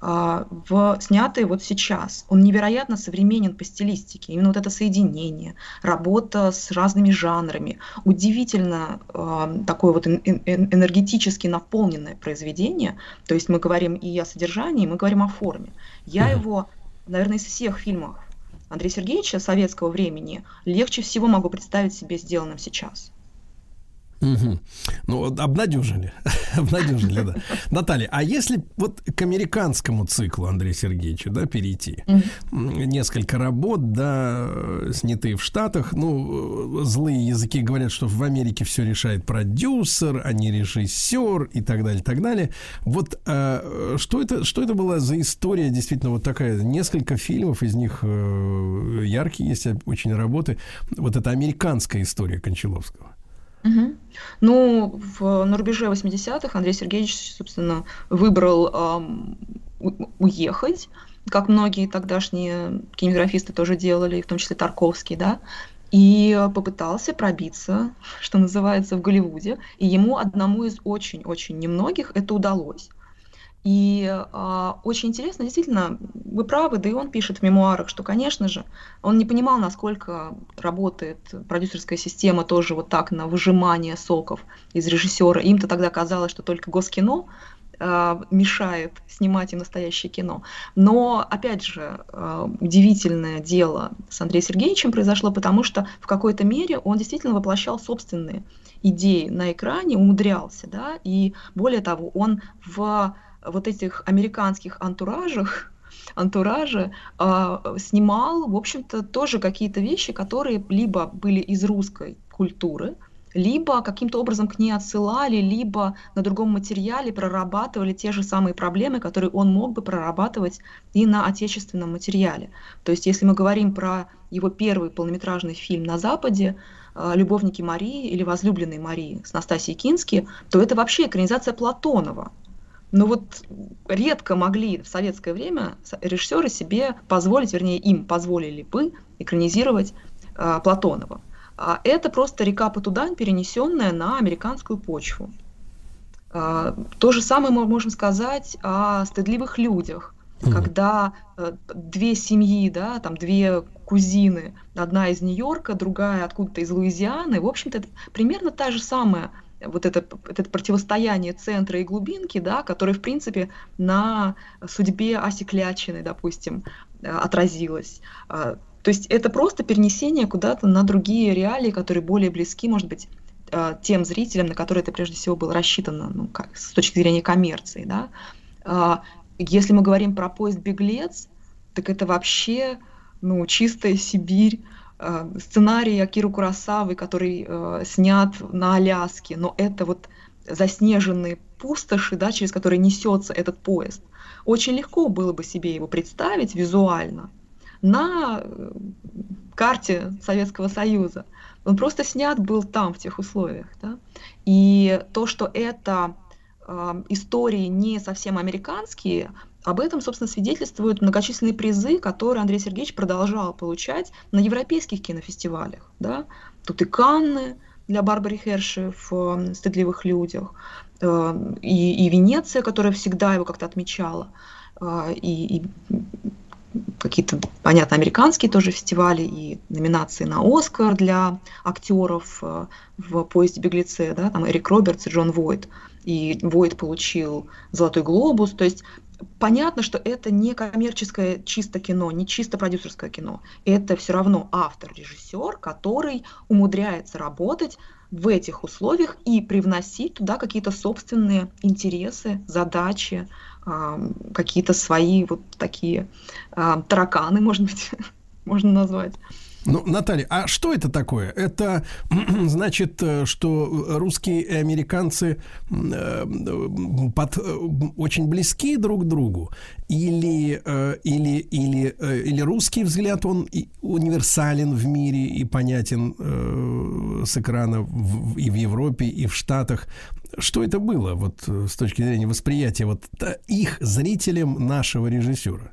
в снятый вот сейчас. Он невероятно современен по стилистике. Именно вот это соединение, работа с разными жанрами. Удивительно э, такое вот энергетически наполненное произведение. То есть мы говорим и о содержании, мы говорим о форме. Я его, наверное, из всех фильмов Андрея Сергеевича советского времени легче всего могу представить себе сделанным сейчас. Угу. Ну, обнадежили. Обнадежили, да. Наталья, а если вот к американскому циклу Андрея Сергеевича, да, перейти? Mm-hmm. Несколько работ, да, снятые в Штатах. Ну, злые языки говорят, что в Америке все решает продюсер, а не режиссер и так далее, и так далее. Вот а, что это, что это была за история, действительно, вот такая, несколько фильмов, из них э, яркие есть очень работы. Вот это американская история Кончаловского. Угу. Ну, в, на рубеже восьмидесятых Андрей Сергеевич, собственно, выбрал эм, у, уехать как многие тогдашние кинематографисты тоже делали, в том числе Тарковский, да, и попытался пробиться, что называется, в Голливуде, и ему одному из очень-очень немногих это удалось. И а, очень интересно, действительно, вы правы, да и он пишет в мемуарах, что, конечно же, он не понимал, насколько работает продюсерская система тоже вот так на выжимание соков из режиссера. Им-то тогда казалось, что только Госкино а, мешает снимать им настоящее кино. Но, опять же, а, удивительное дело с Андреем Сергеевичем произошло, потому что в какой-то мере он действительно воплощал собственные идеи на экране, умудрялся, да, и более того, он в вот этих американских антуражах, антураже э, снимал, в общем-то, тоже какие-то вещи, которые либо были из русской культуры, либо каким-то образом к ней отсылали, либо на другом материале прорабатывали те же самые проблемы, которые он мог бы прорабатывать и на отечественном материале. То есть, если мы говорим про его первый полнометражный фильм на Западе, «Любовники Марии» или «Возлюбленные Марии» с Настасьей Кински, то это вообще экранизация Платонова. Но вот редко могли в советское время режиссеры себе позволить, вернее, им позволили бы экранизировать э, Платонова. А это просто река Потудань, перенесенная на американскую почву. А, то же самое мы можем сказать о «Стыдливых людях», mm-hmm. когда э, две семьи, да, там две кузины, одна из Нью-Йорка, другая откуда-то из Луизианы, в общем-то, это примерно та же самая вот это, это противостояние центра и глубинки, да, которое, в принципе, на судьбе Аси Клячиной, допустим, отразилось. То есть это просто перенесение куда-то на другие реалии, которые более близки, может быть, тем зрителям, на которые это прежде всего было рассчитано, ну, как, с точки зрения коммерции. Да. Если мы говорим про «Поезд Беглец», так это вообще, ну, чистая Сибирь. Сценарий Акиры Куросавы, который э, снят на Аляске, но это вот заснеженные пустоши, да, через которые несется этот поезд. Очень легко было бы себе его представить визуально на карте Советского Союза. Он просто снят был там, в тех условиях. Да? И то, что это э, истории не совсем американские, об этом, собственно, свидетельствуют многочисленные призы, которые Андрей Сергеевич продолжал получать на европейских кинофестивалях. Да? Тут и Канны для Барбары Херши в «Стыдливых людях», и, и Венеция, которая всегда его как-то отмечала, и, и какие-то, понятно, американские тоже фестивали, и номинации на «Оскар» для актеров в «Поезде Беглеце», да? Там Эрик Робертс и Джон Войт. И Войт получил «Золотой глобус». То есть понятно, что это не коммерческое чисто кино, не чисто продюсерское кино. Это все равно автор-режиссер, который умудряется работать в этих условиях и привносить туда какие-то собственные интересы, задачи, какие-то свои вот такие тараканы, может быть, можно назвать. Ну, Наталья, а что это такое? Это значит, что русские и американцы под, очень близки друг к другу? Или, или, или, или русский взгляд, он универсален в мире и понятен с экрана и в Европе, и в Штатах? Что это было вот, с точки зрения восприятия вот, их зрителям нашего режиссера?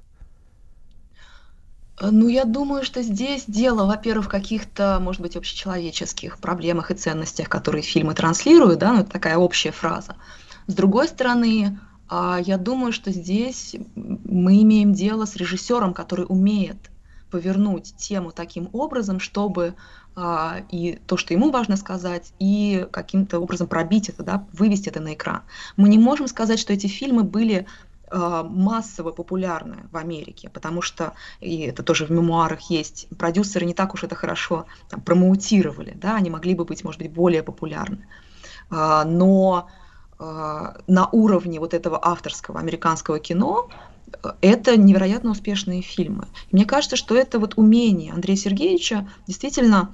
Ну, я думаю, что здесь дело, во-первых, в каких-то, может быть, общечеловеческих проблемах и ценностях, которые фильмы транслируют, да, ну, это такая общая фраза. С другой стороны, я думаю, что здесь мы имеем дело с режиссером, который умеет повернуть тему таким образом, чтобы и то, что ему важно сказать, и каким-то образом пробить это, да, вывести это на экран. Мы не можем сказать, что эти фильмы были массово популярны в Америке, потому что, и это тоже в мемуарах есть, продюсеры не так уж это хорошо там, промоутировали, да, они могли бы быть, может быть, более популярны. Но на уровне вот этого авторского американского кино это невероятно успешные фильмы. И мне кажется, что это вот умение Андрея Сергеевича действительно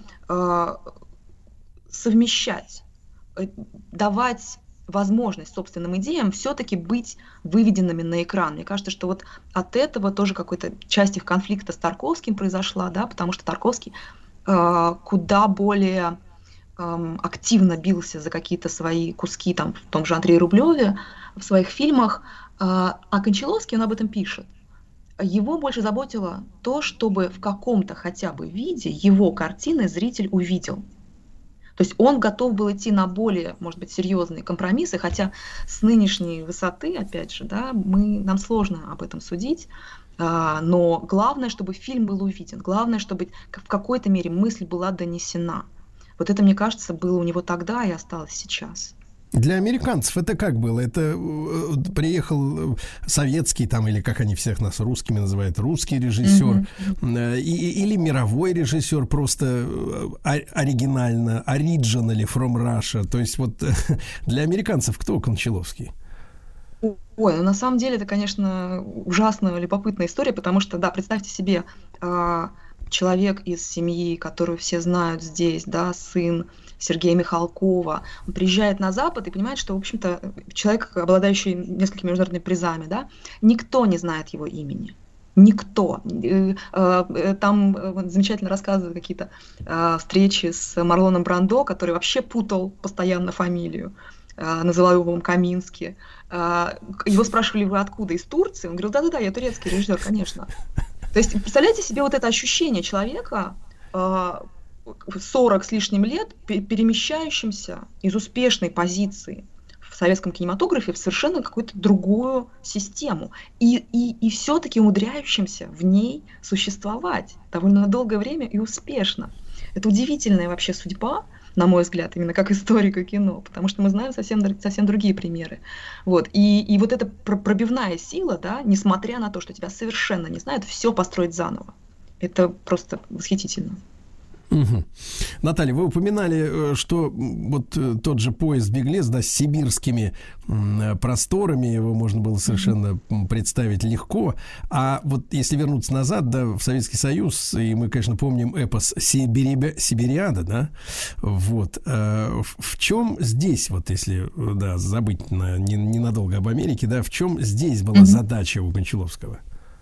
совмещать, давать возможность собственным идеям все-таки быть выведенными на экран. Мне кажется, что вот от этого тоже какой-то часть их конфликта с Тарковским произошла, да, потому что Тарковский э, куда более э, активно бился за какие-то свои куски, там, в том же Андрее Рублеве, в своих фильмах, э, а Кончаловский, он об этом пишет. его больше заботило то, чтобы в каком-то хотя бы виде его картины зритель увидел. То есть он готов был идти на более, может быть, серьезные компромиссы, хотя с нынешней высоты, опять же, да, мы, нам сложно об этом судить, а, но главное, чтобы фильм был увиден, главное, чтобы в какой-то мере мысль была донесена. Вот это, мне кажется, было у него тогда и осталось сейчас. Для американцев это как было? Это э, приехал советский, там, или как они всех нас русскими называют, русский режиссер, mm-hmm. э, и, или мировой режиссер, просто э, оригинально, originally from Russia. То есть вот э, для американцев кто Кончаловский? Ой, ну на самом деле это, конечно, ужасно любопытная история, потому что, да, представьте себе, э, человек из семьи, которую все знают здесь, да, сын Сергея Михалкова, он приезжает на Запад и понимает, что, в общем-то, человек, обладающий несколькими международными призами, да, никто не знает его имени. Никто. Там замечательно рассказывают какие-то встречи с Марлоном Брандо, который вообще путал постоянно фамилию, называл его Камински. Его спрашивали: вы откуда? Из Турции? Он говорил: да-да-да, я турецкий режиссер, конечно. То есть представляете себе вот это ощущение человека, сорок с лишним лет, перемещающимся из успешной позиции в советском кинематографе в совершенно какую-то другую систему. И, и, и все-таки умудряющимся в ней существовать довольно долгое время и успешно. Это удивительная вообще судьба, на мой взгляд, именно как историка кино, потому что мы знаем совсем, совсем другие примеры. Вот. И, и вот эта пробивная сила, да, несмотря на то, что тебя совершенно не знают, все построить заново. Это просто восхитительно. Угу. Наталья, вы упоминали, что вот тот же поезд «Беглец», да, с сибирскими просторами, его можно было совершенно представить легко. А вот если вернуться назад, да, в Советский Союз, и мы, конечно, помним эпос Сибири... «Сибириада», да, вот, в чем здесь, вот если, да, забыть на, не, ненадолго об Америке, да, в чем здесь была mm-hmm. задача у Кончаловского?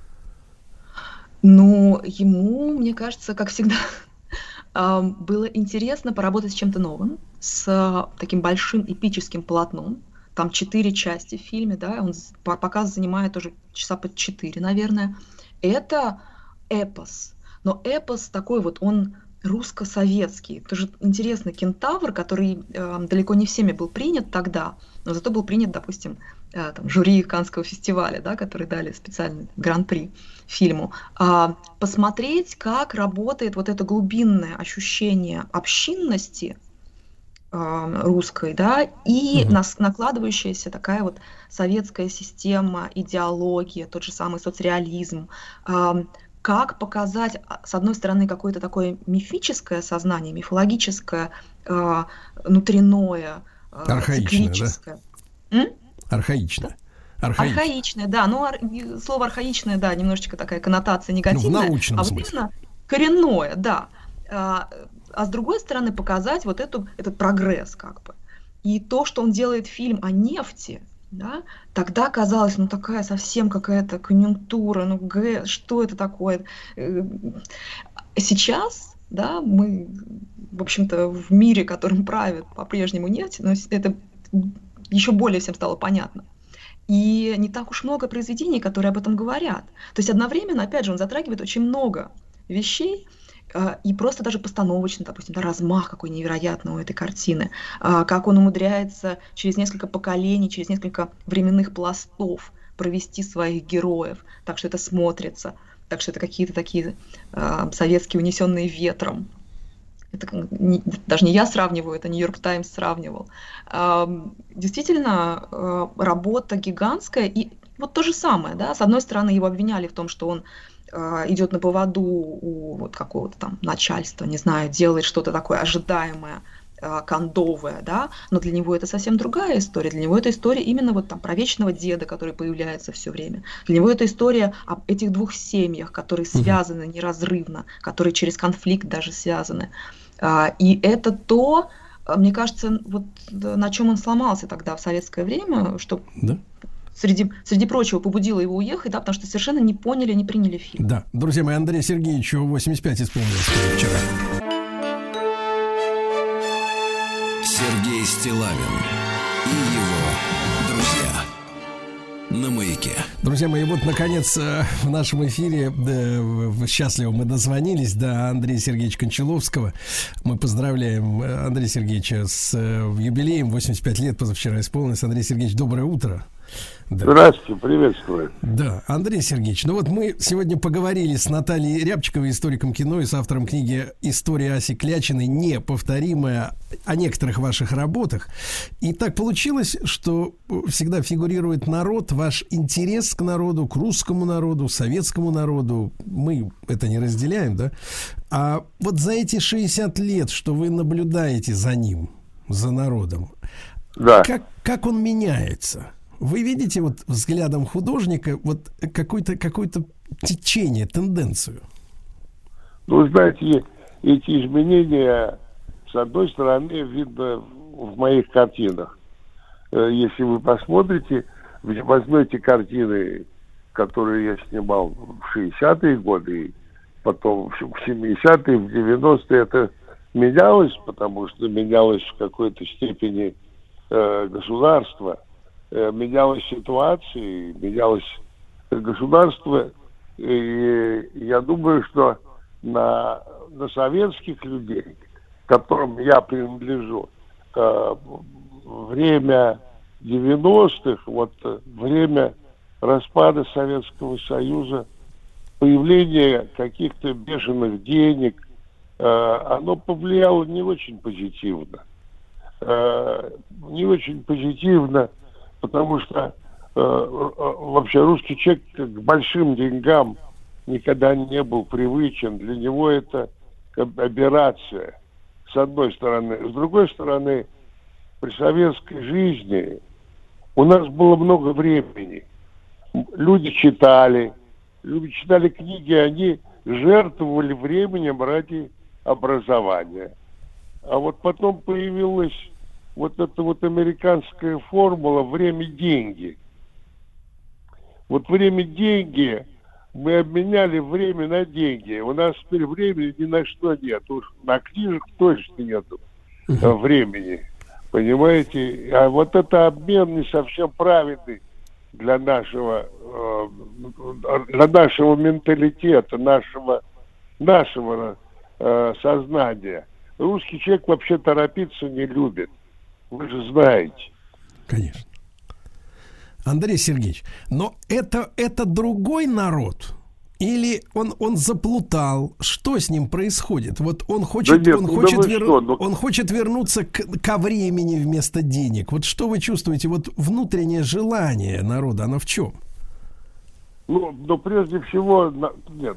Ну, ему, мне кажется, как всегда, было интересно поработать с чем-то новым, с таким большим эпическим полотном. Там четыре части в фильме, да, он показ занимает уже часа под четыре, наверное. Это эпос, но эпос такой вот, он русско-советский. Тоже интересный кентавр, который э, далеко не всеми был принят тогда, но зато был принят, допустим, э, там, жюри Каннского фестиваля, да, которые дали специальный гран-при фильму. А, посмотреть, как работает вот это глубинное ощущение общинности э, русской, да, и mm-hmm. нас, накладывающаяся такая вот советская система, идеология, тот же самый соцреализм, э, как показать, с одной стороны, какое-то такое мифическое сознание, мифологическое, э, внутреннее, э, циклическое. Да? М? Архаичное. Архаичное. Архаичное, да. Ну, ар- слово архаичное, да, немножечко такая коннотация негативная. Ну, в научном а смысле. Вот коренное, да. А, а с другой стороны, показать вот эту, этот прогресс, как бы. И то, что он делает фильм о нефти, да, тогда казалось, ну такая совсем какая-то конъюнктура, ну г, что это такое? Сейчас, да, мы, в общем-то, в мире, которым правит по-прежнему нефть, но это еще более всем стало понятно. И не так уж много произведений, которые об этом говорят. То есть одновременно, опять же, он затрагивает очень много вещей, и просто даже постановочно, допустим, да, размах какой невероятный у этой картины, как он умудряется через несколько поколений, через несколько временных пластов провести своих героев, так что это смотрится, так что это какие-то такие э, советские, унесенные ветром. Это не, даже не я сравниваю, это Нью-Йорк Таймс сравнивал. Э, действительно, э, работа гигантская, и вот то же самое, да, с одной стороны, его обвиняли в том, что он идет на поводу у вот какого-то там начальства, не знаю, делает что-то такое ожидаемое, кондовое, да, но для него это совсем другая история. Для него это история именно вот там про вечного деда, который появляется все время. Для него это история об этих двух семьях, которые связаны неразрывно, которые через конфликт даже связаны. И это то, мне кажется, вот на чем он сломался тогда в советское время, что... Да? Среди, среди прочего, побудило его уехать, да, потому что совершенно не поняли, не приняли фильм. Да, друзья мои, Андрею Сергеевичу восемьдесят пять исполнилось вчера. Сергей Стиллавин и его друзья на маяке. Друзья мои, вот, наконец, в нашем эфире да, счастливо мы дозвонились до Андрея Сергеевича Кончаловского. Мы поздравляем Андрея Сергеевича с юбилеем. восемьдесят пять лет позавчера исполнилось. Андрей Сергеевич, доброе утро. Да. Здравствуйте, приветствую. Да, Андрей Сергеевич, ну вот мы сегодня поговорили с Натальей Рябчиковой, историком кино и с автором книги «История Аси Клячиной. Неповторимая», о некоторых ваших работах. И так получилось, что всегда фигурирует народ, ваш интерес к народу, к русскому народу, советскому народу. Мы это не разделяем, да? А вот за эти шестьдесят лет, что вы наблюдаете за ним, за народом, да. как, как он меняется? Вы видите вот взглядом художника вот какое-то, какое-то течение, тенденцию? Ну, знаете, эти изменения, с одной стороны, видно в моих картинах. Если вы посмотрите, возьмете картины, которые я снимал в шестидесятые годы, потом в семидесятые, в девяностые, это менялось, потому что менялось в какой-то степени э, государство. Менялась ситуация, менялось государство, и я думаю, что на, на советских людей, к которым я принадлежу, время девяностых, вот время распада Советского Союза, появление каких-то бешеных денег, оно повлияло не очень позитивно. Не очень позитивно, потому что э, вообще русский человек к большим деньгам никогда не был привычен. Для него это аберрация, с одной стороны. С другой стороны, при советской жизни у нас было много времени. Люди читали, люди читали книги, они жертвовали временем ради образования. А вот потом появилась вот эта вот американская формула «время-деньги». Вот время-деньги, мы обменяли время на деньги. У нас теперь времени ни на что нет. Уж на книжек точно нету времени. Понимаете? А вот это обмен не совсем правильный для нашего, для нашего менталитета, нашего, нашего сознания. Русский человек вообще торопиться не любит. Вы же знаете. Конечно. Андрей Сергеевич, но это, это другой народ? Или он, он заплутал? Что с ним происходит? Вот он хочет, да нет, он, ну хочет да вер... что, но... он хочет вернуться к, ко времени вместо денег. Вот что вы чувствуете? Вот внутреннее желание народа, оно в чем? Ну, ну прежде всего, нет,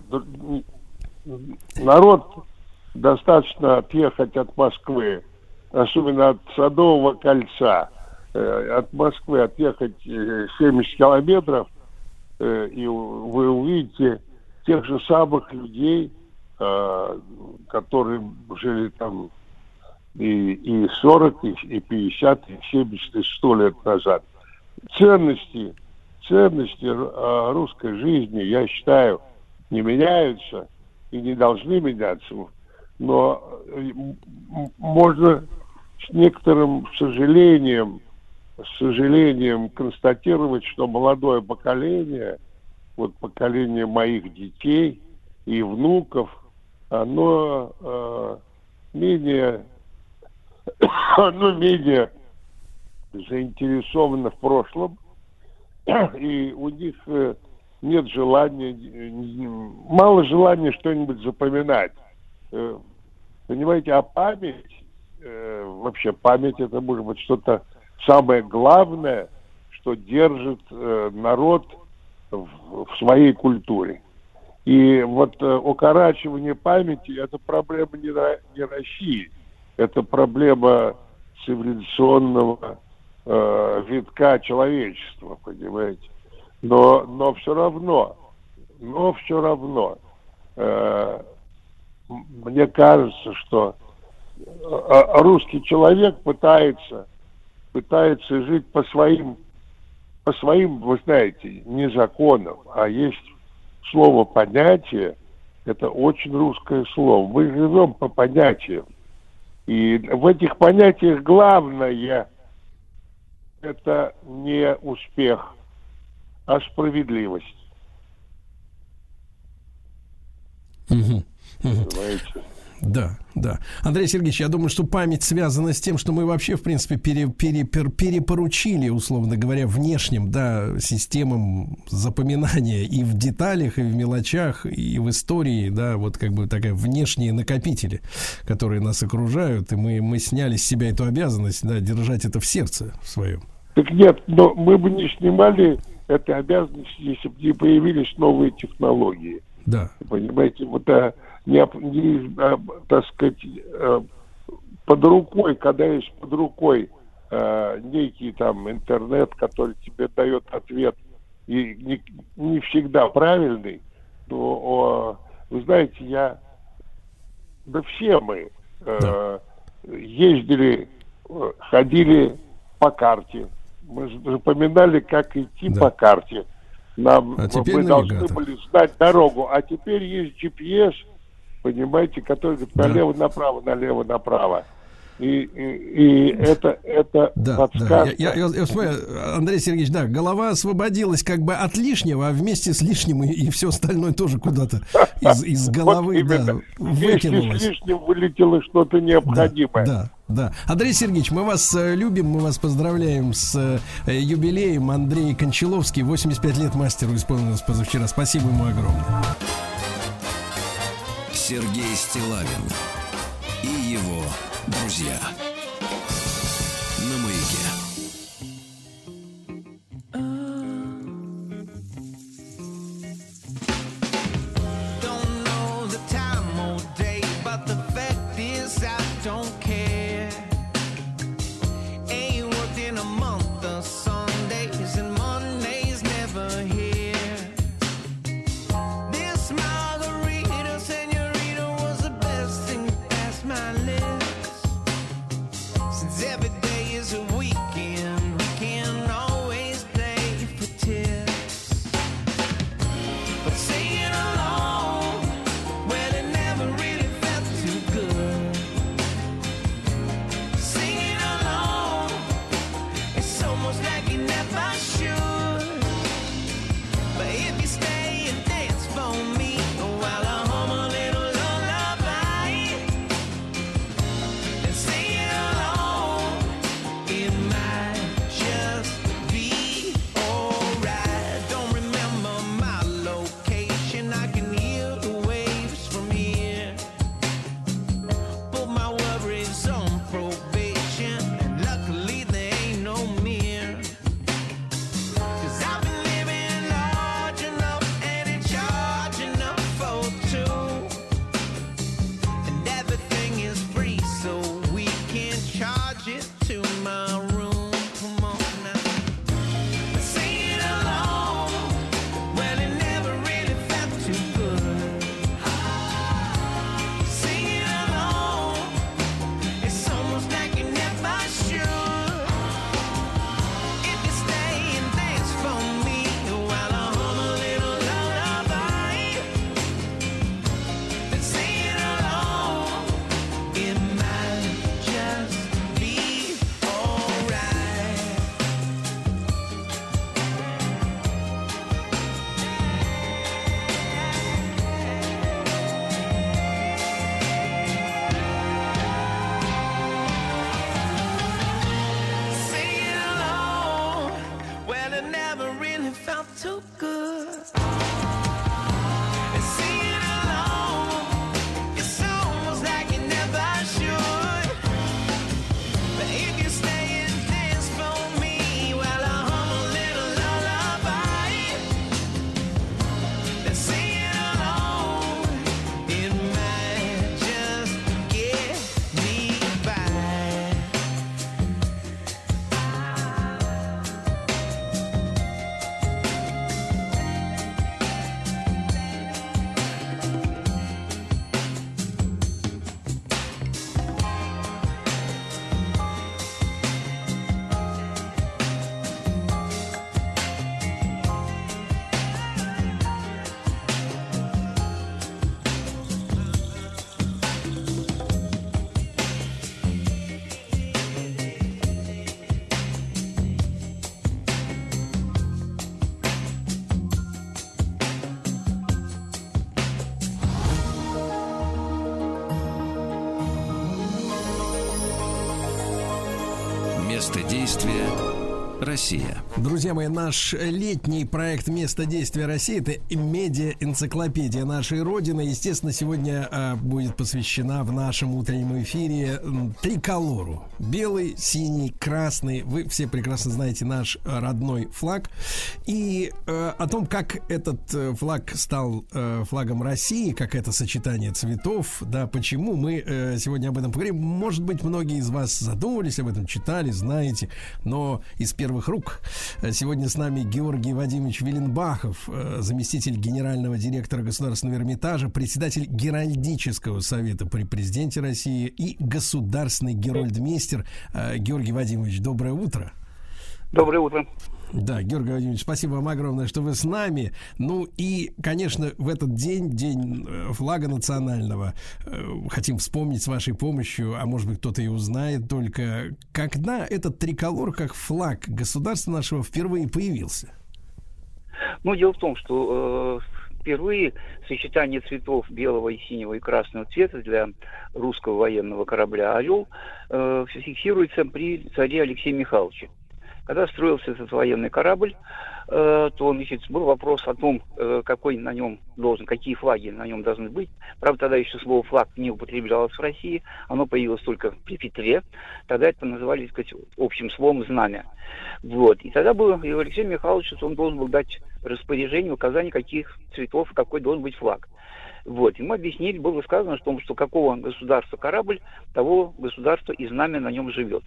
народ достаточно отъехать от Москвы, особенно от Садового кольца, э, от Москвы отъехать э, семьдесят километров, э, и вы увидите тех же самых людей, э, которые жили там и, и сорок, и, и пятьдесят, и семьдесят, и сто лет назад. Ценности, ценности э, русской жизни, я считаю, не меняются и не должны меняться. Но можно с некоторым сожалением, с сожалением констатировать, что молодое поколение, вот поколение моих детей и внуков, оно э, менее, оно менее заинтересовано в прошлом, и у них э, нет желания, мало желания что-нибудь запоминать. Э, понимаете, а память, э, вообще память это может быть что-то самое главное, что держит э, народ в, в своей культуре. И вот э, укорачивание памяти это проблема не, не России, это проблема цивилизационного э, витка человечества, понимаете. Но, но все равно, но все равно, э, мне кажется, что э, русский человек пытается, пытается жить по своим, по своим, вы знаете, не законам, а есть слово «понятие», это очень русское слово. Мы живем по понятиям. И в этих понятиях главное – это не успех, а справедливость. Угу. Угу. Понимаете? Да, да. Андрей Сергеевич, я думаю, что память связана с тем, что мы вообще, в принципе, пере, пере, пере, перепоручили, условно говоря, внешним, да, системам запоминания и в деталях, и в мелочах, и в истории, да, вот как бы такая внешние накопители, которые нас окружают, и мы, мы сняли с себя эту обязанность, да, держать это в сердце своем. Так нет, но мы бы не снимали этой обязанности, если бы не появились новые технологии. Да. Понимаете, вот а, не, не а, так сказать, а, под рукой, когда есть под рукой а, некий там интернет, который тебе дает ответ, и не, не всегда правильный, то, о, вы знаете, я, да все мы а, ездили, ходили по карте, мы же запоминали, как идти да. по карте. Нам, а мы должны были знать дорогу, а теперь есть джи пи эс, понимаете, который говорит да. налево направо, налево направо. И, и, и это, это да, подсказка. Да. Я, я, я, я смотрю, Андрей Сергеевич, да, голова освободилась как бы от лишнего, а вместе с лишним и, и все остальное тоже куда-то из, из головы вот да, выкинулось. Вместе с лишним вылетело что-то необходимое. Да, да, да. Андрей Сергеевич, мы вас э, любим, мы вас поздравляем с э, юбилеем. Андрей Кончаловский, восемьдесят пять лет мастеру исполнилось позавчера. Спасибо ему огромное. Сергей Стиллавин и его друзья на Маяке. Место действия Россия. Друзья мои, наш летний проект «Место действия России» — это медиа-энциклопедия нашей Родины. Естественно, сегодня а, будет посвящена в нашем утреннем эфире триколору. Белый, синий, красный. Вы все прекрасно знаете наш родной флаг. И а, о том, как этот флаг стал а, флагом России, как это сочетание цветов, да, почему, мы а, сегодня об этом поговорим. Может быть, многие из вас задумывались об этом, читали, знаете, но из первых первых рук. Сегодня с нами Георгий Вадимович Веленбахов, заместитель генерального директора Государственного Эрмитажа, председатель Геральдического совета при президенте России и государственный герольдмейстер. Георгий Вадимович, доброе утро. Доброе утро. Да, Георгий Владимирович, спасибо вам огромное, что вы с нами. Ну и, конечно, в этот день, день флага национального, э, хотим вспомнить с вашей помощью, а может быть кто-то и узнает только, когда этот триколор как флаг государства нашего впервые появился. Ну, дело в том, что э, впервые сочетание цветов белого и синего и красного цвета для русского военного корабля «Орел» э, фиксируется при царе Алексее Михайловиче. Когда строился этот военный корабль, э, то, значит, был вопрос о том, э, какой на нем должен, какие флаги на нем должны быть. Правда, тогда еще слово «флаг» не употреблялось в России, оно появилось только при Петре. Тогда это называли, так сказать, общим словом «знамя». Вот. И тогда был и Алексей Михайлович, он должен был дать распоряжение, указание, каких цветов, какой должен быть флаг. Вот. Ему объяснили, было сказано, что, что какого государства корабль, того государства и знамя на нем живет.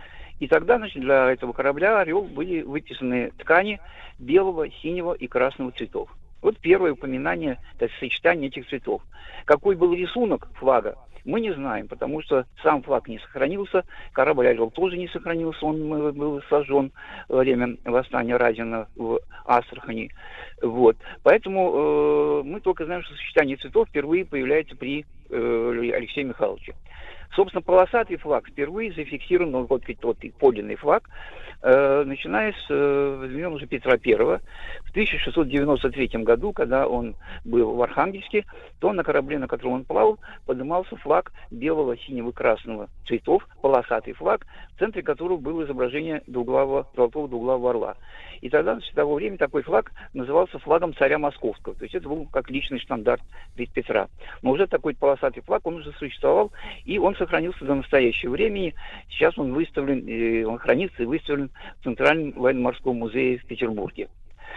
И тогда, значит, для этого корабля «Орел» были выписаны ткани белого, синего и красного цветов. Вот первое упоминание, то есть сочетание этих цветов. Какой был рисунок флага, мы не знаем, потому что сам флаг не сохранился, корабль «Орел» тоже не сохранился, он был сожжен во время восстания Разина в Астрахани. Вот. Поэтому э, мы только знаем, что сочетание цветов впервые появляется при э, Алексее Михайловиче. Собственно, полосатый флаг впервые зафиксирован, ну, вот тот подлинный флаг, э, начиная с э, времен уже Петра Первого. В тысяча шестьсот девяносто третьем году, когда он был в Архангельске, то на корабле, на котором он плавал, поднимался флаг белого, синего и красного цветов, полосатый флаг, в центре которого было изображение двуглавого, золотого двуглавого орла. И тогда, с того времени, такой флаг назывался флагом царя Московского. То есть это был как личный штандарт Петра. Но уже такой полосатый флаг, он уже существовал, и он сохранился до настоящего времени. Сейчас он выставлен, он хранится и выставлен в Центральном военно-морском музее в Петербурге.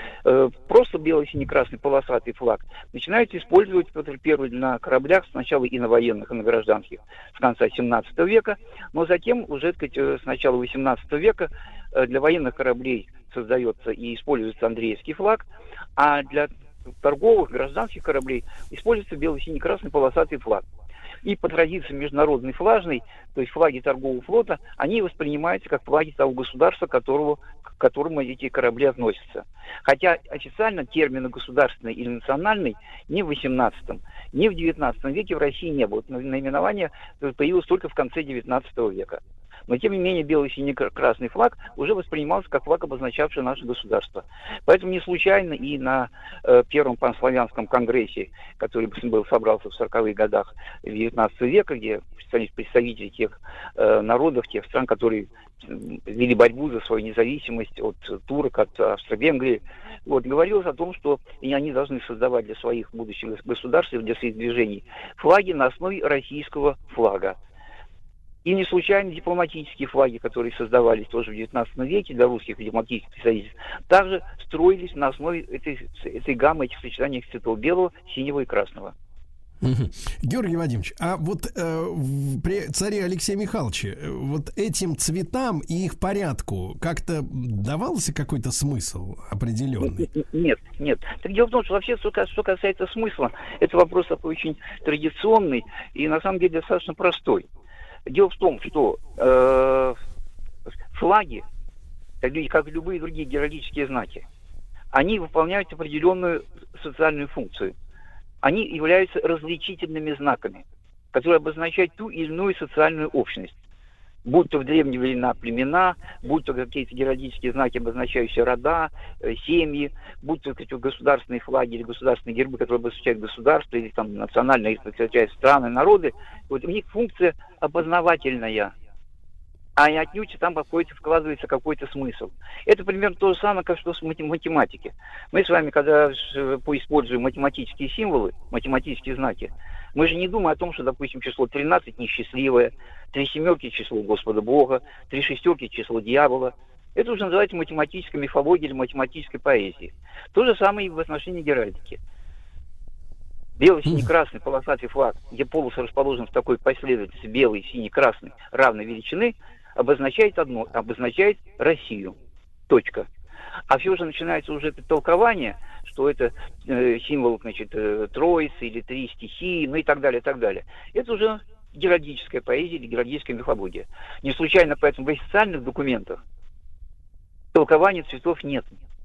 Просто белый, синий, красный полосатый флаг начинают использовать первый на кораблях, сначала и на военных, и на гражданских, с конца семнадцатого века, но затем уже, так сказать, с начала восемнадцатого века для военных кораблей создается и используется Андреевский флаг, а для торговых, гражданских кораблей используется белый, синий, красный полосатый флаг. И по традиции международной флажной, то есть флаги торгового флота, они воспринимаются как флаги того государства, которого, к которому эти корабли относятся. Хотя официально термина «государственный» или «национальный» ни в восемнадцатом, ни в девятнадцатом веке в России не было. Наименование появилось только в конце девятнадцатого века. Но, тем не менее, белый, синий, красный флаг уже воспринимался как флаг, обозначавший наше государство. Поэтому не случайно и на э, Первом панславянском конгрессе, который был, собрался в сороковых годах девятнадцатого века, где представители тех э, народов, тех стран, которые вели борьбу за свою независимость от турок, от Австро-Венгрии, вот, говорилось о том, что и они должны создавать для своих будущих государств, для своих движений флаги на основе российского флага. И не случайно дипломатические флаги, которые создавались тоже в девятнадцатом веке для русских дипломатических представительств, также строились на основе этой, этой гаммы, этих сочетаний цветов белого, синего и красного. Угу. Георгий Вадимович, а вот э, при царе Алексее Михайловиче вот этим цветам и их порядку как-то давался какой-то смысл определенный? Нет, нет. Так дело в том, что вообще, что касается смысла, это вопрос такой очень традиционный и на самом деле достаточно простой. Дело в том, что э, флаги, как и любые другие героические знаки, они выполняют определенную социальную функцию. Они являются различительными знаками, которые обозначают ту или иную социальную общность. Будь то в древние времена племена, будь то какие-то героические знаки, обозначающие рода, э, семьи, будь то какие-то государственные флаги или государственные гербы, которые обозначают государство, или там национальные, или страны, народы. Вот у них функция опознавательная. а отнюдь там какой-то вкладывается какой-то смысл. Это примерно то же самое, как что с математики. Мы с вами, когда используем математические символы, математические знаки, мы же не думаем о том, что, допустим, число тринадцать несчастливое, три семерки число Господа Бога, три шестерки число дьявола. Это уже называется математической мифологией или математической поэзией. То же самое и в отношении геральдики. Белый, синий, красный, полосатый флаг, где полосы расположены в такой последовательности белый, синий, красный равной величины, обозначает одно, обозначает Россию. Точка. А все же начинается уже это толкование, что это э, символ, значит, э, Троицы или три стихии, ну и так далее, и так далее. Это уже геральдическая поэзия или геральдическая мифология. Не случайно поэтому в официальных документах толкования цветов нет.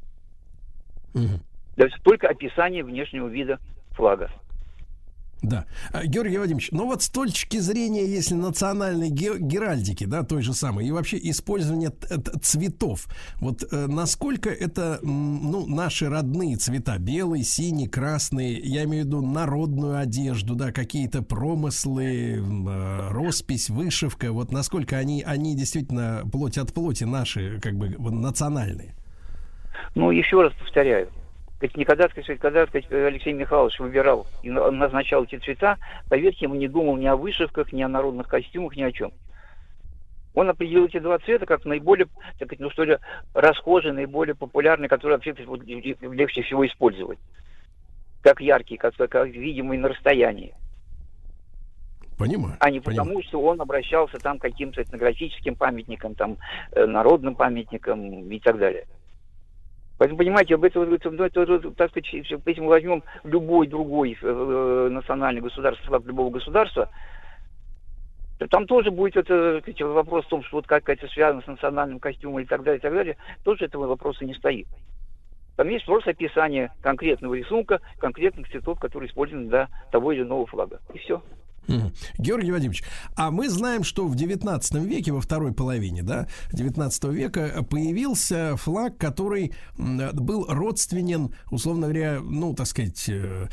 Угу. Дается только описание внешнего вида флага. Да. Георгий Вадимович, ну вот с точки зрения, если национальной геральдики, да, той же самой, и вообще использования цветов, вот э, насколько это, ну, наши родные цвета, белый, синий, красный, я имею в виду народную одежду, да, какие-то промыслы, э, роспись, вышивка, вот насколько они, они действительно плоть от плоти наши, как бы, национальные? Ну, еще раз повторяю. Никогда, сказать, когда сказать, Алексей Михайлович выбирал и назначал эти цвета, поверьте, ему не думал ни о вышивках, ни о народных костюмах, ни о чем. Он определил эти два цвета как наиболее, так сказать, ну что ли, расхожие, наиболее популярные, которые вообще вот, легче всего использовать. Как яркие, как, как видимые на расстоянии. Понимаю. А не понимаю. потому, что он обращался там к каким-то этнографическим памятникам, там, э, народным памятникам и так далее. Поэтому, понимаете, об этом, это, это, это, так сказать, если мы возьмем любой другой э, национальный государственный флаг любого государства, то там тоже будет это, сказать, вопрос в том, что вот как это связано с национальным костюмом и так далее, и так далее, тоже этого вопроса не стоит. Там есть просто описание конкретного рисунка, конкретных цветов, которые использованы для того или иного флага. И все. Георгий Вадимович, а мы знаем, что в девятнадцатом веке, во второй половине, да, девятнадцатого века появился флаг, который был родственен, условно говоря, ну, так сказать,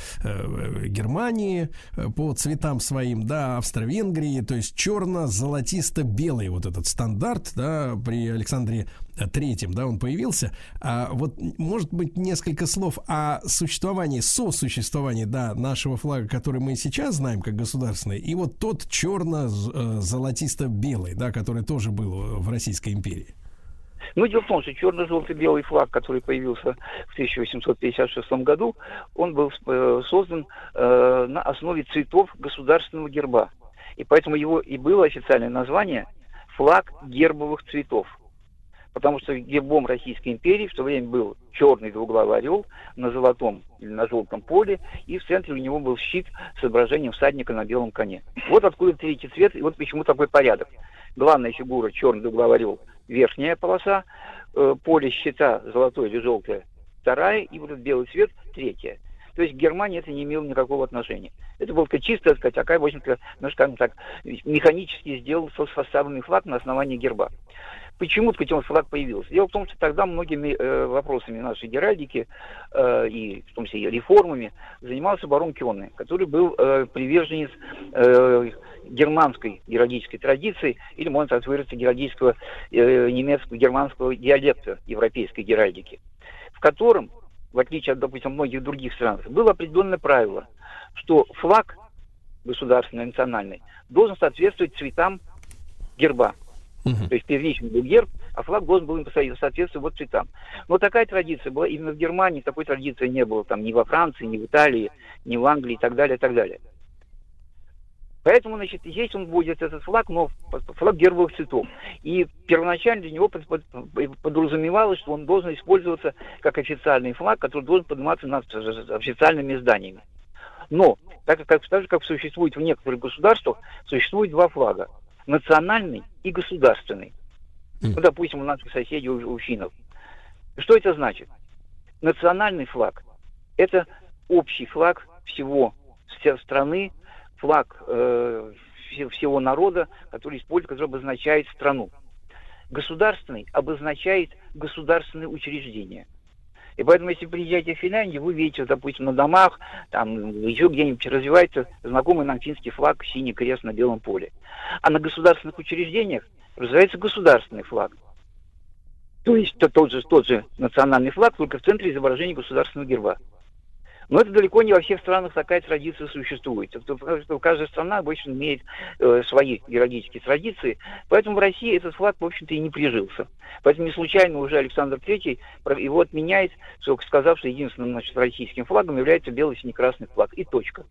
Германии по цветам своим, да, Австро-Венгрии, то есть черно-золотисто-белый вот этот стандарт, да, при Александре Третьем, да, он появился. А вот, может быть, несколько слов о существовании, сосуществовании, да, нашего флага, который мы сейчас знаем как государственный, и вот тот черно-золотисто-белый, да, который тоже был в Российской империи. Ну, дело в том, что черно-желто-белый флаг, который появился в тысяча восемьсот пятьдесят шестом году, он был э, создан э, на основе цветов государственного герба. И поэтому его и было официальное название «флаг гербовых цветов». Потому что гербом Российской империи в то время был черный двуглавый орел на золотом или на желтом поле, и в центре у него был щит с изображением всадника на белом коне. Вот откуда третий цвет, и вот почему такой порядок. Главная фигура черный двуглавый орел, верхняя полоса, э, поле щита золотое или желтое, вторая, и вот этот белый цвет, третья. То есть к Германии это не имело никакого отношения. Это был чисто, так сказать, такая, в общем-то, ну, скажем так, механически сделал составленный флаг на основании герба. Почему, так сказать, флаг появился? Дело в том, что тогда многими э, вопросами нашей геральдики э, и в том числе и реформами занимался барон Кёне, который был э, приверженец э, германской геральдической традиции, или, можно так выразиться, геральдического э, немецкого, германского диалекта европейской геральдики, в котором, в отличие от, допустим, многих других стран, было определенное правило, что флаг государственный, национальный, должен соответствовать цветам герба. Uh-huh. То есть первичный был герб, а флаг должен был соответствовать вот цветам. Но такая традиция была именно в Германии, такой традиции не было там ни во Франции, ни в Италии, ни в Англии и так далее, и так далее. Поэтому, значит, здесь он будет, этот флаг, но флаг гербовых цветов. И первоначально для него подразумевалось, что он должен использоваться как официальный флаг, который должен подниматься над официальными зданиями. Но, так как, так же, как существует в некоторых государствах, существует два флага. Национальный и государственный. Ну, допустим, у наших соседей, у, у финнов. Что это значит? Национальный флаг – это общий флаг всего страны, флаг э, всего народа, который использует, который обозначает страну. Государственный обозначает государственные учреждения. И поэтому, если приезжаете в Финляндию, вы видите, допустим, на домах, там еще где-нибудь развивается знакомый нам финский флаг, синий крест на белом поле. А на государственных учреждениях развивается государственный флаг. То есть тот же, тот же национальный флаг, только в центре изображения государственного герба. Но это далеко не во всех странах такая традиция существует. Каждая страна обычно имеет э, свои героические традиции, поэтому в России этот флаг, в общем-то, и не прижился. Поэтому не случайно уже Александр Третий его отменяет, сказав, что единственным, значит, российским флагом является белый сине-красный флаг. И точка.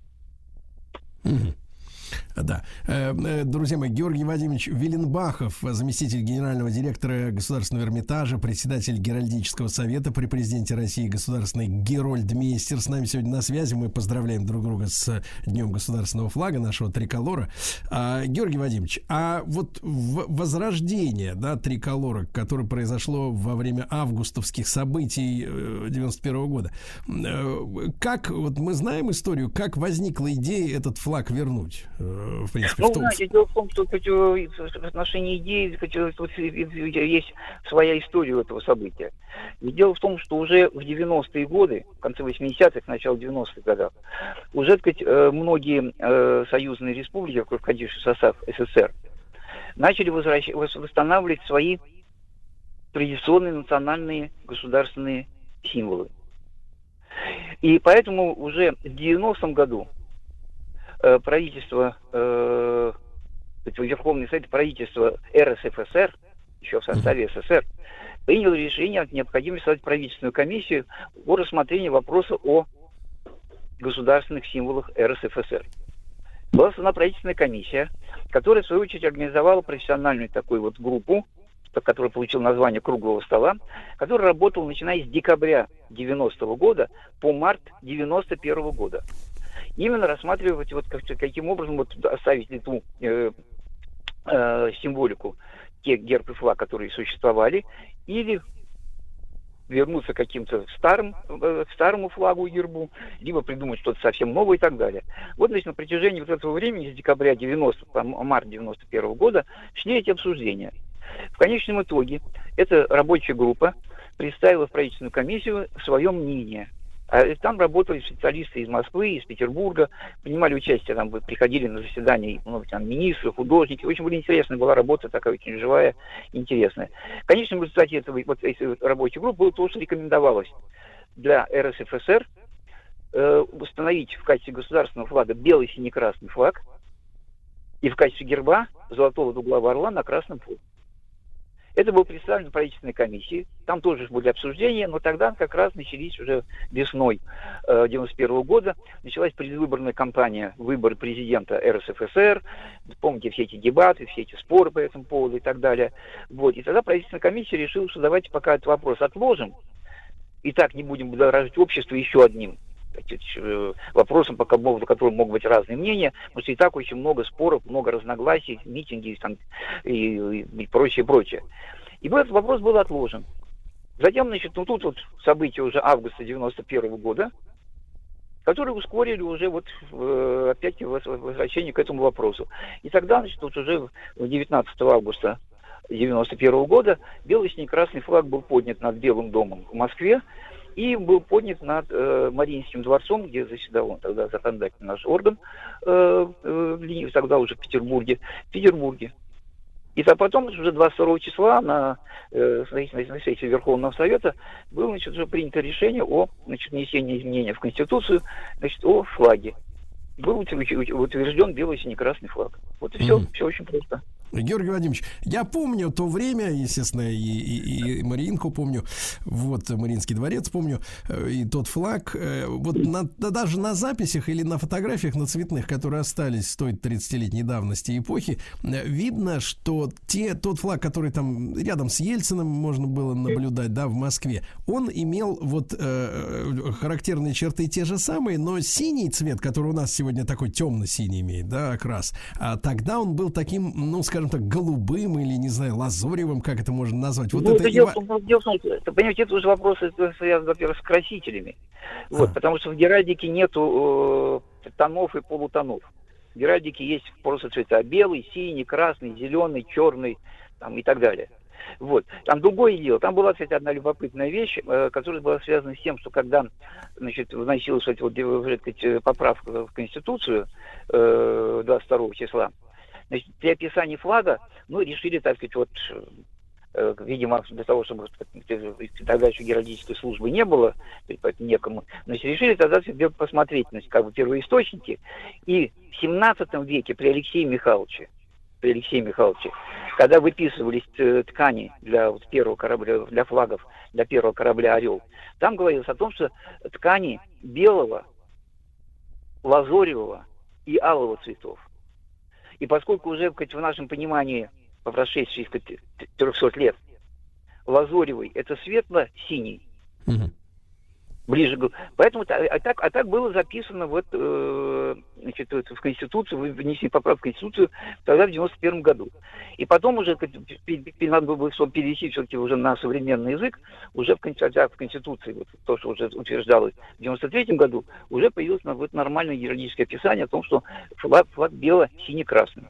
Да. Друзья мои, Георгий Вадимович Веленбахов, заместитель генерального директора Государственного Эрмитажа, председатель Геральдического совета при президенте России, государственный герольдмейстер, с нами сегодня на связи. Мы поздравляем друг друга с Днем государственного флага, нашего триколора. А, Георгий Вадимович, а вот возрождение, да, триколора, которое произошло во время августовских событий девяносто первого года, как, вот мы знаем историю, как возникла идея этот флаг вернуть? В принципе, ну, в том... знаете, дело в том, что хоть, в отношении идеи хоть, есть своя история этого события. И дело в том, что уже в девяностые годы, в конце восьмидесятых, начало девяностых годов, уже, так сказать, многие э, союзные республики, входившие в состав СССР, начали возвращ... восстанавливать свои традиционные национальные государственные символы. И поэтому уже в девяностом году правительство, э, Верховный Совет правительства эр эс эф эс эр, еще в составе СССР, приняло решение о необходимости создать правительственную комиссию о рассмотрении вопроса о государственных символах эр эс эф эс эр. Была создана правительственная комиссия, которая, в свою очередь, организовала профессиональную такую вот группу, которая получила название «Круглого стола», которая работала, начиная с декабря девяностого года по март девяносто первого года. Именно рассматривать, вот, каким образом вот, оставить ли ту э, э, символику, те герб и флаг, которые существовали, или вернуться к каким-то старым, э, к старому флагу и гербу, либо придумать что-то совсем новое и так далее. Вот, значит, на протяжении вот этого времени, с декабря девяностого по март девяносто первого года, шли эти обсуждения. В конечном итоге эта рабочая группа представила в правительственную комиссию свое мнение. А там работали специалисты из Москвы, из Петербурга, принимали участие, там приходили на заседания много там министры, художники. Очень была интересная была работа, такая очень живая, интересная. В конечном результате этого, вот, этой рабочей группы было то, что рекомендовалось для эр эс эф эс эр э, установить в качестве государственного флага белый сине-красный флаг и в качестве герба золотого двуглавого орла на красном фоне. Это было представлено правительственной комиссии, там тоже были обсуждения, но тогда как раз начались уже весной э, девяносто первого года, началась предвыборная кампания, выборы президента эр эс эф эс эр, помните все эти дебаты, все эти споры по этому поводу и так далее. Вот. И тогда правительственная комиссия решила, что давайте пока этот вопрос отложим, и так не будем будоражить общество еще одним вопросом, по которому могут быть разные мнения, потому что и так очень много споров, много разногласий, митинги там, и, и, и прочее, прочее. И этот вопрос был отложен. Затем, значит, ну тут вот события уже августа девяносто первого года, которые ускорили уже вот э, опять возвращение к этому вопросу. И тогда, значит, вот уже девятнадцатого августа девяносто первого года белый сине-красный флаг был поднят над Белым домом в Москве, и был поднят над э, Мариинским дворцом, где заседал он тогда законодательный наш орган, э, э, тогда уже в Петербурге, в Петербурге. И а потом уже двадцать второго числа на, э, на сессии Верховного Совета было, значит, уже принято решение о, значит, внесении изменения в Конституцию, значит, о флаге. Был утвержден белый сине-красный флаг. Вот и все, mm-hmm. все очень просто. Георгий Владимирович, я помню то время, естественно, и, и, и Мариинку помню, вот Мариинский дворец помню, и тот флаг. Вот на, даже на записях или на фотографиях, на цветных, которые остались с той тридцатилетней давности эпохи, видно, что те, тот флаг, который там рядом с Ельциным можно было наблюдать, да, в Москве, он имел вот э, характерные черты те же самые, но синий цвет, который у нас сегодня такой темно-синий имеет, да, окрас, а тогда он был таким, ну, скажем, скажем так, голубым или, не знаю, лазоревым, как это можно назвать. Вот ну, это дело, и... дело в том, что, понимаете, это уже вопросы связаны, во-первых, с красителями. Вот, а. Потому что в геральдике нету э, тонов и полутонов. В геральдике есть просто цвета: белый, синий, красный, зеленый, черный там, и так далее. Вот. Там другое дело. Там была, кстати, одна любопытная вещь, э, которая была связана с тем, что когда, значит, вносилась вот, вот, поправка в Конституцию э, двадцать второго числа, Значит, при описании флага, ну, решили, так сказать, вот, э, видимо, для того, чтобы тогда еще геральдической службы не было, поэтому некому, значит, решили тогда посмотреть, значит, как бы первоисточники, и в семнадцатом веке при Алексее Михайловиче, при Алексее Михайловиче, когда выписывались ткани для вот первого корабля, для флагов, для первого корабля «Орел», там говорилось о том, что ткани белого, лазоревого и алого цветов. И поскольку уже, сказать, в нашем понимании, по прошествии, сказать, трехсот лет, лазоревый — это светло-синий, угу. Ближе к... Поэтому а так, а так было записано вот, э, значит, в Конституцию, внесли поправку в Конституцию тогда в девяносто первом году. И потом уже, надо было перевести все-таки уже на современный язык, уже в, в Конституции, вот, то, что уже утверждалось в девяносто третьем году, уже появилось вот, нормальное юридическое описание о том, что флаг, флаг бело-синий-красный.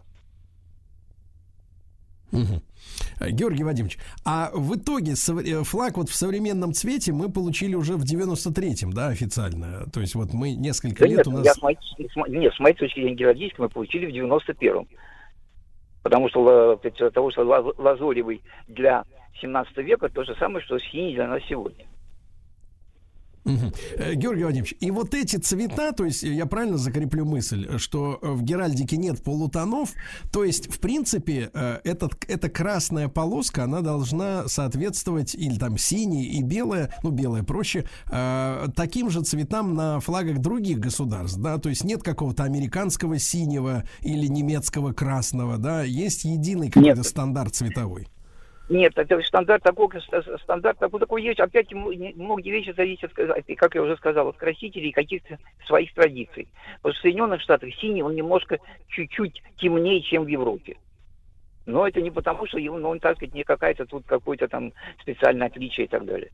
Угу. Георгий Вадимович, а в итоге флаг вот в современном цвете мы получили уже в девяносто третьем, да, официально? То есть вот мы несколько да лет нет, у нас... Я, с моей, нет, с моей точки зрения геральдической мы получили в девяносто первом. Потому что для того, что лазоревый для семнадцатого века то же самое, что синий для нас сегодня. Угу. Георгий Вадимович, и вот эти цвета, то есть я правильно закреплю мысль, что в геральдике нет полутонов, то есть в принципе этот, эта красная полоска, она должна соответствовать, или там синяя и белая, ну белая проще, э, таким же цветам на флагах других государств, да, то есть нет какого-то американского синего или немецкого красного, да, есть единый какой-то стандарт цветовой. Нет, это стандарт такой, стандарт такой, такой есть. Опять многие вещи зависят, как я уже сказал, от красителей и каких-то своих традиций. Потому что в Соединенных Штатах синий, он немножко чуть-чуть темнее, чем в Европе. Но это не потому, что он, он так сказать, не какая-то тут какое-то там специальное отличие и так далее.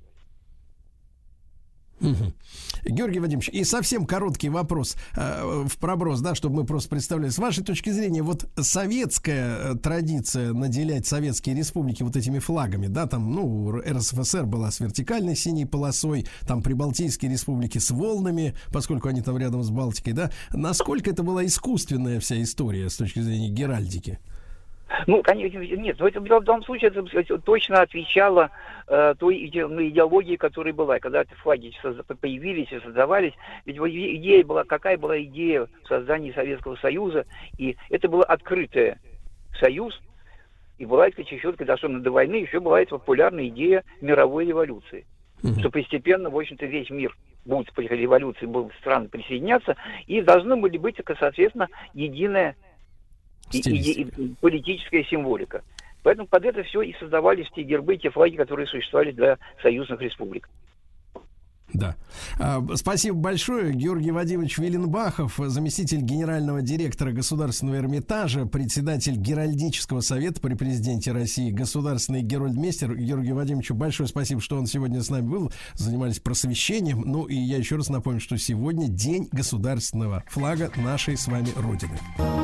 Угу. Георгий Вадимович, и совсем короткий вопрос э, в проброс, да, чтобы мы просто представляли. С вашей точки зрения, вот советская традиция наделять советские республики вот этими флагами, да, там, ну, эр эс эф эс эр была с вертикальной синей полосой, там прибалтийские республики с волнами, поскольку они там рядом с Балтикой, да, насколько это была искусственная вся история с точки зрения геральдики? Ну, конечно, нет, в, этом, в данном случае это точно отвечало э, той иде, ну, идеологии, которая была. Когда эти флаги появились и создавались, ведь идея была, какая была идея создания Советского Союза, и это был открытый союз, и была, кстати, еще, когда особенно до войны, еще была эта популярная идея мировой революции, mm-hmm. что постепенно, в общем-то, весь мир будет по революции, будут страны присоединяться, и должны были быть, соответственно, единая И, и, и политическая символика. Поэтому под это все и создавались те гербы, те флаги, которые существовали для союзных республик. Да. Спасибо большое. Георгий Вадимович Виленбахов, заместитель генерального директора Государственного Эрмитажа, председатель Геральдического совета при президенте России, государственный герольдмейстер. Георгию Вадимовичу большое спасибо, что он сегодня с нами был. Занимались просвещением. Ну и я еще раз напомню, что сегодня день государственного флага нашей с вами Родины.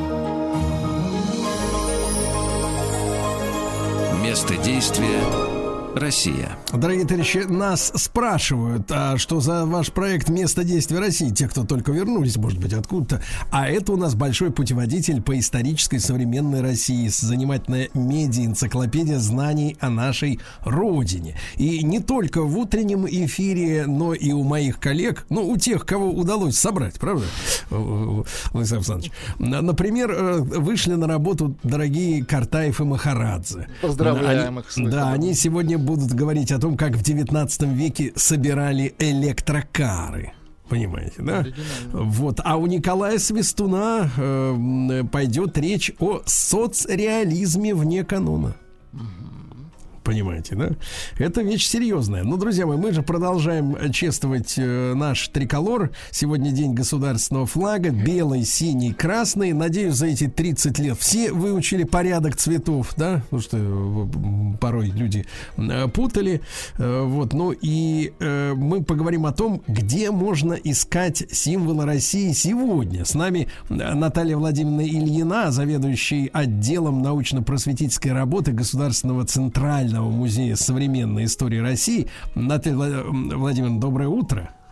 Место действия — Россия. Дорогие товарищи, нас спрашивают, а что за ваш проект «Место действия России»? Те, кто только вернулись, может быть, откуда-то. А это у нас большой путеводитель по исторической современной России, занимательная медиа-энциклопедия знаний о нашей родине. И не только в утреннем эфире, но и у моих коллег, ну, у тех, кого удалось собрать, правда, Владислав Александрович? Например, вышли на работу дорогие Картаев и Махарадзе. Поздравляем их. Да, они сегодня будут говорить о том, как в девятнадцатом веке собирали электрокары. Понимаете, да? Вот. А у Николая Свистуна э, пойдет речь о соцреализме вне канона. Понимаете, да? Это вещь серьезная. Ну, друзья мои, мы же продолжаем чествовать э, наш триколор. Сегодня день государственного флага. Белый, синий, красный. Надеюсь, за эти тридцать лет все выучили порядок цветов, да? Потому что э, порой люди э, путали. Э, вот, ну и э, мы поговорим о том, где можно искать символы России сегодня. С нами Наталья Владимировна Ильина, заведующий отделом научно-просветительской работы Государственного центрального музея современной истории России. Наталья Владимировна, доброе утро.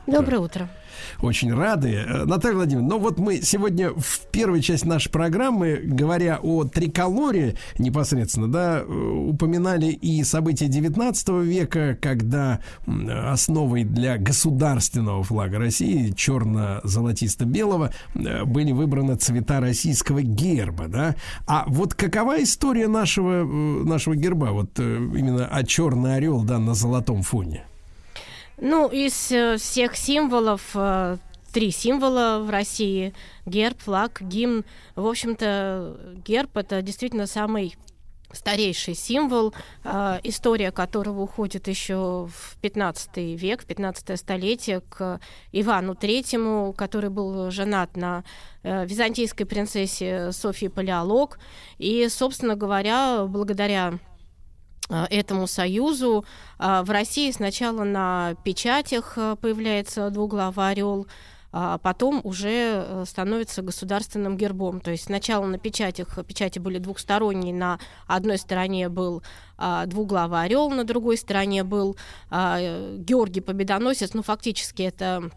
Доброе утро. Очень рады. Наталья Владимировна, ну вот мы сегодня в первой части нашей программы, говоря о триколоре непосредственно, да, упоминали и события девятнадцатого века, когда основой для государственного флага России, черно-золотисто-белого, были выбраны цвета российского герба, да. А вот какова история нашего, нашего герба, вот именно а черный орел, да, на золотом фоне? Ну, из всех символов, три символа в России: герб, флаг, гимн. В общем-то, герб — это действительно самый старейший символ, история которого уходит еще в пятнадцатый век, в пятнадцатое столетие, к Ивану Третьему, который был женат на византийской принцессе Софьи Палеолог. И, собственно говоря, благодаря этому союзу в России сначала на печатях появляется двуглавый орел, а потом уже становится государственным гербом. То есть сначала на печатях печати были двухсторонние. На одной стороне был двуглавый орел, на другой стороне был Георгий Победоносец. Ну, фактически это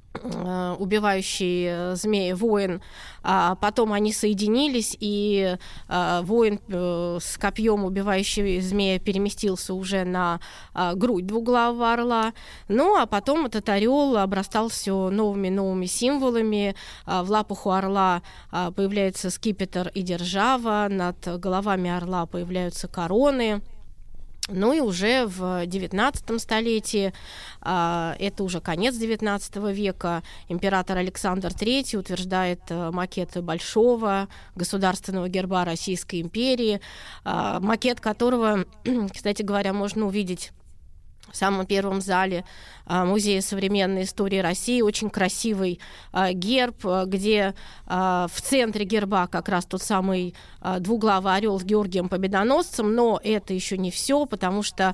убивающий змея воин, а потом они соединились, и а, воин э, с копьем, убивающий змея, переместился уже на а, грудь двуглавого орла. Ну, а потом этот орел обрастал все новыми новыми символами. А, в лапах у орла а, появляется скипетр и держава, над головами орла появляются короны. Ну и уже в девятнадцатом столетии, это уже конец девятнадцатого века, император Александр Третий утверждает макет большого государственного герба Российской империи, макет которого, кстати говоря, можно увидеть в самом первом зале Музея современной истории России. Очень красивый герб, где в центре герба как раз тот самый двуглавый орел с Георгием Победоносцем. Но это еще не все, потому что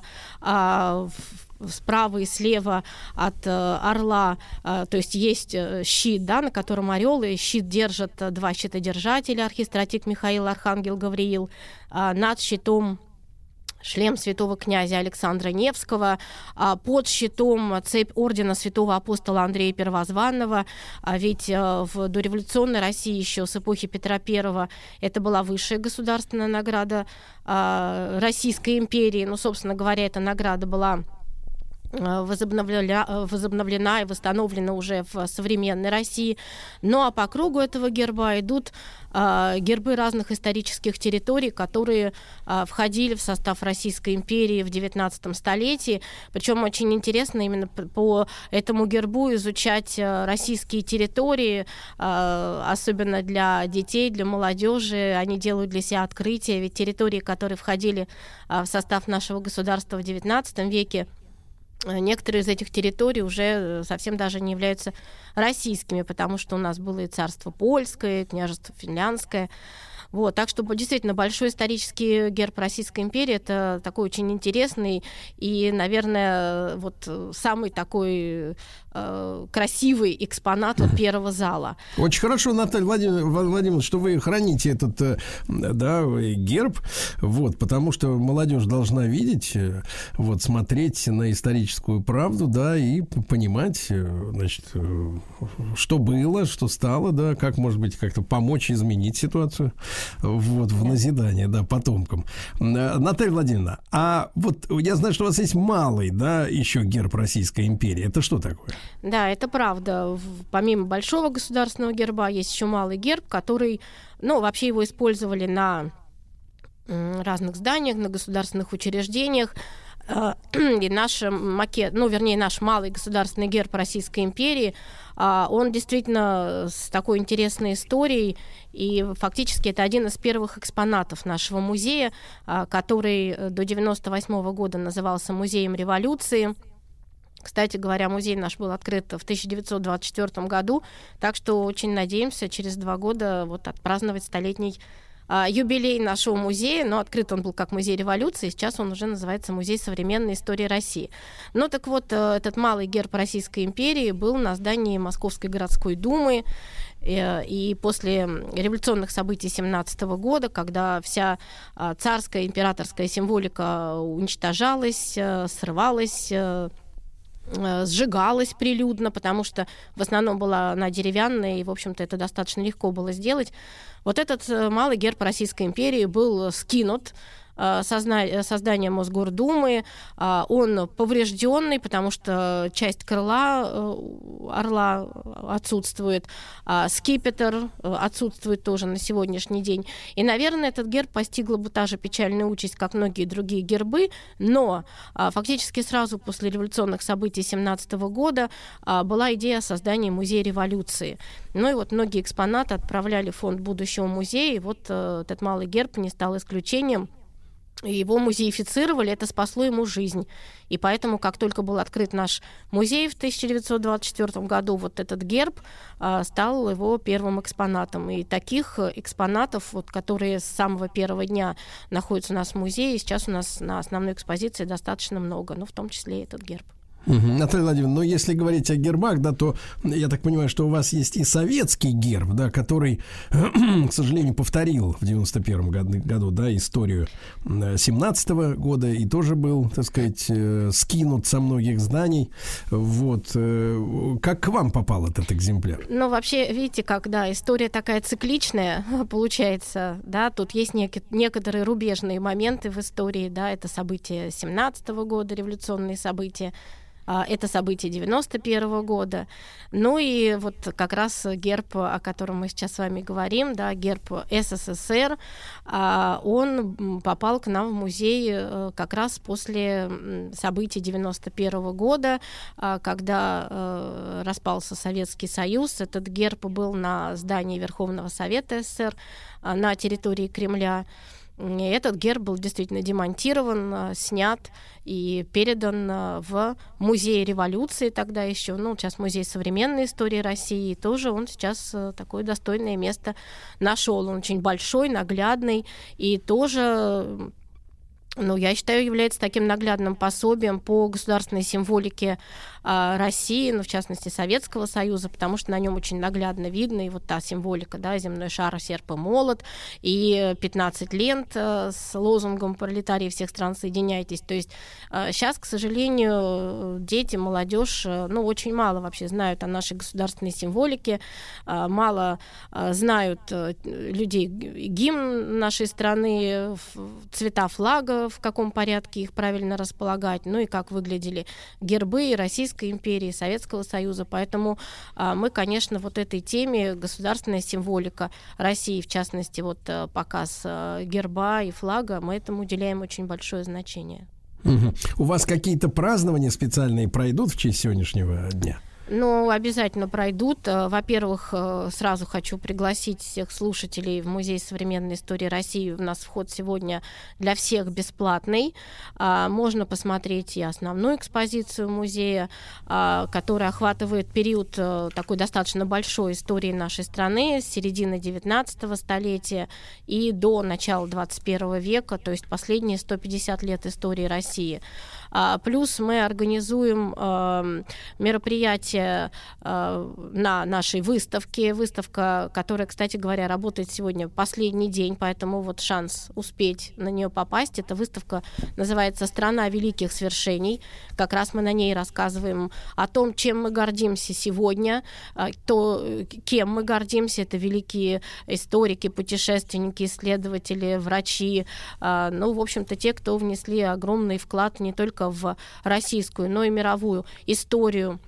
справа и слева от орла, то есть есть щит, да, на котором орел, и щит держат два щитодержателя: архистратик Михаил, архангел Гавриил. Над щитом шлем святого князя Александра Невского, под щитом цепь ордена святого апостола Андрея Первозванного, ведь в дореволюционной России еще с эпохи Петра Первого это была высшая государственная награда Российской империи. Ну, собственно говоря, эта награда была возобновлена, возобновлена и восстановлена уже в современной России. Ну а по кругу этого герба идут э, гербы разных исторических территорий, которые э, входили в состав Российской империи в девятнадцатом столетии. Причем очень интересно именно по этому гербу изучать российские территории, э, особенно для детей, для молодежи. Они делают для себя открытия, ведь территории, которые входили э, в состав нашего государства в девятнадцатом веке, некоторые из этих территорий уже совсем даже не являются российскими, потому что у нас было и царство польское, и княжество финляндское. Вот, так что действительно большой исторический герб Российской империи — это такой очень интересный и, наверное, вот самый такой э, красивый экспонат вот первого зала. Очень хорошо, Наталья Владимировна, что вы храните этот, да, герб, вот, потому что молодежь должна видеть, вот, смотреть на историческую правду, да, и понимать, значит, что было, что стало, да, как, может быть, как-то помочь изменить ситуацию. Вот, в назидание, да, потомкам. Наталья Владимировна, а вот я знаю, что у вас есть малый, да, еще герб Российской империи. Это что такое? Да, это правда. Помимо большого государственного герба есть еще малый герб, который, ну, вообще его использовали на разных зданиях, на государственных учреждениях. И наш макет, ну, вернее, наш малый государственный герб Российской империи, он действительно с такой интересной историей, и фактически это один из первых экспонатов нашего музея, который до девяносто восьмого года назывался Музеем революции. Кстати говоря, музей наш был открыт в тысяча девятьсот двадцать четвёртом году, так что очень надеемся через два года вот отпраздновать столетний юбилей нашего музея, но открыт он был как Музей революции, сейчас он уже называется Музей современной истории России. Ну так вот, этот малый герб Российской империи был на здании Московской городской думы, и после революционных событий семнадцатого года, когда вся царская императорская символика уничтожалась, срывалась, сжигалась прилюдно, потому что в основном была она деревянная, и, в общем-то, это достаточно легко было сделать. Вот этот малый герб Российской империи был скинут созданием Мосгордумы. Он поврежденный, потому что часть крыла орла отсутствует, скипетр отсутствует тоже на сегодняшний день. И, наверное, этот герб постигла бы та же печальная участь, как многие другие гербы, но фактически сразу после революционных событий семнадцатого года была идея создания музея революции. Ну и вот многие экспонаты отправляли в фонд будущего музея, и вот этот малый герб не стал исключением. Его музеифицировали, это спасло ему жизнь. И поэтому, как только был открыт наш музей в тысяча девятьсот двадцать четвёртом году, вот этот герб а, стал его первым экспонатом. И таких экспонатов, вот, которые с самого первого дня находятся у нас в музее, сейчас у нас на основной экспозиции достаточно много, но в том числе и этот герб. Угу. Наталья Владимировна, но если говорить о гербах, да, то я так понимаю, что у вас есть и советский герб, да, который, к сожалению, повторил в девяносто первом году, да, историю семнадцатого года и тоже был, так сказать, скинут со многих зданий. Вот. Как к вам попал этот экземпляр? Ну, вообще, видите, как, да, история такая цикличная получается, да, тут есть нек- некоторые рубежные моменты в истории, да, это события семнадцатого года, революционные события. Это событие девяносто первого года. Ну и вот как раз герб, о котором мы сейчас с вами говорим, да, герб СССР, он попал к нам в музей как раз после событий девяносто первого года, когда распался Советский Союз. Этот герб был на здании Верховного Совета СССР на территории Кремля. Этот герб был действительно демонтирован, снят и передан в музей революции тогда еще, ну, сейчас музей современной истории России, тоже он сейчас такое достойное место нашел. Он очень большой, наглядный и тоже... Ну, я считаю, является таким наглядным пособием по государственной символике а, России, ну, в частности, Советского Союза, потому что на нем очень наглядно видно и вот та символика, да, земной шар, серп и молот, и пятнадцать лент а, с лозунгом «Пролетарии всех стран, соединяйтесь». То есть а, сейчас, к сожалению, дети, молодежь, ну, очень мало вообще знают о нашей государственной символике, а, мало а, знают а, людей гимн нашей страны, цвета флага, в каком порядке их правильно располагать, ну и как выглядели гербы Российской империи, Советского Союза. Поэтому а, мы, конечно, вот этой теме государственная символика России, в частности, вот показ а, герба и флага, мы этому уделяем очень большое значение. Угу. У вас какие-то празднования специальные пройдут в честь сегодняшнего дня? Ну, обязательно пройдут. Во-первых, сразу хочу пригласить всех слушателей в Музей современной истории России. У нас вход сегодня для всех бесплатный. Можно посмотреть и основную экспозицию музея, которая охватывает период такой достаточно большой истории нашей страны с середины девятнадцатого столетия и до начала двадцать первого века, то есть последние сто пятьдесят лет истории России. Плюс мы организуем э, мероприятие э, на нашей выставке. Выставка, которая, кстати говоря, работает сегодня последний день, поэтому вот шанс успеть на нее попасть. Эта выставка называется «Страна великих свершений». Как раз мы на ней рассказываем о том, чем мы гордимся сегодня, то, кем мы гордимся. Это великие историки, путешественники, исследователи, врачи. Э, ну, в общем-то, те, кто внесли огромный вклад не только в российскую, но и мировую историю.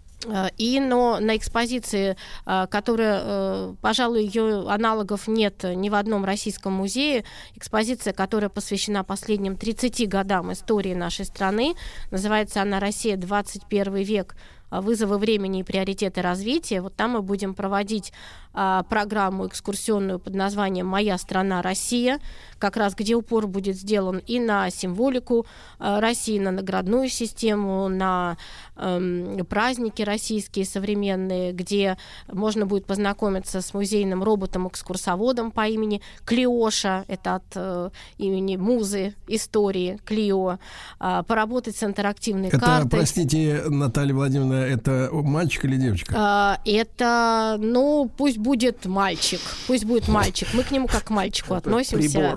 И но на экспозиции, которая, пожалуй, ее аналогов нет ни в одном российском музее, экспозиция, которая посвящена последним тридцати годам истории нашей страны, называется она «Россия, двадцать первый век. Вызовы времени и приоритеты развития». Вот там мы будем проводить а, программу экскурсионную под названием «Моя страна Россия», как раз где упор будет сделан и на символику а, России, на наградную систему, на а, праздники российские современные, где можно будет познакомиться с музейным роботом-экскурсоводом по имени Клеоша, это от а, имени музы истории Клео, а, поработать с интерактивной это, картой. Простите, Наталья Владимировна, это мальчик или девочка? А, это, ну, пусть будет мальчик. Пусть будет мальчик. Мы к нему как к мальчику относимся. Прибор.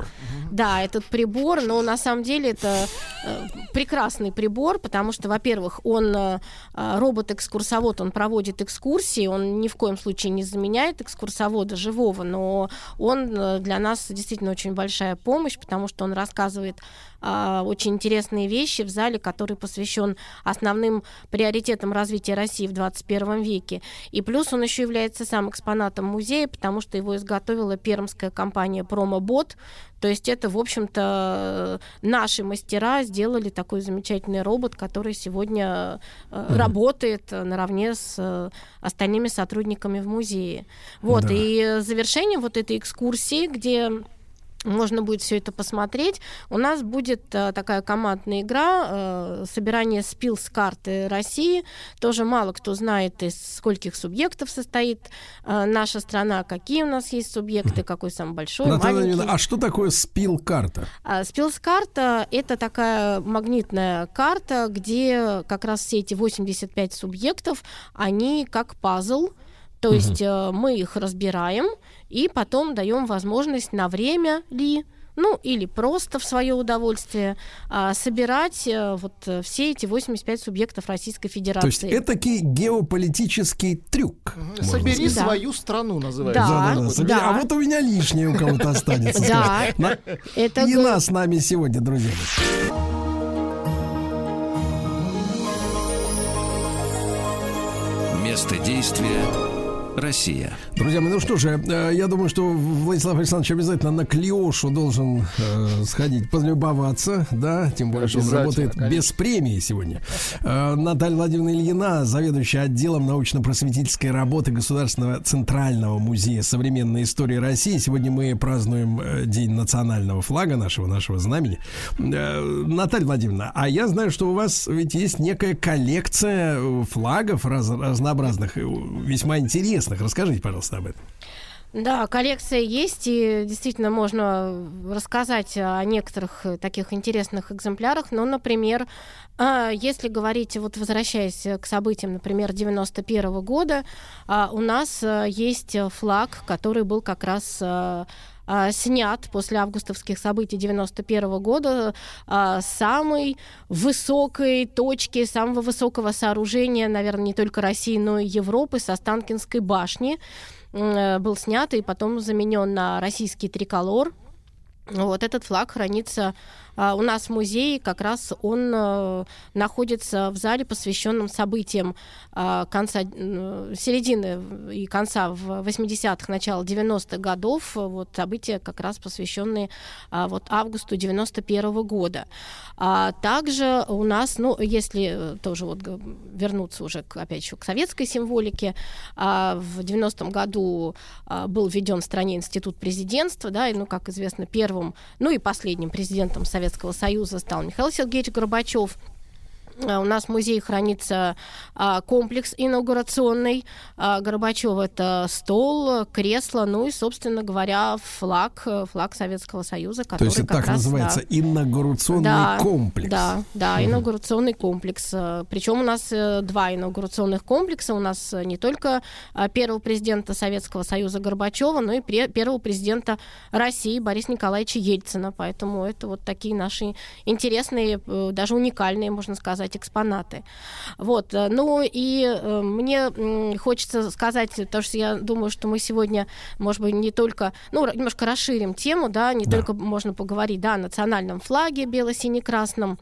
да, этот прибор, но на самом деле это э, прекрасный прибор, потому что, во-первых, он э, робот-экскурсовод, он проводит экскурсии, он ни в коем случае не заменяет экскурсовода живого, но он э, для нас действительно очень большая помощь, потому что он рассказывает э, очень интересные вещи в зале, который посвящен основным приоритетам развития России в двадцать первом веке. И плюс он еще является сам экспонатом музея, потому что его изготовила пермская компания «Промобот». То есть это, в общем-то, наши мастера сделали такой замечательный робот, который сегодня mm-hmm. работает наравне с остальными сотрудниками в музее. Вот, да. И завершением вот этой экскурсии, где можно будет все это посмотреть, у нас будет а, такая командная игра, а, собирание спил с карты России. Тоже мало кто знает, из скольких субъектов состоит а, наша страна, какие у нас есть субъекты, какой самый большой, Наталья маленький. Ильина, а что такое спил-карта? А, спил-карта — это такая магнитная карта, где как раз все эти восемьдесят пять субъектов, они как пазл. То угу. есть э, мы их разбираем и потом даем возможность на время ли, ну или просто в свое удовольствие э, собирать э, вот э, все эти восемьдесят пять субъектов Российской Федерации. То есть этакий геополитический трюк. Собери да. свою страну, называется. Да, да, да, да. Да. А вот у меня лишнее у кого-то останется. Да. И нас с нами сегодня, друзья. Место действия — Россия. Друзья мои, ну что же, я думаю, что Владислав Александрович обязательно на Клиошу должен э, сходить позлюбоваться, да, тем более, что он работает конечно. без премии сегодня. Э, Наталья Владимировна Ильина, заведующая отделом научно-просветительской работы Государственного Центрального музея современной истории России. Сегодня мы празднуем День национального флага нашего, нашего знамени. Э, Наталья Владимировна, а я знаю, что у вас ведь есть некая коллекция флагов раз, разнообразных, весьма интересных. Расскажите, пожалуйста, об этом. Да, коллекция есть, и действительно можно рассказать о некоторых таких интересных экземплярах. Ну, например, если говорить, вот возвращаясь к событиям, например, девяносто первого года, у нас есть флаг, который был как раз снят после августовских событий девяносто первого года с самой высокой точки, самого высокого сооружения, наверное, не только России, но и Европы, с Останкинской башни. Был снят и потом заменен на российский триколор. Вот этот флаг хранится а, у нас в музее, как раз он а, находится в зале, посвященном событиям а, конца, середины и конца восьмидесятых, начала девяностых годов. Вот события как раз посвященные а, вот, августу девяносто первого года. А также у нас, ну, если тоже вот вернуться уже, к, опять еще к советской символике, а, в девяностом году а, был введен в стране институт президентства, да, и, ну, как известно, первым, ну и последним президентом Советского Союза стал Михаил Сергеевич Горбачев. У нас в музее хранится а, комплекс инаугурационный а, Горбачева. Это стол, кресло, ну и, собственно говоря, флаг, флаг Советского Союза, который То есть это как так раз, называется, да, инаугурационный да, комплекс. Да, да, угу. инаугурационный комплекс. Причем у нас два инаугурационных комплекса. У нас не только первого президента Советского Союза Горбачева, но и первого президента России Бориса Николаевича Ельцина. Поэтому это вот такие наши интересные, даже уникальные, можно сказать, экспонаты. Вот. Ну и э, мне э, хочется сказать, потому что я думаю, что мы сегодня, может быть, не только, ну, немножко расширим тему, да, не да. только можно поговорить, да, о национальном флаге бело-сине-красном.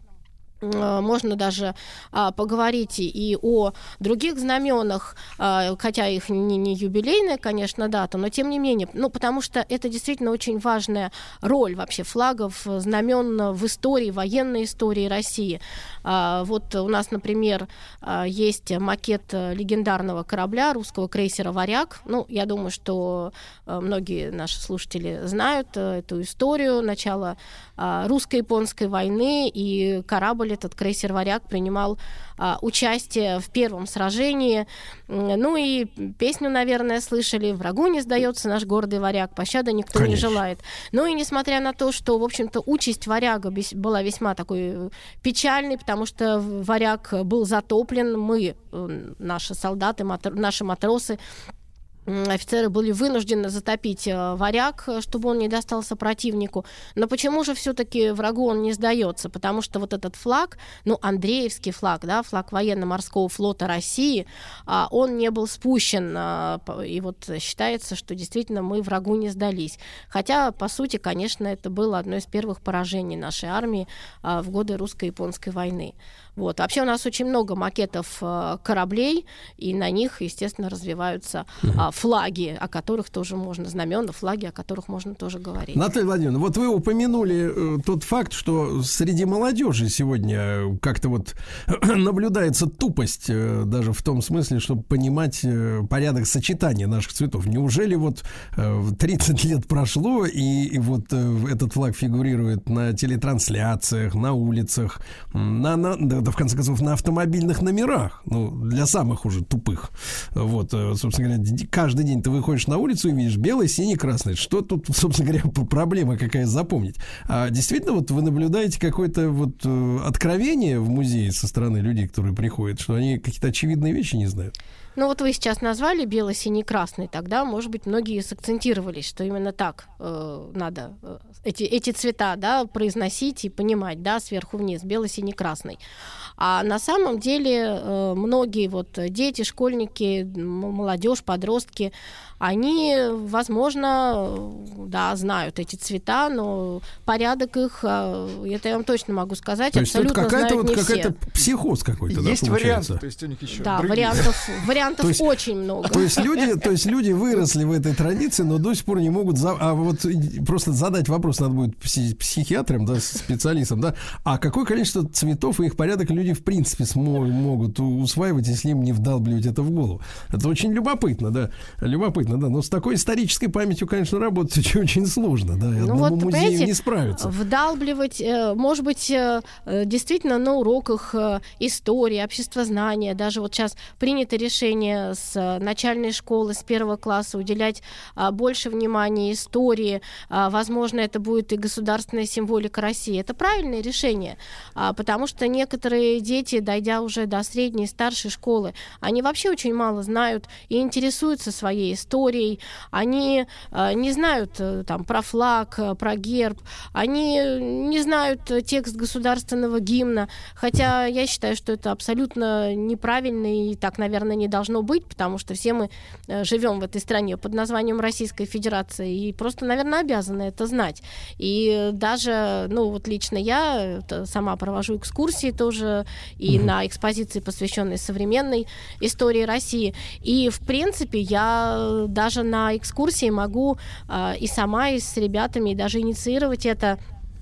Можно даже а, поговорить и о других знаменах, а, хотя их не, не юбилейная, конечно, дата, но тем не менее, ну, потому что это действительно очень важная роль вообще флагов, знамен в истории, военной истории России. А, вот у нас, например, а, есть макет легендарного корабля, русского крейсера «Варяг». Ну, я думаю, что а, многие наши слушатели знают а, эту историю начала а, русско-японской войны, и корабль этот крейсер «Варяг» принимал а, участие в первом сражении. Ну и песню, наверное, слышали: «Врагу не сдается наш гордый варяг, пощады никто Конечно. не желает». Ну и несмотря на то, что, в общем-то, участь «Варяга» была весьма такой печальной, потому что «Варяг» был затоплен, мы, наши солдаты, матр... наши матросы, офицеры были вынуждены затопить Варяг, чтобы он не достался противнику. Но почему же все-таки врагу он не сдается? Потому что вот этот флаг, ну, Андреевский флаг, да, флаг военно-морского флота России, он не был спущен. И вот считается, что действительно мы врагу не сдались. Хотя, по сути, конечно, это было одно из первых поражений нашей армии в годы русско-японской войны. Вот. Вообще у нас очень много макетов кораблей, и на них, естественно, развиваются uh-huh. флаги, о которых тоже можно, знамена, флаги, о которых можно тоже говорить. Наталья Владимировна, вот вы упомянули э, тот факт, что среди молодежи сегодня как-то вот наблюдается тупость, э, даже в том смысле, чтобы понимать э, порядок сочетания наших цветов. Неужели вот э, тридцать лет прошло, и, и вот э, этот флаг фигурирует на телетрансляциях, на улицах, на, на, да, в конце концов, на автомобильных номерах, ну, для самых уже тупых. Вот, собственно говоря, каждый день ты выходишь на улицу и видишь белый, синий, красный. Что тут, собственно говоря, проблема какая запомнить? А действительно, вот вы наблюдаете какое-то вот откровение в музее со стороны людей, которые приходят, что они какие-то очевидные вещи не знают? Ну вот вы сейчас назвали белый, синий, красный, тогда, может быть, многие сакцентировались, что именно так э, надо э, эти, эти цвета, да, произносить и понимать, да, сверху вниз, белый, синий, красный. А на самом деле э, многие вот дети, школьники, молодежь, подростки, они, возможно, да, знают эти цвета, но порядок их, это я вам точно могу сказать, то есть абсолютно это какая-то знают вот не какая-то все. Психоз какой-то, есть да, варианты, то есть у них еще да, другие. вариантов, вариантов то есть, очень много. То есть люди, то есть люди выросли в этой традиции, но до сих пор не могут, за, а вот просто задать вопрос надо будет пси, психиатрам, да, специалистам, да, а какое количество цветов и их порядок люди в принципе смог, могут усваивать, если им не вдалбливать это в голову. Это очень любопытно, да, любопытно, да, но с такой исторической памятью, конечно, работать очень, очень сложно, да, и ну одному вот, музею не справиться. Вдалбливать, может быть, действительно на уроках истории, обществознания, даже вот сейчас принято решение с начальной школы, с первого класса уделять больше внимания истории, возможно, это будет и государственная символика России. Это правильное решение, потому что некоторые дети, дойдя уже до средней и старшей школы, они вообще очень мало знают и интересуются своей историей, они не знают там про флаг, про герб, они не знают текст государственного гимна, хотя я считаю, что это абсолютно неправильно и так, наверное, не должно быть, потому что все мы живем в этой стране под названием Российская Федерация и просто, наверное, обязаны это знать. И даже, ну вот лично я сама провожу экскурсии тоже и mm-hmm. на экспозиции, посвященной современной истории России. И, в принципе, я даже на экскурсии могу э, и сама, и с ребятами, и даже инициировать это,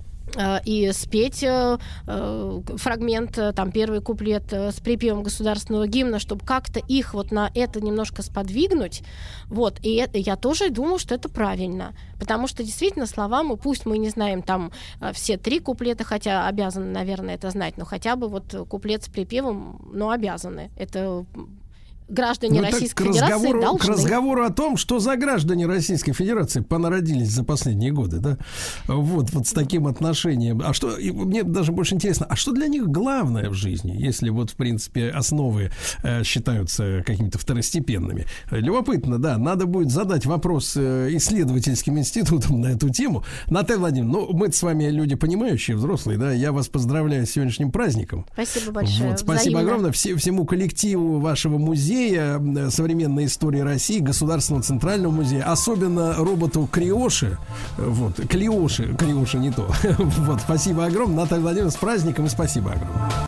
э, и спеть э, э, фрагмент, э, там, первый куплет э, с припевом государственного гимна, чтобы как-то их вот на это немножко сподвигнуть. Вот. И это, я тоже думаю, что это правильно. Потому что, действительно, слова мы, пусть мы не знаем там э, все три куплета, хотя обязаны, наверное, это знать, но хотя бы вот куплет с припевом, ну, обязаны. Это... граждане ну, Российской к Федерации разговору, должны. К разговору о том, что за граждане Российской Федерации понародились за последние годы, да, вот, вот с таким отношением. А что, и мне даже больше интересно, а что для них главное в жизни, если вот, в принципе, основы э, считаются какими-то второстепенными? Любопытно, да, надо будет задать вопрос э, исследовательским институтам на эту тему. Наталья Владимировна, ну, мы с вами люди понимающие, взрослые, да, я вас поздравляю с сегодняшним праздником. Спасибо большое. Вот, спасибо Взаимно. огромное все, всему коллективу вашего музея, современной истории России, Государственного центрального музея, особенно роботу Криоши, вот, Клиоши, Криоши не то. Вот, спасибо огромное, Наталья Владимировна, с праздником и спасибо огромное.